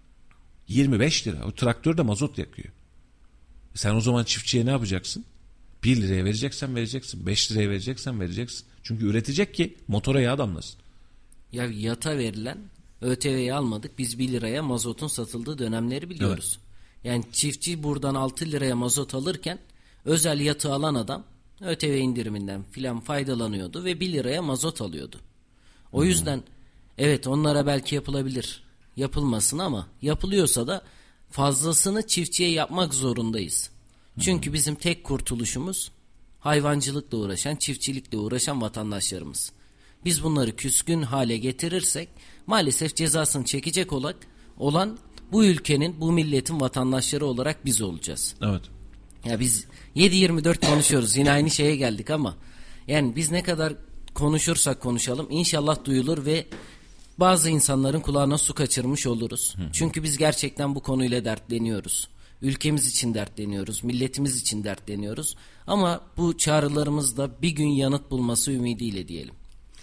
yirmi beş lira. O traktör de mazot yakıyor. Sen o zaman çiftçiye ne yapacaksın? bir liraya vereceksen vereceksin. beş liraya vereceksen vereceksin. Çünkü üretecek ki motora yağ damlasın. Ya yata verilen Ö T V'yi almadık. Biz bir liraya mazotun satıldığı dönemleri biliyoruz. Evet. Yani çiftçi buradan altı liraya mazot alırken özel yatı alan adam Ö T V indiriminden filan faydalanıyordu ve bir liraya mazot alıyordu. O hmm. yüzden evet, onlara belki yapılabilir. Yapılmasın, ama yapılıyorsa da fazlasını çiftçiye yapmak zorundayız. Çünkü hmm. bizim tek kurtuluşumuz hayvancılıkla uğraşan, çiftçilikle uğraşan vatandaşlarımız. Biz bunları küskün hale getirirsek maalesef cezasını çekecek olan, olan bu ülkenin, bu milletin vatandaşları olarak biz olacağız. Evet. Ya biz yedi yirmi dört konuşuyoruz. Yine aynı şeye geldik ama yani biz ne kadar konuşursak konuşalım inşallah duyulur ve bazı insanların kulağına su kaçırmış oluruz. Hı. Çünkü biz gerçekten bu konuyla dertleniyoruz. Ülkemiz için dertleniyoruz, milletimiz için dertleniyoruz. Ama bu çağrılarımız da bir gün yanıt bulması ümidiyle diyelim.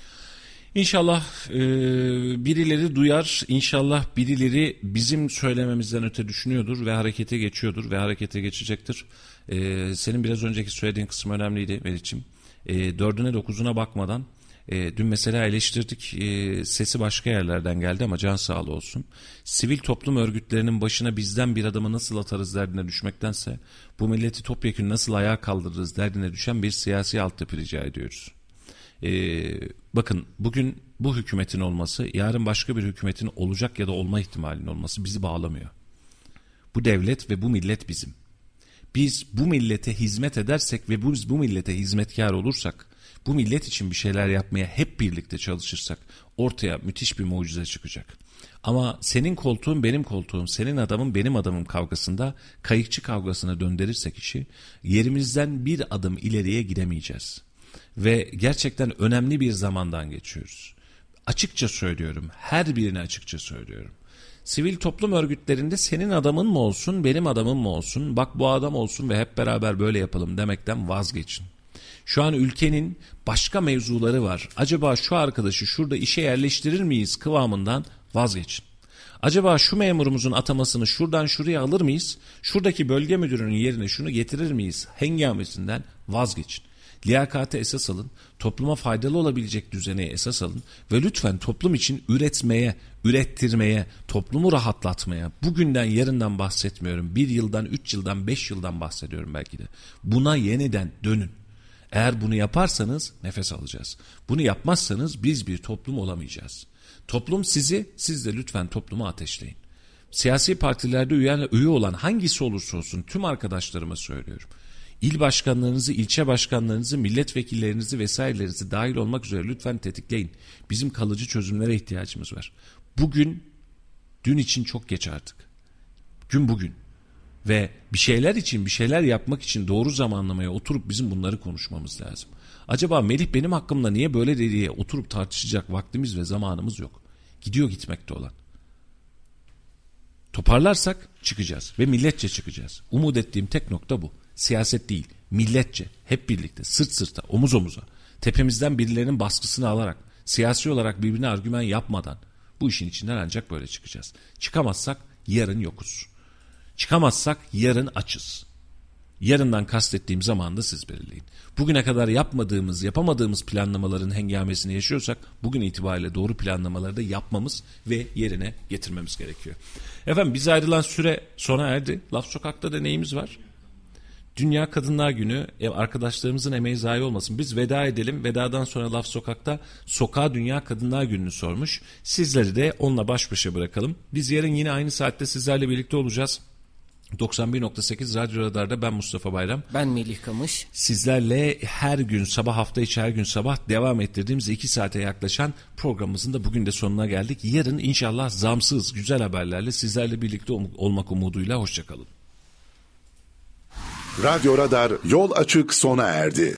İnşallah e, birileri duyar, inşallah birileri bizim söylememizden öte düşünüyordur ve harekete geçiyordur ve harekete geçecektir. E, senin biraz önceki söylediğin kısım önemliydi Meriç'im. E, dördüne dokuzuna bakmadan, e, dün mesela eleştirdik, e, sesi başka yerlerden geldi ama can sağlığı olsun. Sivil toplum örgütlerinin başına bizden bir adamı nasıl atarız derdine düşmektense, bu milleti topyekün nasıl ayağa kaldırırız derdine düşen bir siyasi altyapı rica ediyoruz. Ee, bakın bugün bu hükümetin olması, yarın başka bir hükümetin olacak ya da olma ihtimalinin olması bizi bağlamıyor. Bu devlet ve bu millet bizim. Biz bu millete hizmet edersek ve biz bu millete hizmetkar olursak, bu millet için bir şeyler yapmaya hep birlikte çalışırsak ortaya müthiş bir mucize çıkacak. Ama senin koltuğun benim koltuğum, senin adamın benim adamım kavgasında kayıkçı kavgasına döndürürsek işi, yerimizden bir adım ileriye gidemeyeceğiz. Ve gerçekten önemli bir zamandan geçiyoruz. Açıkça söylüyorum, her birine açıkça söylüyorum. Sivil toplum örgütlerinde senin adamın mı olsun, benim adamım mı olsun, bak bu adam olsun ve hep beraber böyle yapalım demekten vazgeçin. Şu an ülkenin başka mevzuları var. Acaba şu arkadaşı şurada işe yerleştirir miyiz kıvamından vazgeçin. Acaba şu memurumuzun atamasını şuradan şuraya alır mıyız? Şuradaki bölge müdürünün yerine şunu getirir miyiz? Hengamesinden vazgeçin. Liyakate esas alın, topluma faydalı olabilecek düzeni esas alın ve lütfen toplum için üretmeye, ürettirmeye, toplumu rahatlatmaya, bugünden yarından bahsetmiyorum, bir yıldan, üç yıldan, beş yıldan bahsediyorum belki de. Buna yeniden dönün. Eğer bunu yaparsanız nefes alacağız. Bunu yapmazsanız biz bir toplum olamayacağız. Toplum sizi, siz de lütfen toplumu ateşleyin. Siyasi partilerde üye olan hangisi olursa olsun tüm arkadaşlarıma söylüyorum. İl başkanlarınızı, ilçe başkanlarınızı, milletvekillerinizi vesairelerinizi dahil olmak üzere lütfen tetikleyin. Bizim kalıcı çözümlere ihtiyacımız var. Bugün, dün için çok geç artık. Gün bugün. Ve bir şeyler için, bir şeyler yapmak için doğru zamanlamaya oturup bizim bunları konuşmamız lazım. Acaba Melih benim hakkımda niye böyle dediği oturup tartışacak vaktimiz ve zamanımız yok. Gidiyor gitmekte olan. Toparlarsak çıkacağız ve milletçe çıkacağız. Umut ettiğim tek nokta bu. Siyaset değil, milletçe, hep birlikte, sırt sırta, omuz omuza, tepemizden birilerinin baskısını alarak, siyasi olarak birbirine argüman yapmadan bu işin içinden ancak böyle çıkacağız. Çıkamazsak yarın yokuz. Çıkamazsak yarın açız. Yarından kastettiğim zamanı da siz belirleyin. Bugüne kadar yapmadığımız, yapamadığımız planlamaların hengamesini yaşıyorsak bugün itibariyle doğru planlamaları da yapmamız ve yerine getirmemiz gerekiyor. Efendim bize ayrılan süre sona erdi. Laf Sokak'ta da neyimiz var? Dünya Kadınlar Günü, arkadaşlarımızın emeği zayi olmasın. Biz veda edelim. Vedadan sonra Laf Sokak'ta Sokağa Dünya Kadınlar Günü'nü sormuş. Sizleri de onunla baş başa bırakalım. Biz yarın yine aynı saatte sizlerle birlikte olacağız. doksan bir nokta sekiz Radyo Radar'da ben Mustafa Bayram. Ben Melih Kamış. Sizlerle her gün sabah, hafta içi her gün sabah devam ettirdiğimiz iki saate yaklaşan programımızın da bugün de sonuna geldik. Yarın inşallah zamsız güzel haberlerle sizlerle birlikte olmak umuduyla hoşçakalın. Radyo Radar yol açık sona erdi.